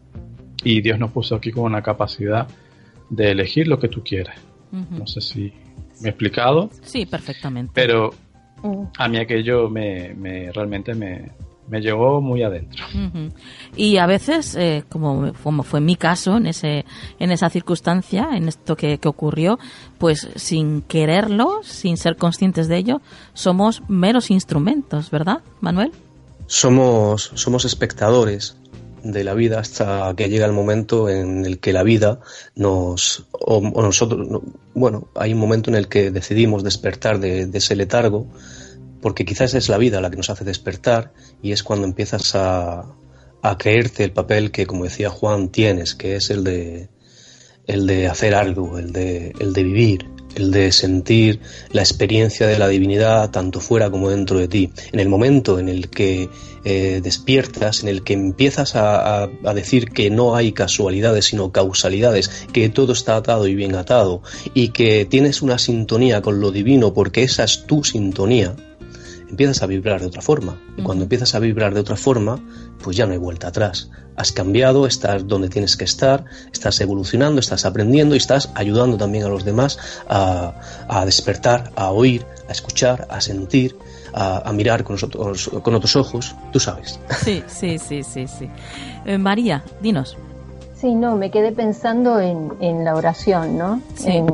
y Dios nos puso aquí con una capacidad de elegir lo que tú quieres. Uh-huh. No sé si me he explicado. Sí, perfectamente. Pero a mí aquello me, me realmente me, me llegó muy adentro. Uh-huh. Y a veces, eh, como, como fue mi caso en ese en esa circunstancia, en esto que, que ocurrió, pues sin quererlo, sin ser conscientes de ello, somos meros instrumentos, ¿verdad, Manuel? Somos, somos espectadores de la vida hasta que llega el momento en el que la vida nos o, o nosotros no, bueno hay un momento en el que decidimos despertar de, de ese letargo, porque quizás es la vida la que nos hace despertar, y es cuando empiezas a, a creerte el papel que, como decía Juan, tienes, que es el de el de hacer algo, el de el de vivir, el de sentir la experiencia de la divinidad tanto fuera como dentro de ti. En el momento en el que eh, despiertas, en el que empiezas a, a, a decir que no hay casualidades sino causalidades, que todo está atado y bien atado, y que tienes una sintonía con lo divino porque esa es tu sintonía, empiezas a vibrar de otra forma. Y cuando empiezas a vibrar de otra forma, pues ya no hay vuelta atrás. Has cambiado, estás donde tienes que estar, estás evolucionando, estás aprendiendo y estás ayudando también a los demás a, a despertar, a oír, a escuchar, a sentir, a, a mirar con, nosotros, con otros ojos, tú sabes. Sí, sí, sí, sí, sí. Eh, María, dinos. Sí, no, me quedé pensando en, en la oración, ¿no? Sí. En,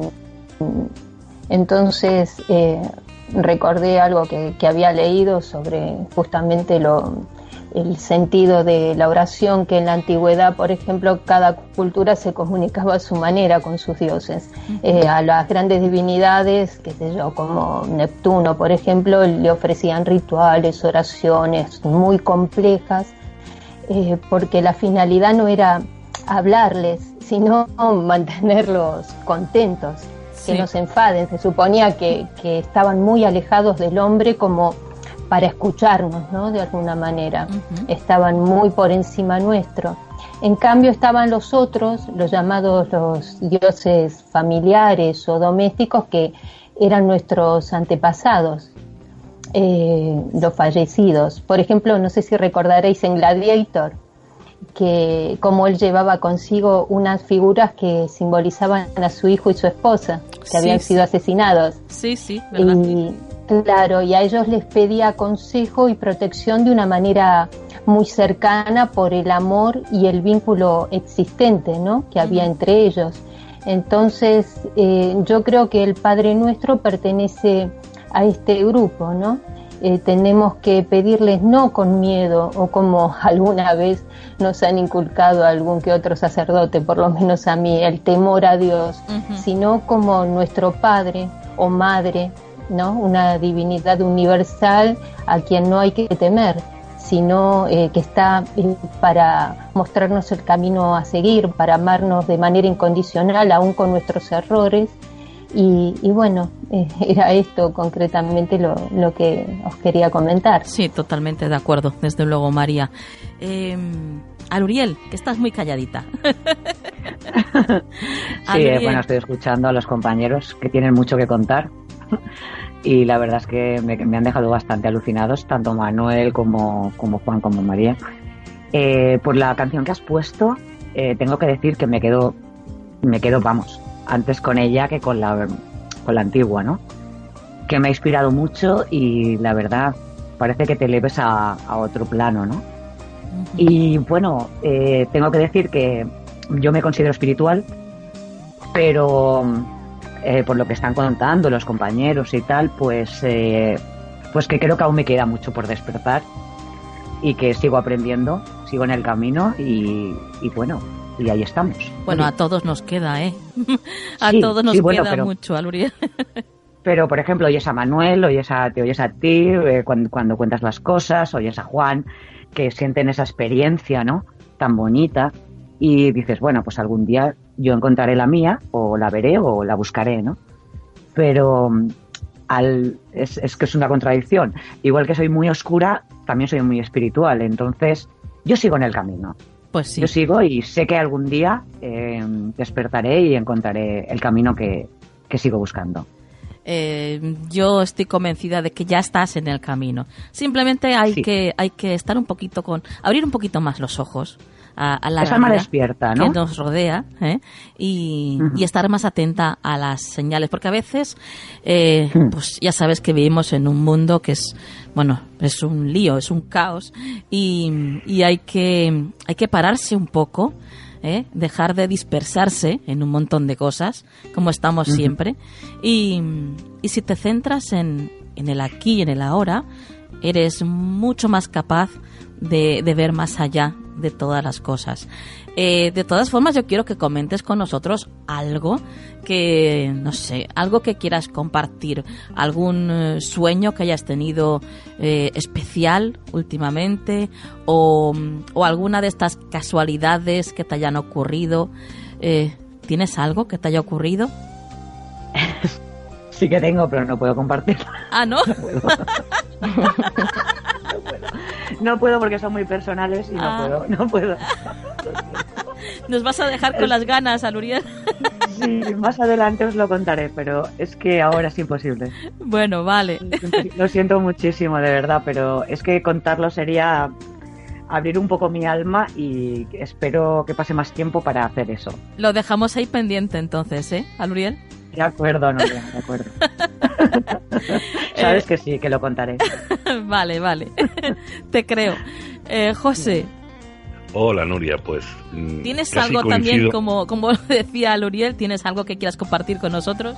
entonces, eh, recordé algo que, que había leído sobre justamente lo, el sentido de la oración, que en la antigüedad, por ejemplo, cada cultura se comunicaba a su manera con sus dioses. Eh, a las grandes divinidades, qué sé yo, como Neptuno, por ejemplo, le ofrecían rituales, oraciones muy complejas, eh, porque la finalidad no era hablarles, sino mantenerlos contentos. que Sí. no se enfaden. Se suponía que, que estaban muy alejados del hombre como para escucharnos, ¿no? De alguna manera. Ujú. Estaban muy por encima nuestro. En cambio estaban los otros, los llamados los dioses familiares o domésticos, que eran nuestros antepasados, eh, los fallecidos. Por ejemplo, no sé si recordaréis en Gladiator, que como él llevaba consigo unas figuras que simbolizaban a su hijo y su esposa, que Sí, habían sí. sido asesinados. Sí, sí, ¿verdad? Y claro, y a ellos les pedía consejo y protección de una manera muy cercana por el amor y el vínculo existente, ¿no? Que había Ujú. entre ellos. Entonces, eh, yo creo que el Padre Nuestro pertenece a este grupo, ¿no? Eh, tenemos que pedirles no con miedo o como alguna vez nos han inculcado algún que otro sacerdote, por lo menos a mí, el temor a Dios, Ujú. sino como nuestro Padre o Madre, ¿no? Una divinidad universal a quien no hay que temer, sino eh, que está eh, para mostrarnos el camino a seguir, para amarnos de manera incondicional, aún con nuestros errores. Y, y bueno, eh, era esto concretamente lo, lo que os quería comentar. Sí, totalmente de acuerdo, desde luego, María. Eh, Aluriel, que estás muy calladita. Sí, Aluriel. eh, bueno, estoy escuchando a los compañeros que tienen mucho que contar y la verdad es que me, me han dejado bastante alucinados, tanto Manuel como, como Juan como María. Eh, por la canción que has puesto, eh, tengo que decir que me quedo, me quedo, vamos, antes con ella que con la, con la antigua, ¿no? Que me ha inspirado mucho y la verdad parece que te eleves a, a otro plano, ¿no? Y bueno, eh, tengo que decir que yo me considero espiritual, pero eh, por lo que están contando los compañeros y tal, pues, eh, pues que creo que aún me queda mucho por despertar y que sigo aprendiendo, sigo en el camino y, y bueno, y ahí estamos. Bueno, a todos nos queda, ¿eh? A Sí, todos nos sí, bueno, queda pero- mucho, Aluriel. Pero, por ejemplo, oyes a Manuel, oyes a, te oyes a ti eh, cuando, cuando cuentas las cosas, oyes a Juan, que sienten esa experiencia, ¿no? Tan bonita. Y dices, bueno, pues algún día yo encontraré la mía, o la veré, o la buscaré, ¿no? Pero mm, al, es, es que es una contradicción. Igual que soy muy oscura, también soy muy espiritual. Entonces, yo sigo en el camino. Pues sí. Yo sigo y sé que algún día eh, despertaré y encontraré el camino que, que sigo buscando. Eh, yo estoy convencida de que ya estás en el camino. Simplemente hay Sí. que hay que estar un poquito con abrir un poquito más los ojos a, a la Esa alma realidad despierta, ¿no? que nos rodea, ¿eh? y, Ujú. y estar más atenta a las señales, porque a veces eh, Hmm. pues ya sabes que vivimos en un mundo que es bueno es un lío, es un caos y, y hay que hay que pararse un poco. ¿Eh? Dejar de dispersarse en un montón de cosas, como estamos Ujú. siempre. Y, y si te centras en, en el aquí y en el ahora, eres mucho más capaz de, de ver más allá de todas las cosas. Eh, de todas formas, yo quiero que comentes con nosotros algo que, no sé, algo que quieras compartir, algún eh, sueño que hayas tenido eh, especial últimamente o, o alguna de estas casualidades que te hayan ocurrido. Eh, ¿Tienes algo que te haya ocurrido? Sí que tengo, pero no puedo compartirlo. Ah, ¿no? No puedo porque son muy personales y no Ah. puedo, no puedo. Nos vas a dejar con las ganas, Aluriel. Sí, más adelante os lo contaré, pero es que ahora es imposible. Bueno, vale. Lo siento muchísimo, de verdad, pero es que contarlo sería abrir un poco mi alma y espero que pase más tiempo para hacer eso. Lo dejamos ahí pendiente entonces, ¿eh, Aluriel? De acuerdo, Nuria, de acuerdo. Sabes que sí, que lo contaré. Vale, vale. Te creo. Eh, José, Hola, Nuria, pues... mm, ¿tienes casi algo también, coincido. como, como decía Aluriel, tienes algo que quieras compartir con nosotros?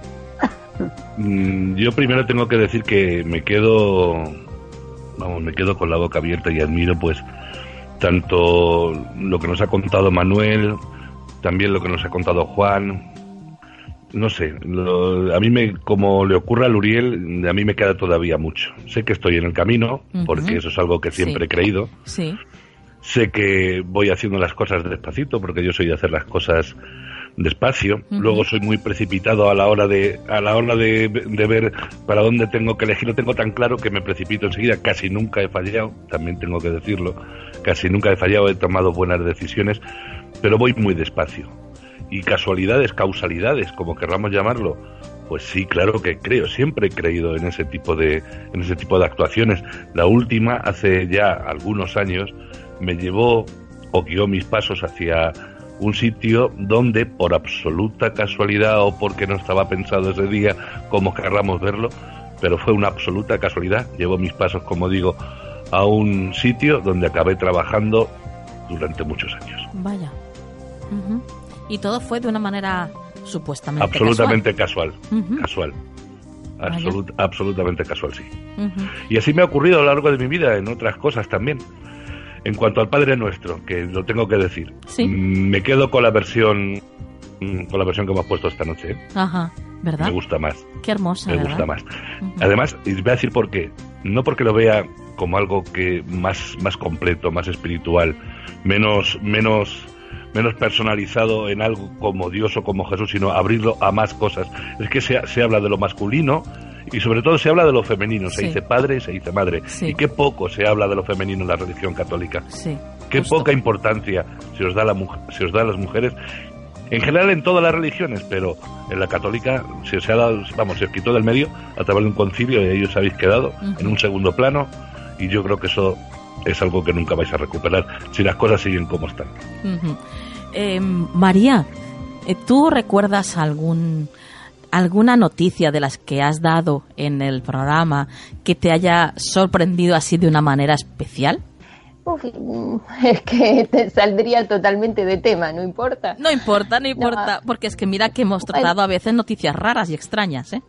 Mm, Yo primero tengo que decir que me quedo, vamos, me quedo con la boca abierta y admiro, pues, tanto lo que nos ha contado Manuel, también lo que nos ha contado Juan. No sé, lo- a mí me, como le ocurre a Luriel, a mí me queda todavía mucho. Sé que estoy en el camino, Ujú. porque eso es algo que siempre Sí. he creído. Sí. Sé que voy haciendo las cosas despacito, porque yo soy de hacer las cosas despacio. Uh-huh. Luego soy muy precipitado a la hora de a la hora de, de ver para dónde tengo que elegir. Lo tengo tan claro que me precipito enseguida. Casi nunca he fallado, también tengo que decirlo. Casi nunca he fallado, he tomado buenas decisiones, pero voy muy despacio. Y casualidades, causalidades, como querramos llamarlo, pues sí, claro que creo, siempre he creído en ese tipo de en ese tipo de actuaciones. La última, hace ya algunos años, me llevó o guió mis pasos hacia un sitio donde, por absoluta casualidad o porque no estaba pensado ese día, como querramos verlo, pero fue una absoluta casualidad, llevó mis pasos, como digo, a un sitio donde acabé trabajando durante muchos años. Vaya. Uh-huh. Y todo fue de una manera supuestamente absolutamente casual. Casual. Uh-huh. Casual. Absolut, absolutamente casual, sí. Uh-huh. Y así me ha ocurrido a lo largo de mi vida en otras cosas también. En cuanto al Padre Nuestro, que lo tengo que decir, ¿sí? Me quedo con la versión con la versión que hemos puesto esta noche. ¿eh? Ajá, ¿verdad? Me gusta más. Qué hermosa, Me ¿verdad? gusta más. Uh-huh. Además, y voy a decir por qué. No porque lo vea como algo que más, más completo, más espiritual, menos, menos, menos personalizado en algo como Dios o como Jesús, sino abrirlo a más cosas. Es que se, se habla de lo masculino y sobre todo se habla de lo femenino. Se sí. dice padre y se dice madre. Sí. Y qué poco se habla de lo femenino en la religión católica. Sí, qué justo. Poca importancia se os da la se os da a las mujeres. En general en todas las religiones, pero en la católica se os ha dado, vamos, se os quitó del medio a través de un concilio y ahí os habéis quedado uh-huh. en un segundo plano, y yo creo que eso es algo que nunca vais a recuperar si las cosas siguen como están. Uh-huh. eh, María, ¿tú recuerdas algún alguna noticia de las que has dado en el programa que te haya sorprendido así de una manera especial? Uf, es que te saldría totalmente de tema, ¿no importa? No importa, no importa, no. Porque es que mira que hemos tratado a veces noticias raras y extrañas, ¿eh?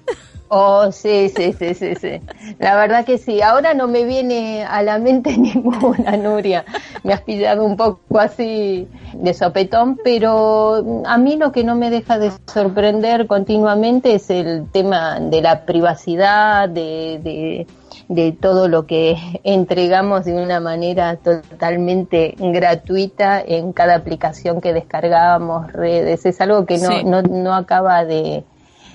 Oh, sí, sí, sí, sí, sí. La verdad que sí. Ahora no me viene a la mente ninguna, Nuria. Me has pillado un poco así de sopetón, pero a mí lo que no me deja de sorprender continuamente es el tema de la privacidad, de... de de todo lo que entregamos de una manera totalmente gratuita en cada aplicación que descargábamos, redes. Es algo que no, sí. no, no acaba de,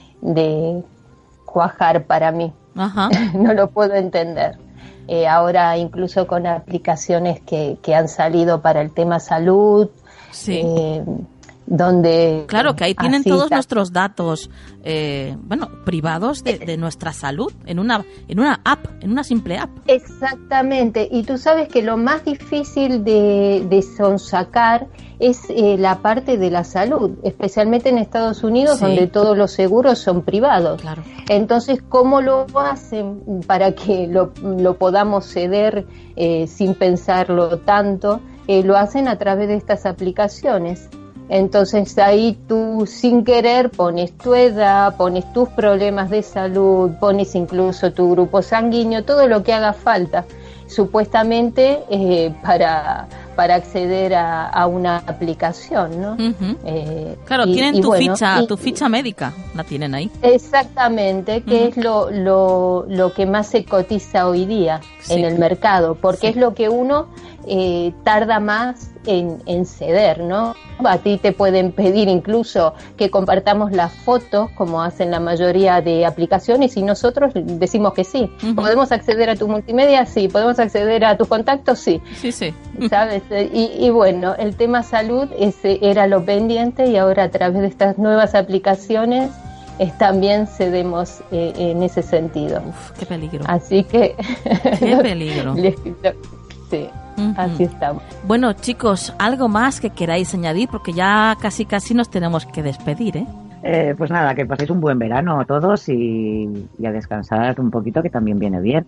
de cuajar para mí. Ajá. No lo puedo entender. Eh, ahora incluso con aplicaciones que, que han salido para el tema salud, sí. eh, donde claro que ahí tienen todos está. nuestros datos eh, bueno privados de, de nuestra salud en una en una app, en una simple app. Exactamente, y tú sabes que lo más difícil de, de sonsacar es eh, la parte de la salud, especialmente en Estados Unidos, sí. donde todos los seguros son privados. Claro. Entonces, ¿cómo lo hacen para que lo, lo podamos ceder eh, sin pensarlo tanto? Eh, lo hacen a través de estas aplicaciones. Entonces ahí tú sin querer pones tu edad, pones tus problemas de salud, pones incluso tu grupo sanguíneo, todo lo que haga falta, supuestamente eh, para, para acceder a, a una aplicación, ¿no? Uh-huh. Eh, claro, y, tienen y tu bueno, ficha, y, tu ficha médica, la tienen ahí. Exactamente, que uh-huh. es lo, lo, lo que más se cotiza hoy día sí. en el mercado, porque sí. es lo que uno eh, tarda más en, en ceder, ¿no? A ti te pueden pedir incluso que compartamos las fotos, como hacen la mayoría de aplicaciones, y nosotros decimos que sí. Uh-huh. ¿Podemos acceder a tu multimedia? Sí. ¿Podemos acceder a tus contactos? Sí. Sí, sí. ¿Sabes? Y, y bueno, el tema salud ese era lo pendiente, y ahora a través de estas nuevas aplicaciones es, también cedemos eh, en ese sentido. Uf, qué peligro. Así que... Qué peligro. Sí. Uh-huh. Así estamos. Bueno, chicos, algo más que queráis añadir, porque ya casi casi nos tenemos que despedir, ¿eh? Eh, pues nada, que paséis un buen verano todos y, y a descansar un poquito, que también viene bien.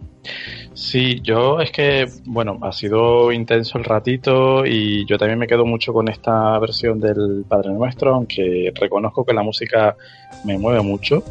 Sí, yo es que, bueno, ha sido intenso el ratito y yo también me quedo mucho con esta versión del Padre Nuestro, aunque reconozco que la música me mueve mucho.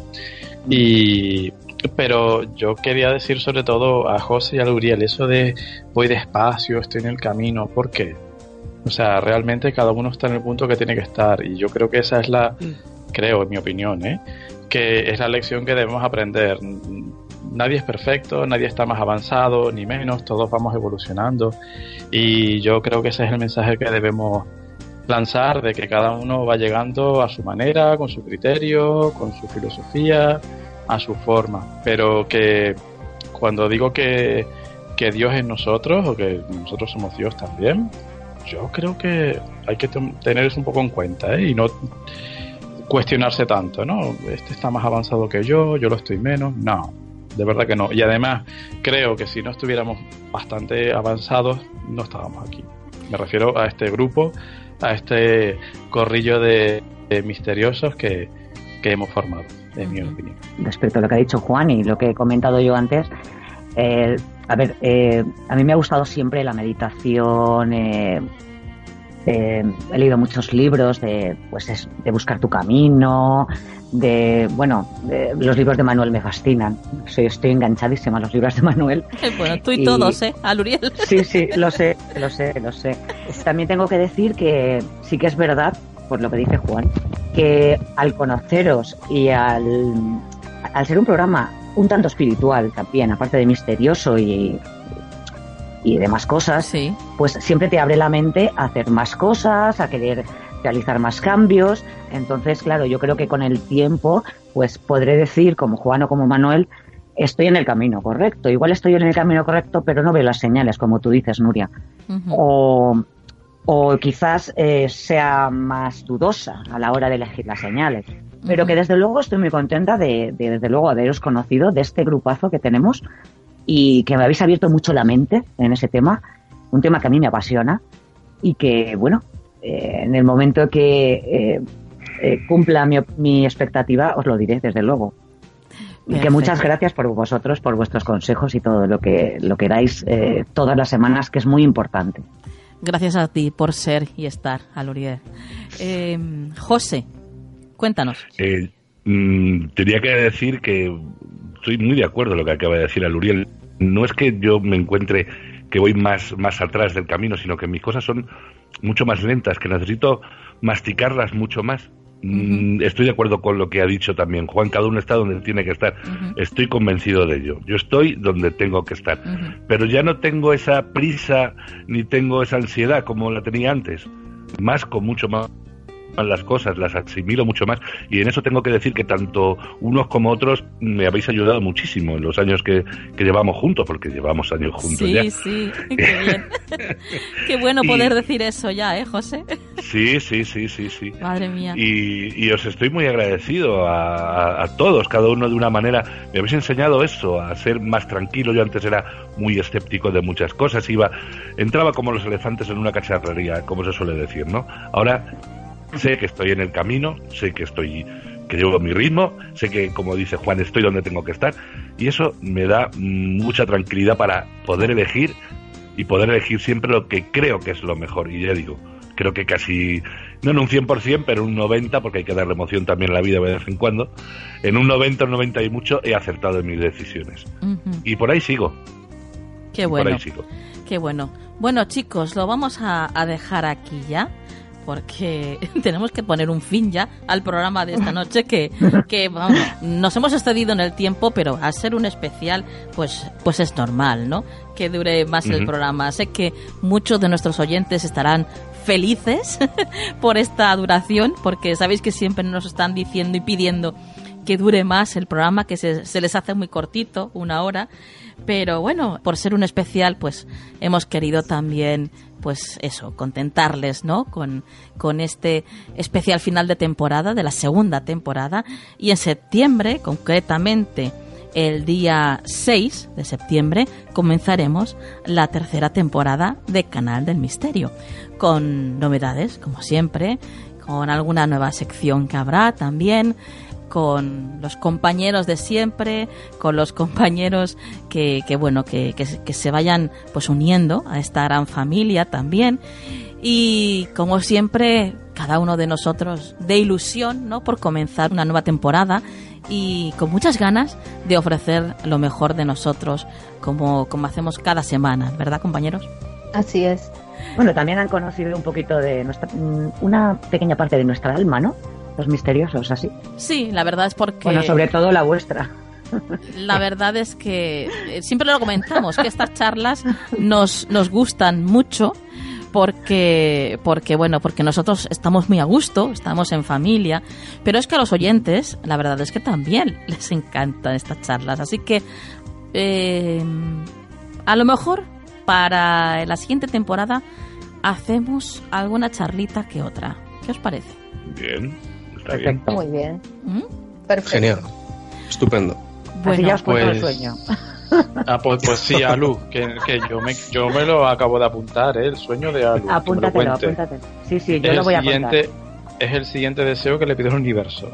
Y... Pero yo quería decir sobre todo a José y a Luriel eso de voy despacio, estoy en el camino, ¿por qué? O sea, realmente cada uno está en el punto que tiene que estar, y yo creo que esa es la, creo, en mi opinión, ¿eh? que es la lección que debemos aprender. Nadie es perfecto, nadie está más avanzado, ni menos, todos vamos evolucionando, y yo creo que ese es el mensaje que debemos lanzar de que cada uno va llegando a su manera, con su criterio, con su filosofía, a su forma, pero que cuando digo que, que Dios es nosotros o que nosotros somos Dios también, yo creo que hay que t- tener eso un poco en cuenta, ¿eh? Y no cuestionarse tanto, ¿no? Este está más avanzado que yo, yo lo estoy menos. No, de verdad que no. Y además creo que si no estuviéramos bastante avanzados, no estábamos aquí. Me refiero a este grupo, a este corrillo de, de misteriosos que, que hemos formado, en mi opinión. Respecto a lo que ha dicho Juan y lo que he comentado yo antes, eh, a ver, eh, a mí me ha gustado siempre la meditación. Eh, eh, he leído muchos libros de, pues, es, de buscar tu camino, de, bueno, de, los libros de Manuel me fascinan. Soy, estoy enganchadísima a los libros de Manuel. Bueno, tú y, y todos, ¿eh? Al Uriel. Sí, sí, lo sé, lo sé, lo sé. También tengo que decir que sí que es verdad, por lo que dice Juan, que al conoceros y al, al ser un programa un tanto espiritual también, aparte de misterioso y, y demás cosas, sí, pues siempre te abre la mente a hacer más cosas, a querer realizar más cambios. Entonces, claro, yo creo que con el tiempo pues podré decir, como Juan o como Manuel, estoy en el camino correcto. Igual estoy en el camino correcto, pero no veo las señales, como tú dices, Nuria. Uh-huh. O, o quizás eh, sea más dudosa a la hora de elegir las señales. Pero uh-huh. que desde luego estoy muy contenta de, de, desde luego, haberos conocido, de este grupazo que tenemos, y que me habéis abierto mucho la mente en ese tema, un tema que a mí me apasiona, y que, bueno, eh, en el momento que eh, eh, cumpla mi, mi expectativa, os lo diré, desde luego. Y Perfecto. Que muchas gracias por vosotros, por vuestros consejos y todo lo que, lo que dais eh, todas las semanas, que es muy importante. Gracias a ti por ser y estar, Aluriel. Eh, José, cuéntanos. Eh, mmm, tenía que decir que estoy muy de acuerdo con lo que acaba de decir Aluriel. No es que yo me encuentre que voy más, más atrás del camino, sino que mis cosas son mucho más lentas, que necesito masticarlas mucho más. Uh-huh. Estoy de acuerdo con lo que ha dicho también Juan, cada uno está donde tiene que estar. Uh-huh. Estoy convencido de ello. Yo estoy donde tengo que estar. Uh-huh. Pero ya no tengo esa prisa ni tengo esa ansiedad como la tenía antes. Más con mucho más las cosas, las asimilo mucho más, y en eso tengo que decir que tanto unos como otros me habéis ayudado muchísimo en los años que, que llevamos juntos, porque llevamos años juntos sí, ya. Sí, sí, qué bien. Qué bueno poder y, decir eso ya, ¿eh, José? Sí, sí, sí, sí, sí. Madre mía. Y, y os estoy muy agradecido a, a, a todos, cada uno de una manera. Me habéis enseñado eso, a ser más tranquilo. Yo antes era muy escéptico de muchas cosas, iba, entraba como los elefantes en una cacharrería, como se suele decir, ¿no? Ahora sé que estoy en el camino, sé que estoy, que llevo mi ritmo, sé que, como dice Juan, estoy donde tengo que estar, y eso me da mucha tranquilidad para poder elegir y poder elegir siempre lo que creo que es lo mejor. Y ya digo, creo que casi, no en un cien por ciento, pero un noventa por ciento, porque hay que darle emoción también a la vida de vez en cuando, en un noventa, un noventa y mucho he acertado en mis decisiones. Uh-huh. Y por ahí sigo. Qué bueno. Por ahí sigo. Qué bueno. Bueno, chicos, lo vamos a, a dejar aquí ya, porque tenemos que poner un fin ya al programa de esta noche, que, que vamos, nos hemos excedido en el tiempo, pero al ser un especial, pues, pues es normal, ¿no?, que dure más uh-huh. el programa. Sé que muchos de nuestros oyentes estarán felices por esta duración, porque sabéis que siempre nos están diciendo y pidiendo que dure más el programa, que se, se les hace muy cortito, una hora, pero bueno, por ser un especial, pues hemos querido también, pues eso, contentarles, ¿no?, con, con este especial final de temporada, de la segunda temporada. Y en septiembre, concretamente el día seis de septiembre, comenzaremos la tercera temporada de Canal del Misterio, con novedades, como siempre, con alguna nueva sección que habrá también, con los compañeros de siempre, con los compañeros que, que bueno, que, que, que se vayan pues uniendo a esta gran familia también. Y como siempre, cada uno de nosotros de ilusión, ¿no?, por comenzar una nueva temporada y con muchas ganas de ofrecer lo mejor de nosotros, como, como hacemos cada semana, ¿verdad, compañeros? Así es. Bueno, también han conocido un poquito de nuestra, una pequeña parte de nuestra alma, ¿no?, los misteriosos, así. Sí, la verdad es porque... Bueno, sobre todo la vuestra. La verdad es que siempre lo comentamos, que estas charlas nos, nos gustan mucho, porque, porque, bueno, porque nosotros estamos muy a gusto, estamos en familia, pero es que a los oyentes, la verdad es que también les encantan estas charlas. Así que, eh, a lo mejor, para la siguiente temporada, hacemos alguna charlita que otra. ¿Qué os parece? Bien, está Perfecto. bien. Muy bien. ¿Mm? Perfecto. Genial. Estupendo. Bueno, Así ya os cuento el pues- sueño. Ah, pues, pues sí, Alu, que, que yo, me, yo me lo acabo de apuntar, ¿eh? El sueño de Alu. que me lo Apúntatelo, cuente. apúntatelo. Sí, sí, yo Es lo el voy a siguiente, apuntar. es el siguiente deseo que le pido al universo.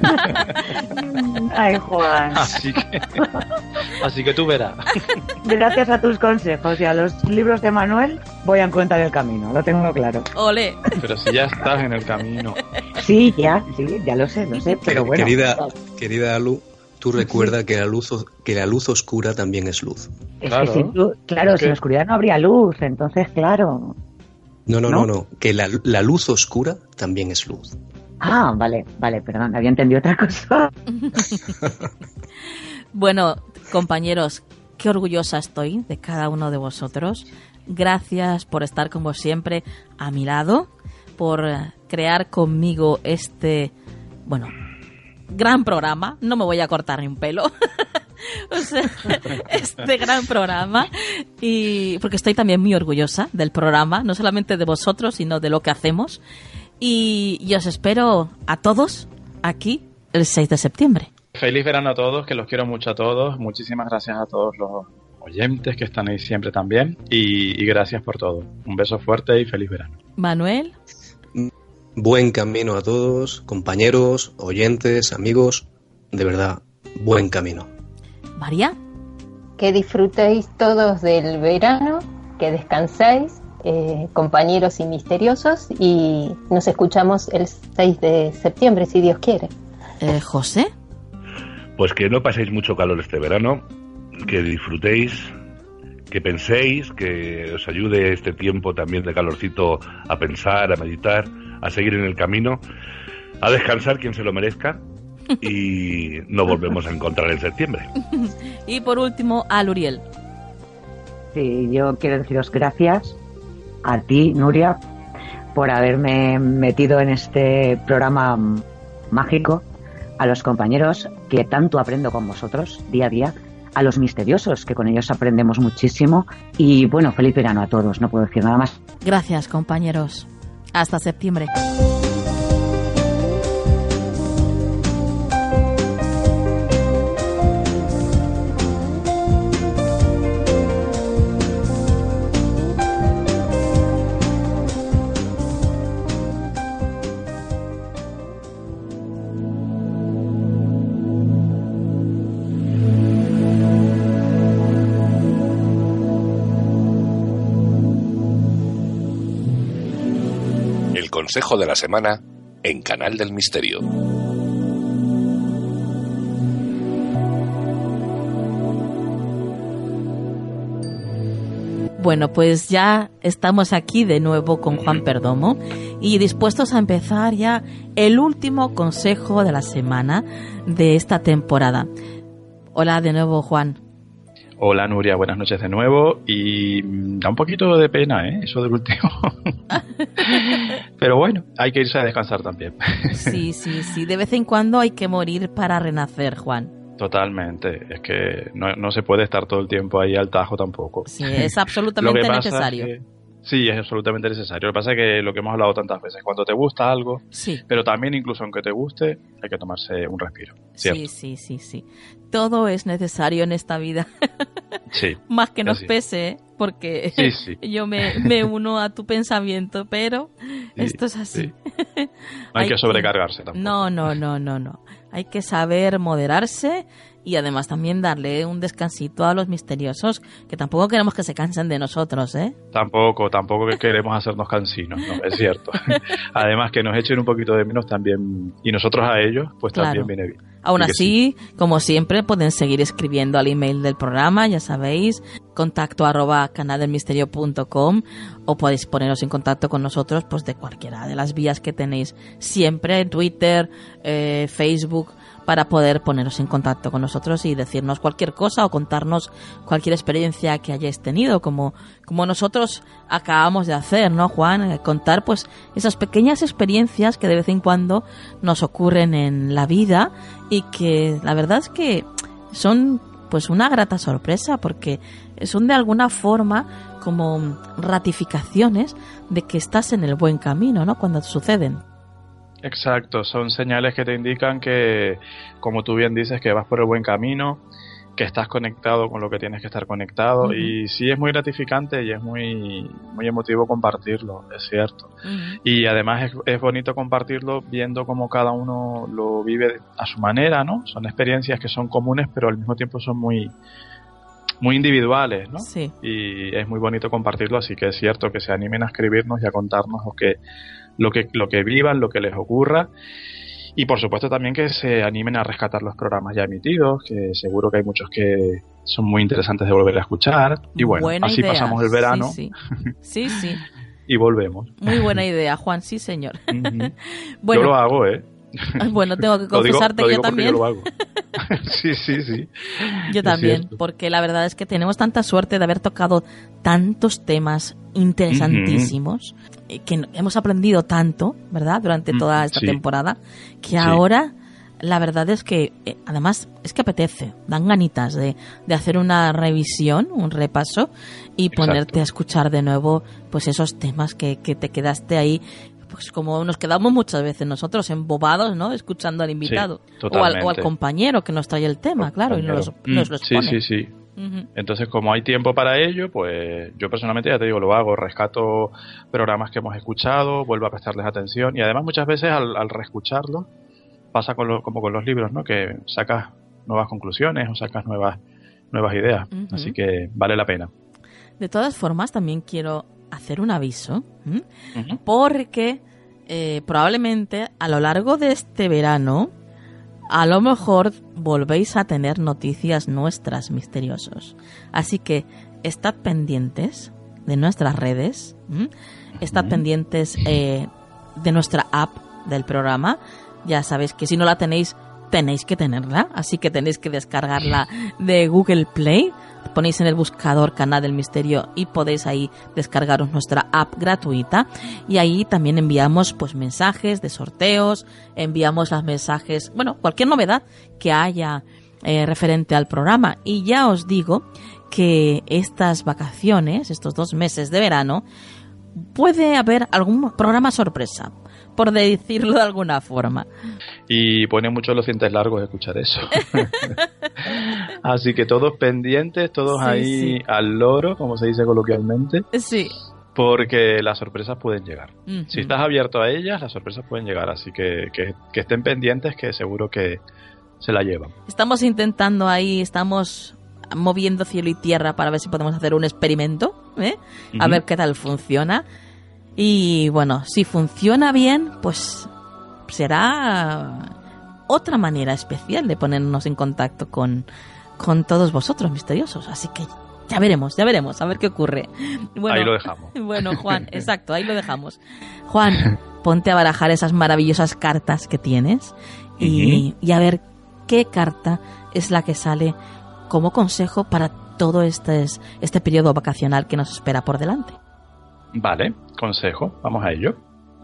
Ay, Juan. Así que, así que tú verás. Gracias a tus consejos y a los libros de Manuel, voy a encontrar el camino, lo tengo claro. ole. Pero si ya estás en el camino. Sí, ya, sí, ya lo sé, lo sé, pero bueno. Querida, querida Alu, tú recuerda que la luz o- que la luz oscura también es luz. Es Claro. que sin luz, claro, Es que- sin oscuridad no habría luz, entonces, claro. No, no, ¿No? no, no. Que la, la luz oscura también es luz. Ah, vale, vale, perdón, había entendido otra cosa. Bueno, compañeros, qué orgullosa estoy de cada uno de vosotros. Gracias por estar como siempre a mi lado, por eh, crear conmigo este, bueno, gran programa. No me voy a cortar ni un pelo. O sea, este gran programa. Y porque estoy también muy orgullosa del programa, no solamente de vosotros, sino de lo que hacemos. Y, y os espero a todos aquí el seis de septiembre. Feliz verano a todos, que los quiero mucho a todos. Muchísimas gracias a todos los oyentes que están ahí siempre también. Y, y gracias por todo. Un beso fuerte y feliz verano. Manuel. Buen camino a todos, compañeros, oyentes, amigos. De verdad, buen camino. María. Que disfrutéis todos del verano, que descanséis, eh, compañeros y misteriosos, y nos escuchamos el seis de septiembre, si Dios quiere. Eh, José. Pues que no paséis mucho calor este verano, que disfrutéis, que penséis, que os ayude este tiempo también de calorcito a pensar, a meditar, a seguir en el camino, a descansar quien se lo merezca, y nos volvemos a encontrar en septiembre. Y por último, a Luriel. Sí, yo quiero deciros gracias a ti, Nuria, por haberme metido en este programa mágico, a los compañeros que tanto aprendo con vosotros día a día, a los misteriosos, que con ellos aprendemos muchísimo, y bueno, feliz verano a todos, no puedo decir nada más. Gracias, compañeros. Hasta septiembre. El consejo de la semana en Canal del Misterio. Bueno, pues ya estamos aquí de nuevo con Juan Perdomo y dispuestos a empezar ya el último consejo de la semana de esta temporada. Hola de nuevo, Juan. Hola Nuria, buenas noches de nuevo. Y mm, da un poquito de pena, ¿eh? Eso del último. Pero bueno, hay que irse a descansar también. Sí, sí, sí. De vez en cuando hay que morir para renacer, Juan. Totalmente. Es que no, no se puede estar todo el tiempo ahí al tajo tampoco. Sí, es absolutamente Lo que pasa necesario. es que- sí, es absolutamente necesario. Lo que pasa es que lo que hemos hablado tantas veces, cuando te gusta algo, Sí. pero también incluso aunque te guste, hay que tomarse un respiro. ¿Cierto? Sí, sí, sí, sí. Todo es necesario en esta vida. Sí. Más que nos así. pese, ¿eh? Porque Sí, sí. yo me, me uno a tu pensamiento, pero Sí, esto es así. sí. No hay, que sobrecargarse tampoco. No, no, no, no, no. Hay que saber moderarse y además también darle un descansito a los misteriosos, que tampoco queremos que se cansen de nosotros, ¿eh? Tampoco, tampoco que queremos hacernos cansinos, no, es cierto. Además que nos echen un poquito de menos también, y nosotros a ellos, pues Claro. también viene bien. Aún Y que así, como siempre, pueden seguir escribiendo al email del programa, ya sabéis, contacto arroba canaldelmisterio punto com, o podéis poneros en contacto con nosotros pues de cualquiera de las vías que tenéis siempre, en Twitter, eh, Facebook, para poder poneros en contacto con nosotros y decirnos cualquier cosa o contarnos cualquier experiencia que hayáis tenido, como, como nosotros acabamos de hacer, ¿no, Juan? Eh, contar pues esas pequeñas experiencias que de vez en cuando nos ocurren en la vida y que la verdad es que son pues una grata sorpresa, porque son de alguna forma como ratificaciones de que estás en el buen camino, ¿no? Cuando suceden. Exacto, son señales que te indican que, como tú bien dices, que vas por el buen camino, que estás conectado con lo que tienes que estar conectado. Uh-huh. Y sí, es muy gratificante y es muy muy emotivo compartirlo, es cierto. Uh-huh. Y además es, es bonito compartirlo viendo cómo cada uno lo vive a su manera, ¿no? Son experiencias que son comunes, pero al mismo tiempo son muy muy individuales, ¿no? Sí. Y es muy bonito compartirlo, así que es cierto que se animen a escribirnos y a contarnos lo que lo que lo que vivan, lo que les ocurra. Y por supuesto también que se animen a rescatar los programas ya emitidos, que seguro que hay muchos que son muy interesantes de volver a escuchar. Y bueno, buena así idea. Pasamos el verano. Sí, sí. sí, sí. Y volvemos. Muy buena idea, Juan, sí señor. Uh-huh. Bueno, yo lo hago, ¿eh? Bueno, tengo que confesarte lo digo, que lo yo también. Yo lo hago. sí, sí, sí. Yo también, porque la verdad es que tenemos tanta suerte de haber tocado tantos temas interesantísimos, uh-huh. que hemos aprendido tanto, ¿verdad? Durante toda esta sí. temporada, que sí. ahora la verdad es que, eh, además, es que apetece, dan ganitas de, de hacer una revisión, un repaso y Exacto. ponerte a escuchar de nuevo pues esos temas que, que te quedaste ahí. Pues como nos quedamos muchas veces nosotros embobados, ¿no? Escuchando al invitado sí, o, al, o al compañero que nos trae el tema, claro, y nos, mm, nos lo expone. Sí, sí, sí. Uh-huh. Entonces, como hay tiempo para ello, pues yo personalmente, ya te digo, lo hago. Rescato programas que hemos escuchado, vuelvo a prestarles atención y además muchas veces al, al reescucharlos pasa con lo, como con los libros, ¿no? Que sacas nuevas conclusiones o sacas nuevas, nuevas ideas. Uh-huh. Así que vale la pena. De todas formas, también quiero hacer un aviso, ¿m? Uh-huh. porque eh, probablemente a lo largo de este verano a lo mejor volvéis a tener noticias nuestras misteriosos. Así que estad pendientes de nuestras redes, ¿m? estad uh-huh. pendientes eh, de nuestra app del programa. Ya sabéis que si no la tenéis, tenéis que tenerla, así que tenéis que descargarla de Google Play. Ponéis en el buscador Canal del Misterio y podéis ahí descargaros nuestra app gratuita, y ahí también enviamos pues mensajes de sorteos, enviamos los mensajes, bueno, cualquier novedad que haya eh, referente al programa. Y ya os digo que estas vacaciones, estos dos meses de verano, puede haber algún programa sorpresa, por decirlo de alguna forma. Y pone mucho los dientes largos de escuchar eso. Así que todos pendientes, todos sí, ahí sí. al loro, como se dice coloquialmente. Sí. Porque las sorpresas pueden llegar. Uh-huh. Si estás abierto a ellas, las sorpresas pueden llegar. Así que, que, que estén pendientes, que seguro que se la llevan. Estamos intentando ahí, estamos moviendo cielo y tierra para ver si podemos hacer un experimento, ¿eh? Uh-huh. A ver qué tal funciona. Y bueno, si funciona bien, pues será otra manera especial de ponernos en contacto con, con todos vosotros misteriosos. Así que ya veremos, ya veremos, a ver qué ocurre. Bueno, ahí lo dejamos. Bueno, Juan, exacto, ahí lo dejamos. Juan, ponte a barajar esas maravillosas cartas que tienes y, uh-huh. y a ver qué carta es la que sale como consejo para todo este, este periodo vacacional que nos espera por delante. Vale, consejo, vamos a ello.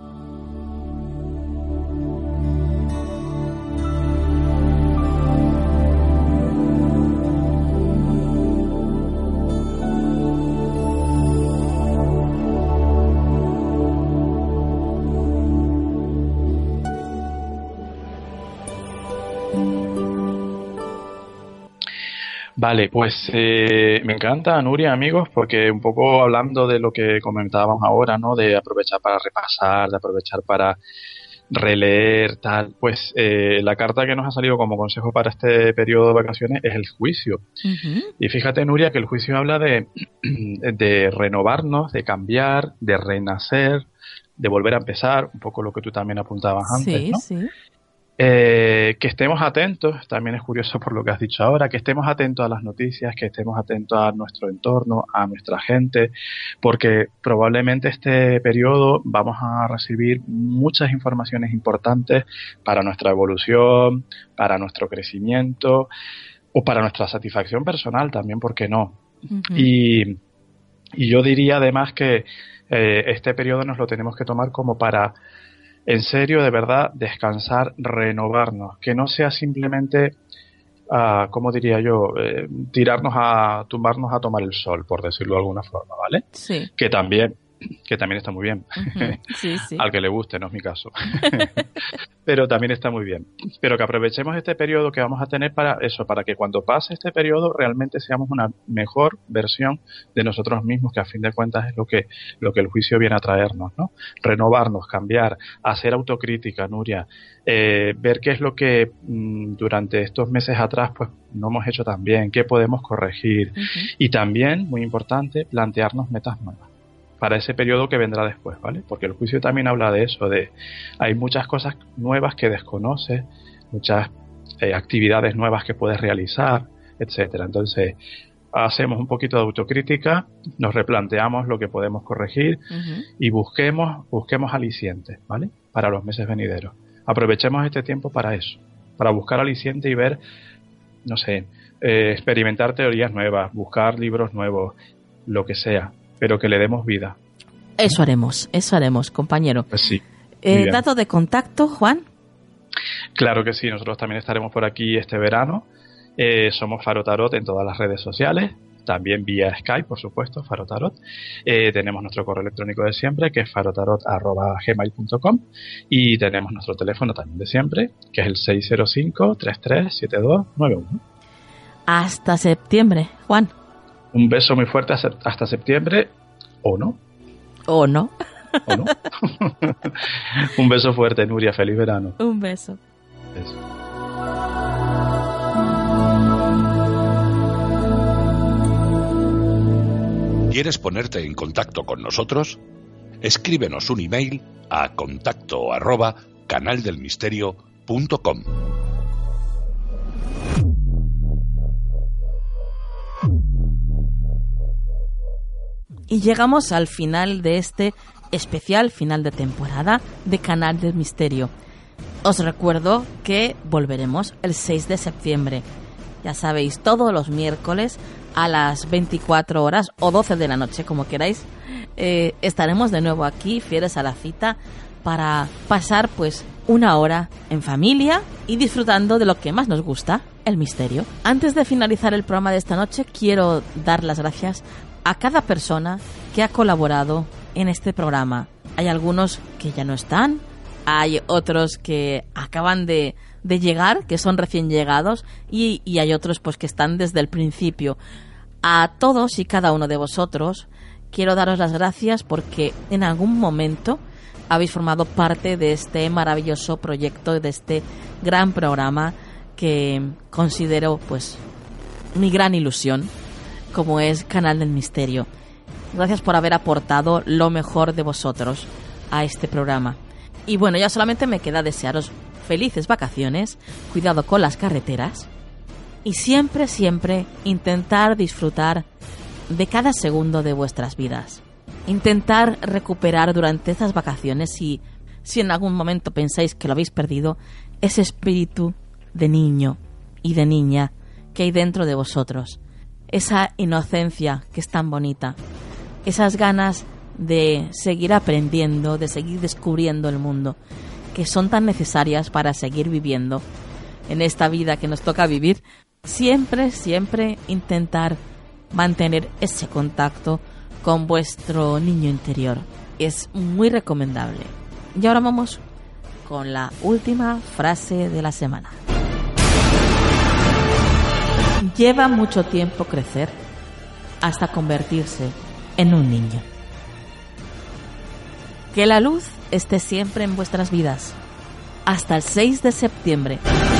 Vale, pues eh, me encanta, Nuria, amigos, porque un poco hablando de lo que comentábamos ahora, ¿no? De aprovechar para repasar, de aprovechar para releer, tal. Pues eh, la carta que nos ha salido como consejo para este periodo de vacaciones es el juicio. Uh-huh. Y fíjate, Nuria, que el juicio habla de, de renovarnos, de cambiar, de renacer, de volver a empezar, un poco lo que tú también apuntabas antes, sí, ¿no? Sí. Eh, que estemos atentos, también es curioso por lo que has dicho ahora, que estemos atentos a las noticias, que estemos atentos a nuestro entorno, a nuestra gente, porque probablemente este periodo vamos a recibir muchas informaciones importantes para nuestra evolución, para nuestro crecimiento o para nuestra satisfacción personal también, ¿por qué no? Uh-huh. Y, y yo diría además que eh, este periodo nos lo tenemos que tomar como para, en serio, de verdad, descansar, renovarnos, que no sea simplemente, uh, ¿cómo diría yo?, eh, tirarnos a, tumbarnos a tomar el sol, por decirlo de alguna forma, ¿vale? Sí. Que también, que también está muy bien. Uh-huh. Sí, sí. Al que le guste, no es mi caso. Pero también está muy bien. Pero que aprovechemos este periodo que vamos a tener para eso, para que cuando pase este periodo realmente seamos una mejor versión de nosotros mismos, que a fin de cuentas es lo que, lo que el juicio viene a traernos, ¿no? Renovarnos, cambiar, hacer autocrítica, Nuria, eh, ver qué es lo que mmm, durante estos meses atrás pues no hemos hecho tan bien, qué podemos corregir. Uh-huh. Y también, muy importante, plantearnos metas nuevas para ese periodo que vendrá después, ¿vale? Porque el juicio también habla de eso, de hay muchas cosas nuevas que desconoces, muchas eh, actividades nuevas que puedes realizar, etcétera. Entonces, hacemos un poquito de autocrítica, nos replanteamos lo que podemos corregir uh-huh. y busquemos, busquemos alicientes, ¿vale? Para los meses venideros. Aprovechemos este tiempo para eso, para buscar aliciente y ver, no sé, eh, experimentar teorías nuevas, buscar libros nuevos, lo que sea, pero que le demos vida. Eso haremos, eso haremos, compañero. Pues sí. Eh, ¿Datos de contacto, Juan? Claro que sí, nosotros también estaremos por aquí este verano. Eh, somos Faro Tarot en todas las redes sociales, también vía Skype, por supuesto, Faro Tarot. Eh, tenemos nuestro correo electrónico de siempre, que es farotarot arroba gmail punto com, y tenemos nuestro teléfono también de siempre, que es el seis cero cinco, tres tres siete dos nueve uno. Hasta septiembre, Juan. Un beso muy fuerte hasta septiembre, o no. O no. O no. Un beso fuerte, Nuria. Feliz verano. Un beso. Beso. ¿Quieres ponerte en contacto con nosotros? Escríbenos un email a contacto arroba canaldelmisterio punto com. Y llegamos al final de este especial final de temporada de Canal del Misterio. Os recuerdo que volveremos el seis de septiembre. Ya sabéis, todos los miércoles a las veinticuatro horas o doce de la noche, como queráis, eh, estaremos de nuevo aquí, fieles a la cita, para pasar pues una hora en familia y disfrutando de lo que más nos gusta, el misterio. Antes de finalizar el programa de esta noche, quiero dar las gracias a cada persona que ha colaborado en este programa. Hay algunos que ya no están, hay otros que acaban de, de llegar, que son recién llegados, y, y hay otros pues que están desde el principio. A todos y cada uno de vosotros quiero daros las gracias porque en algún momento habéis formado parte de este maravilloso proyecto, de este gran programa que considero pues mi gran ilusión, como es Canal del Misterio. Gracias por haber aportado lo mejor de vosotros a este programa. Y bueno, ya solamente me queda desearos felices vacaciones, cuidado con las carreteras y siempre, siempre intentar disfrutar de cada segundo de vuestras vidas. Intentar recuperar durante estas vacaciones, si, si en algún momento pensáis que lo habéis perdido, ese espíritu de niño y de niña que hay dentro de vosotros. Esa inocencia que es tan bonita, esas ganas de seguir aprendiendo, de seguir descubriendo el mundo, que son tan necesarias para seguir viviendo en esta vida que nos toca vivir. Siempre, siempre intentar mantener ese contacto con vuestro niño interior. Es muy recomendable. Y ahora vamos con la última frase de la semana. Lleva mucho tiempo crecer hasta convertirse en un niño. Que la luz esté siempre en vuestras vidas. Hasta el seis de septiembre.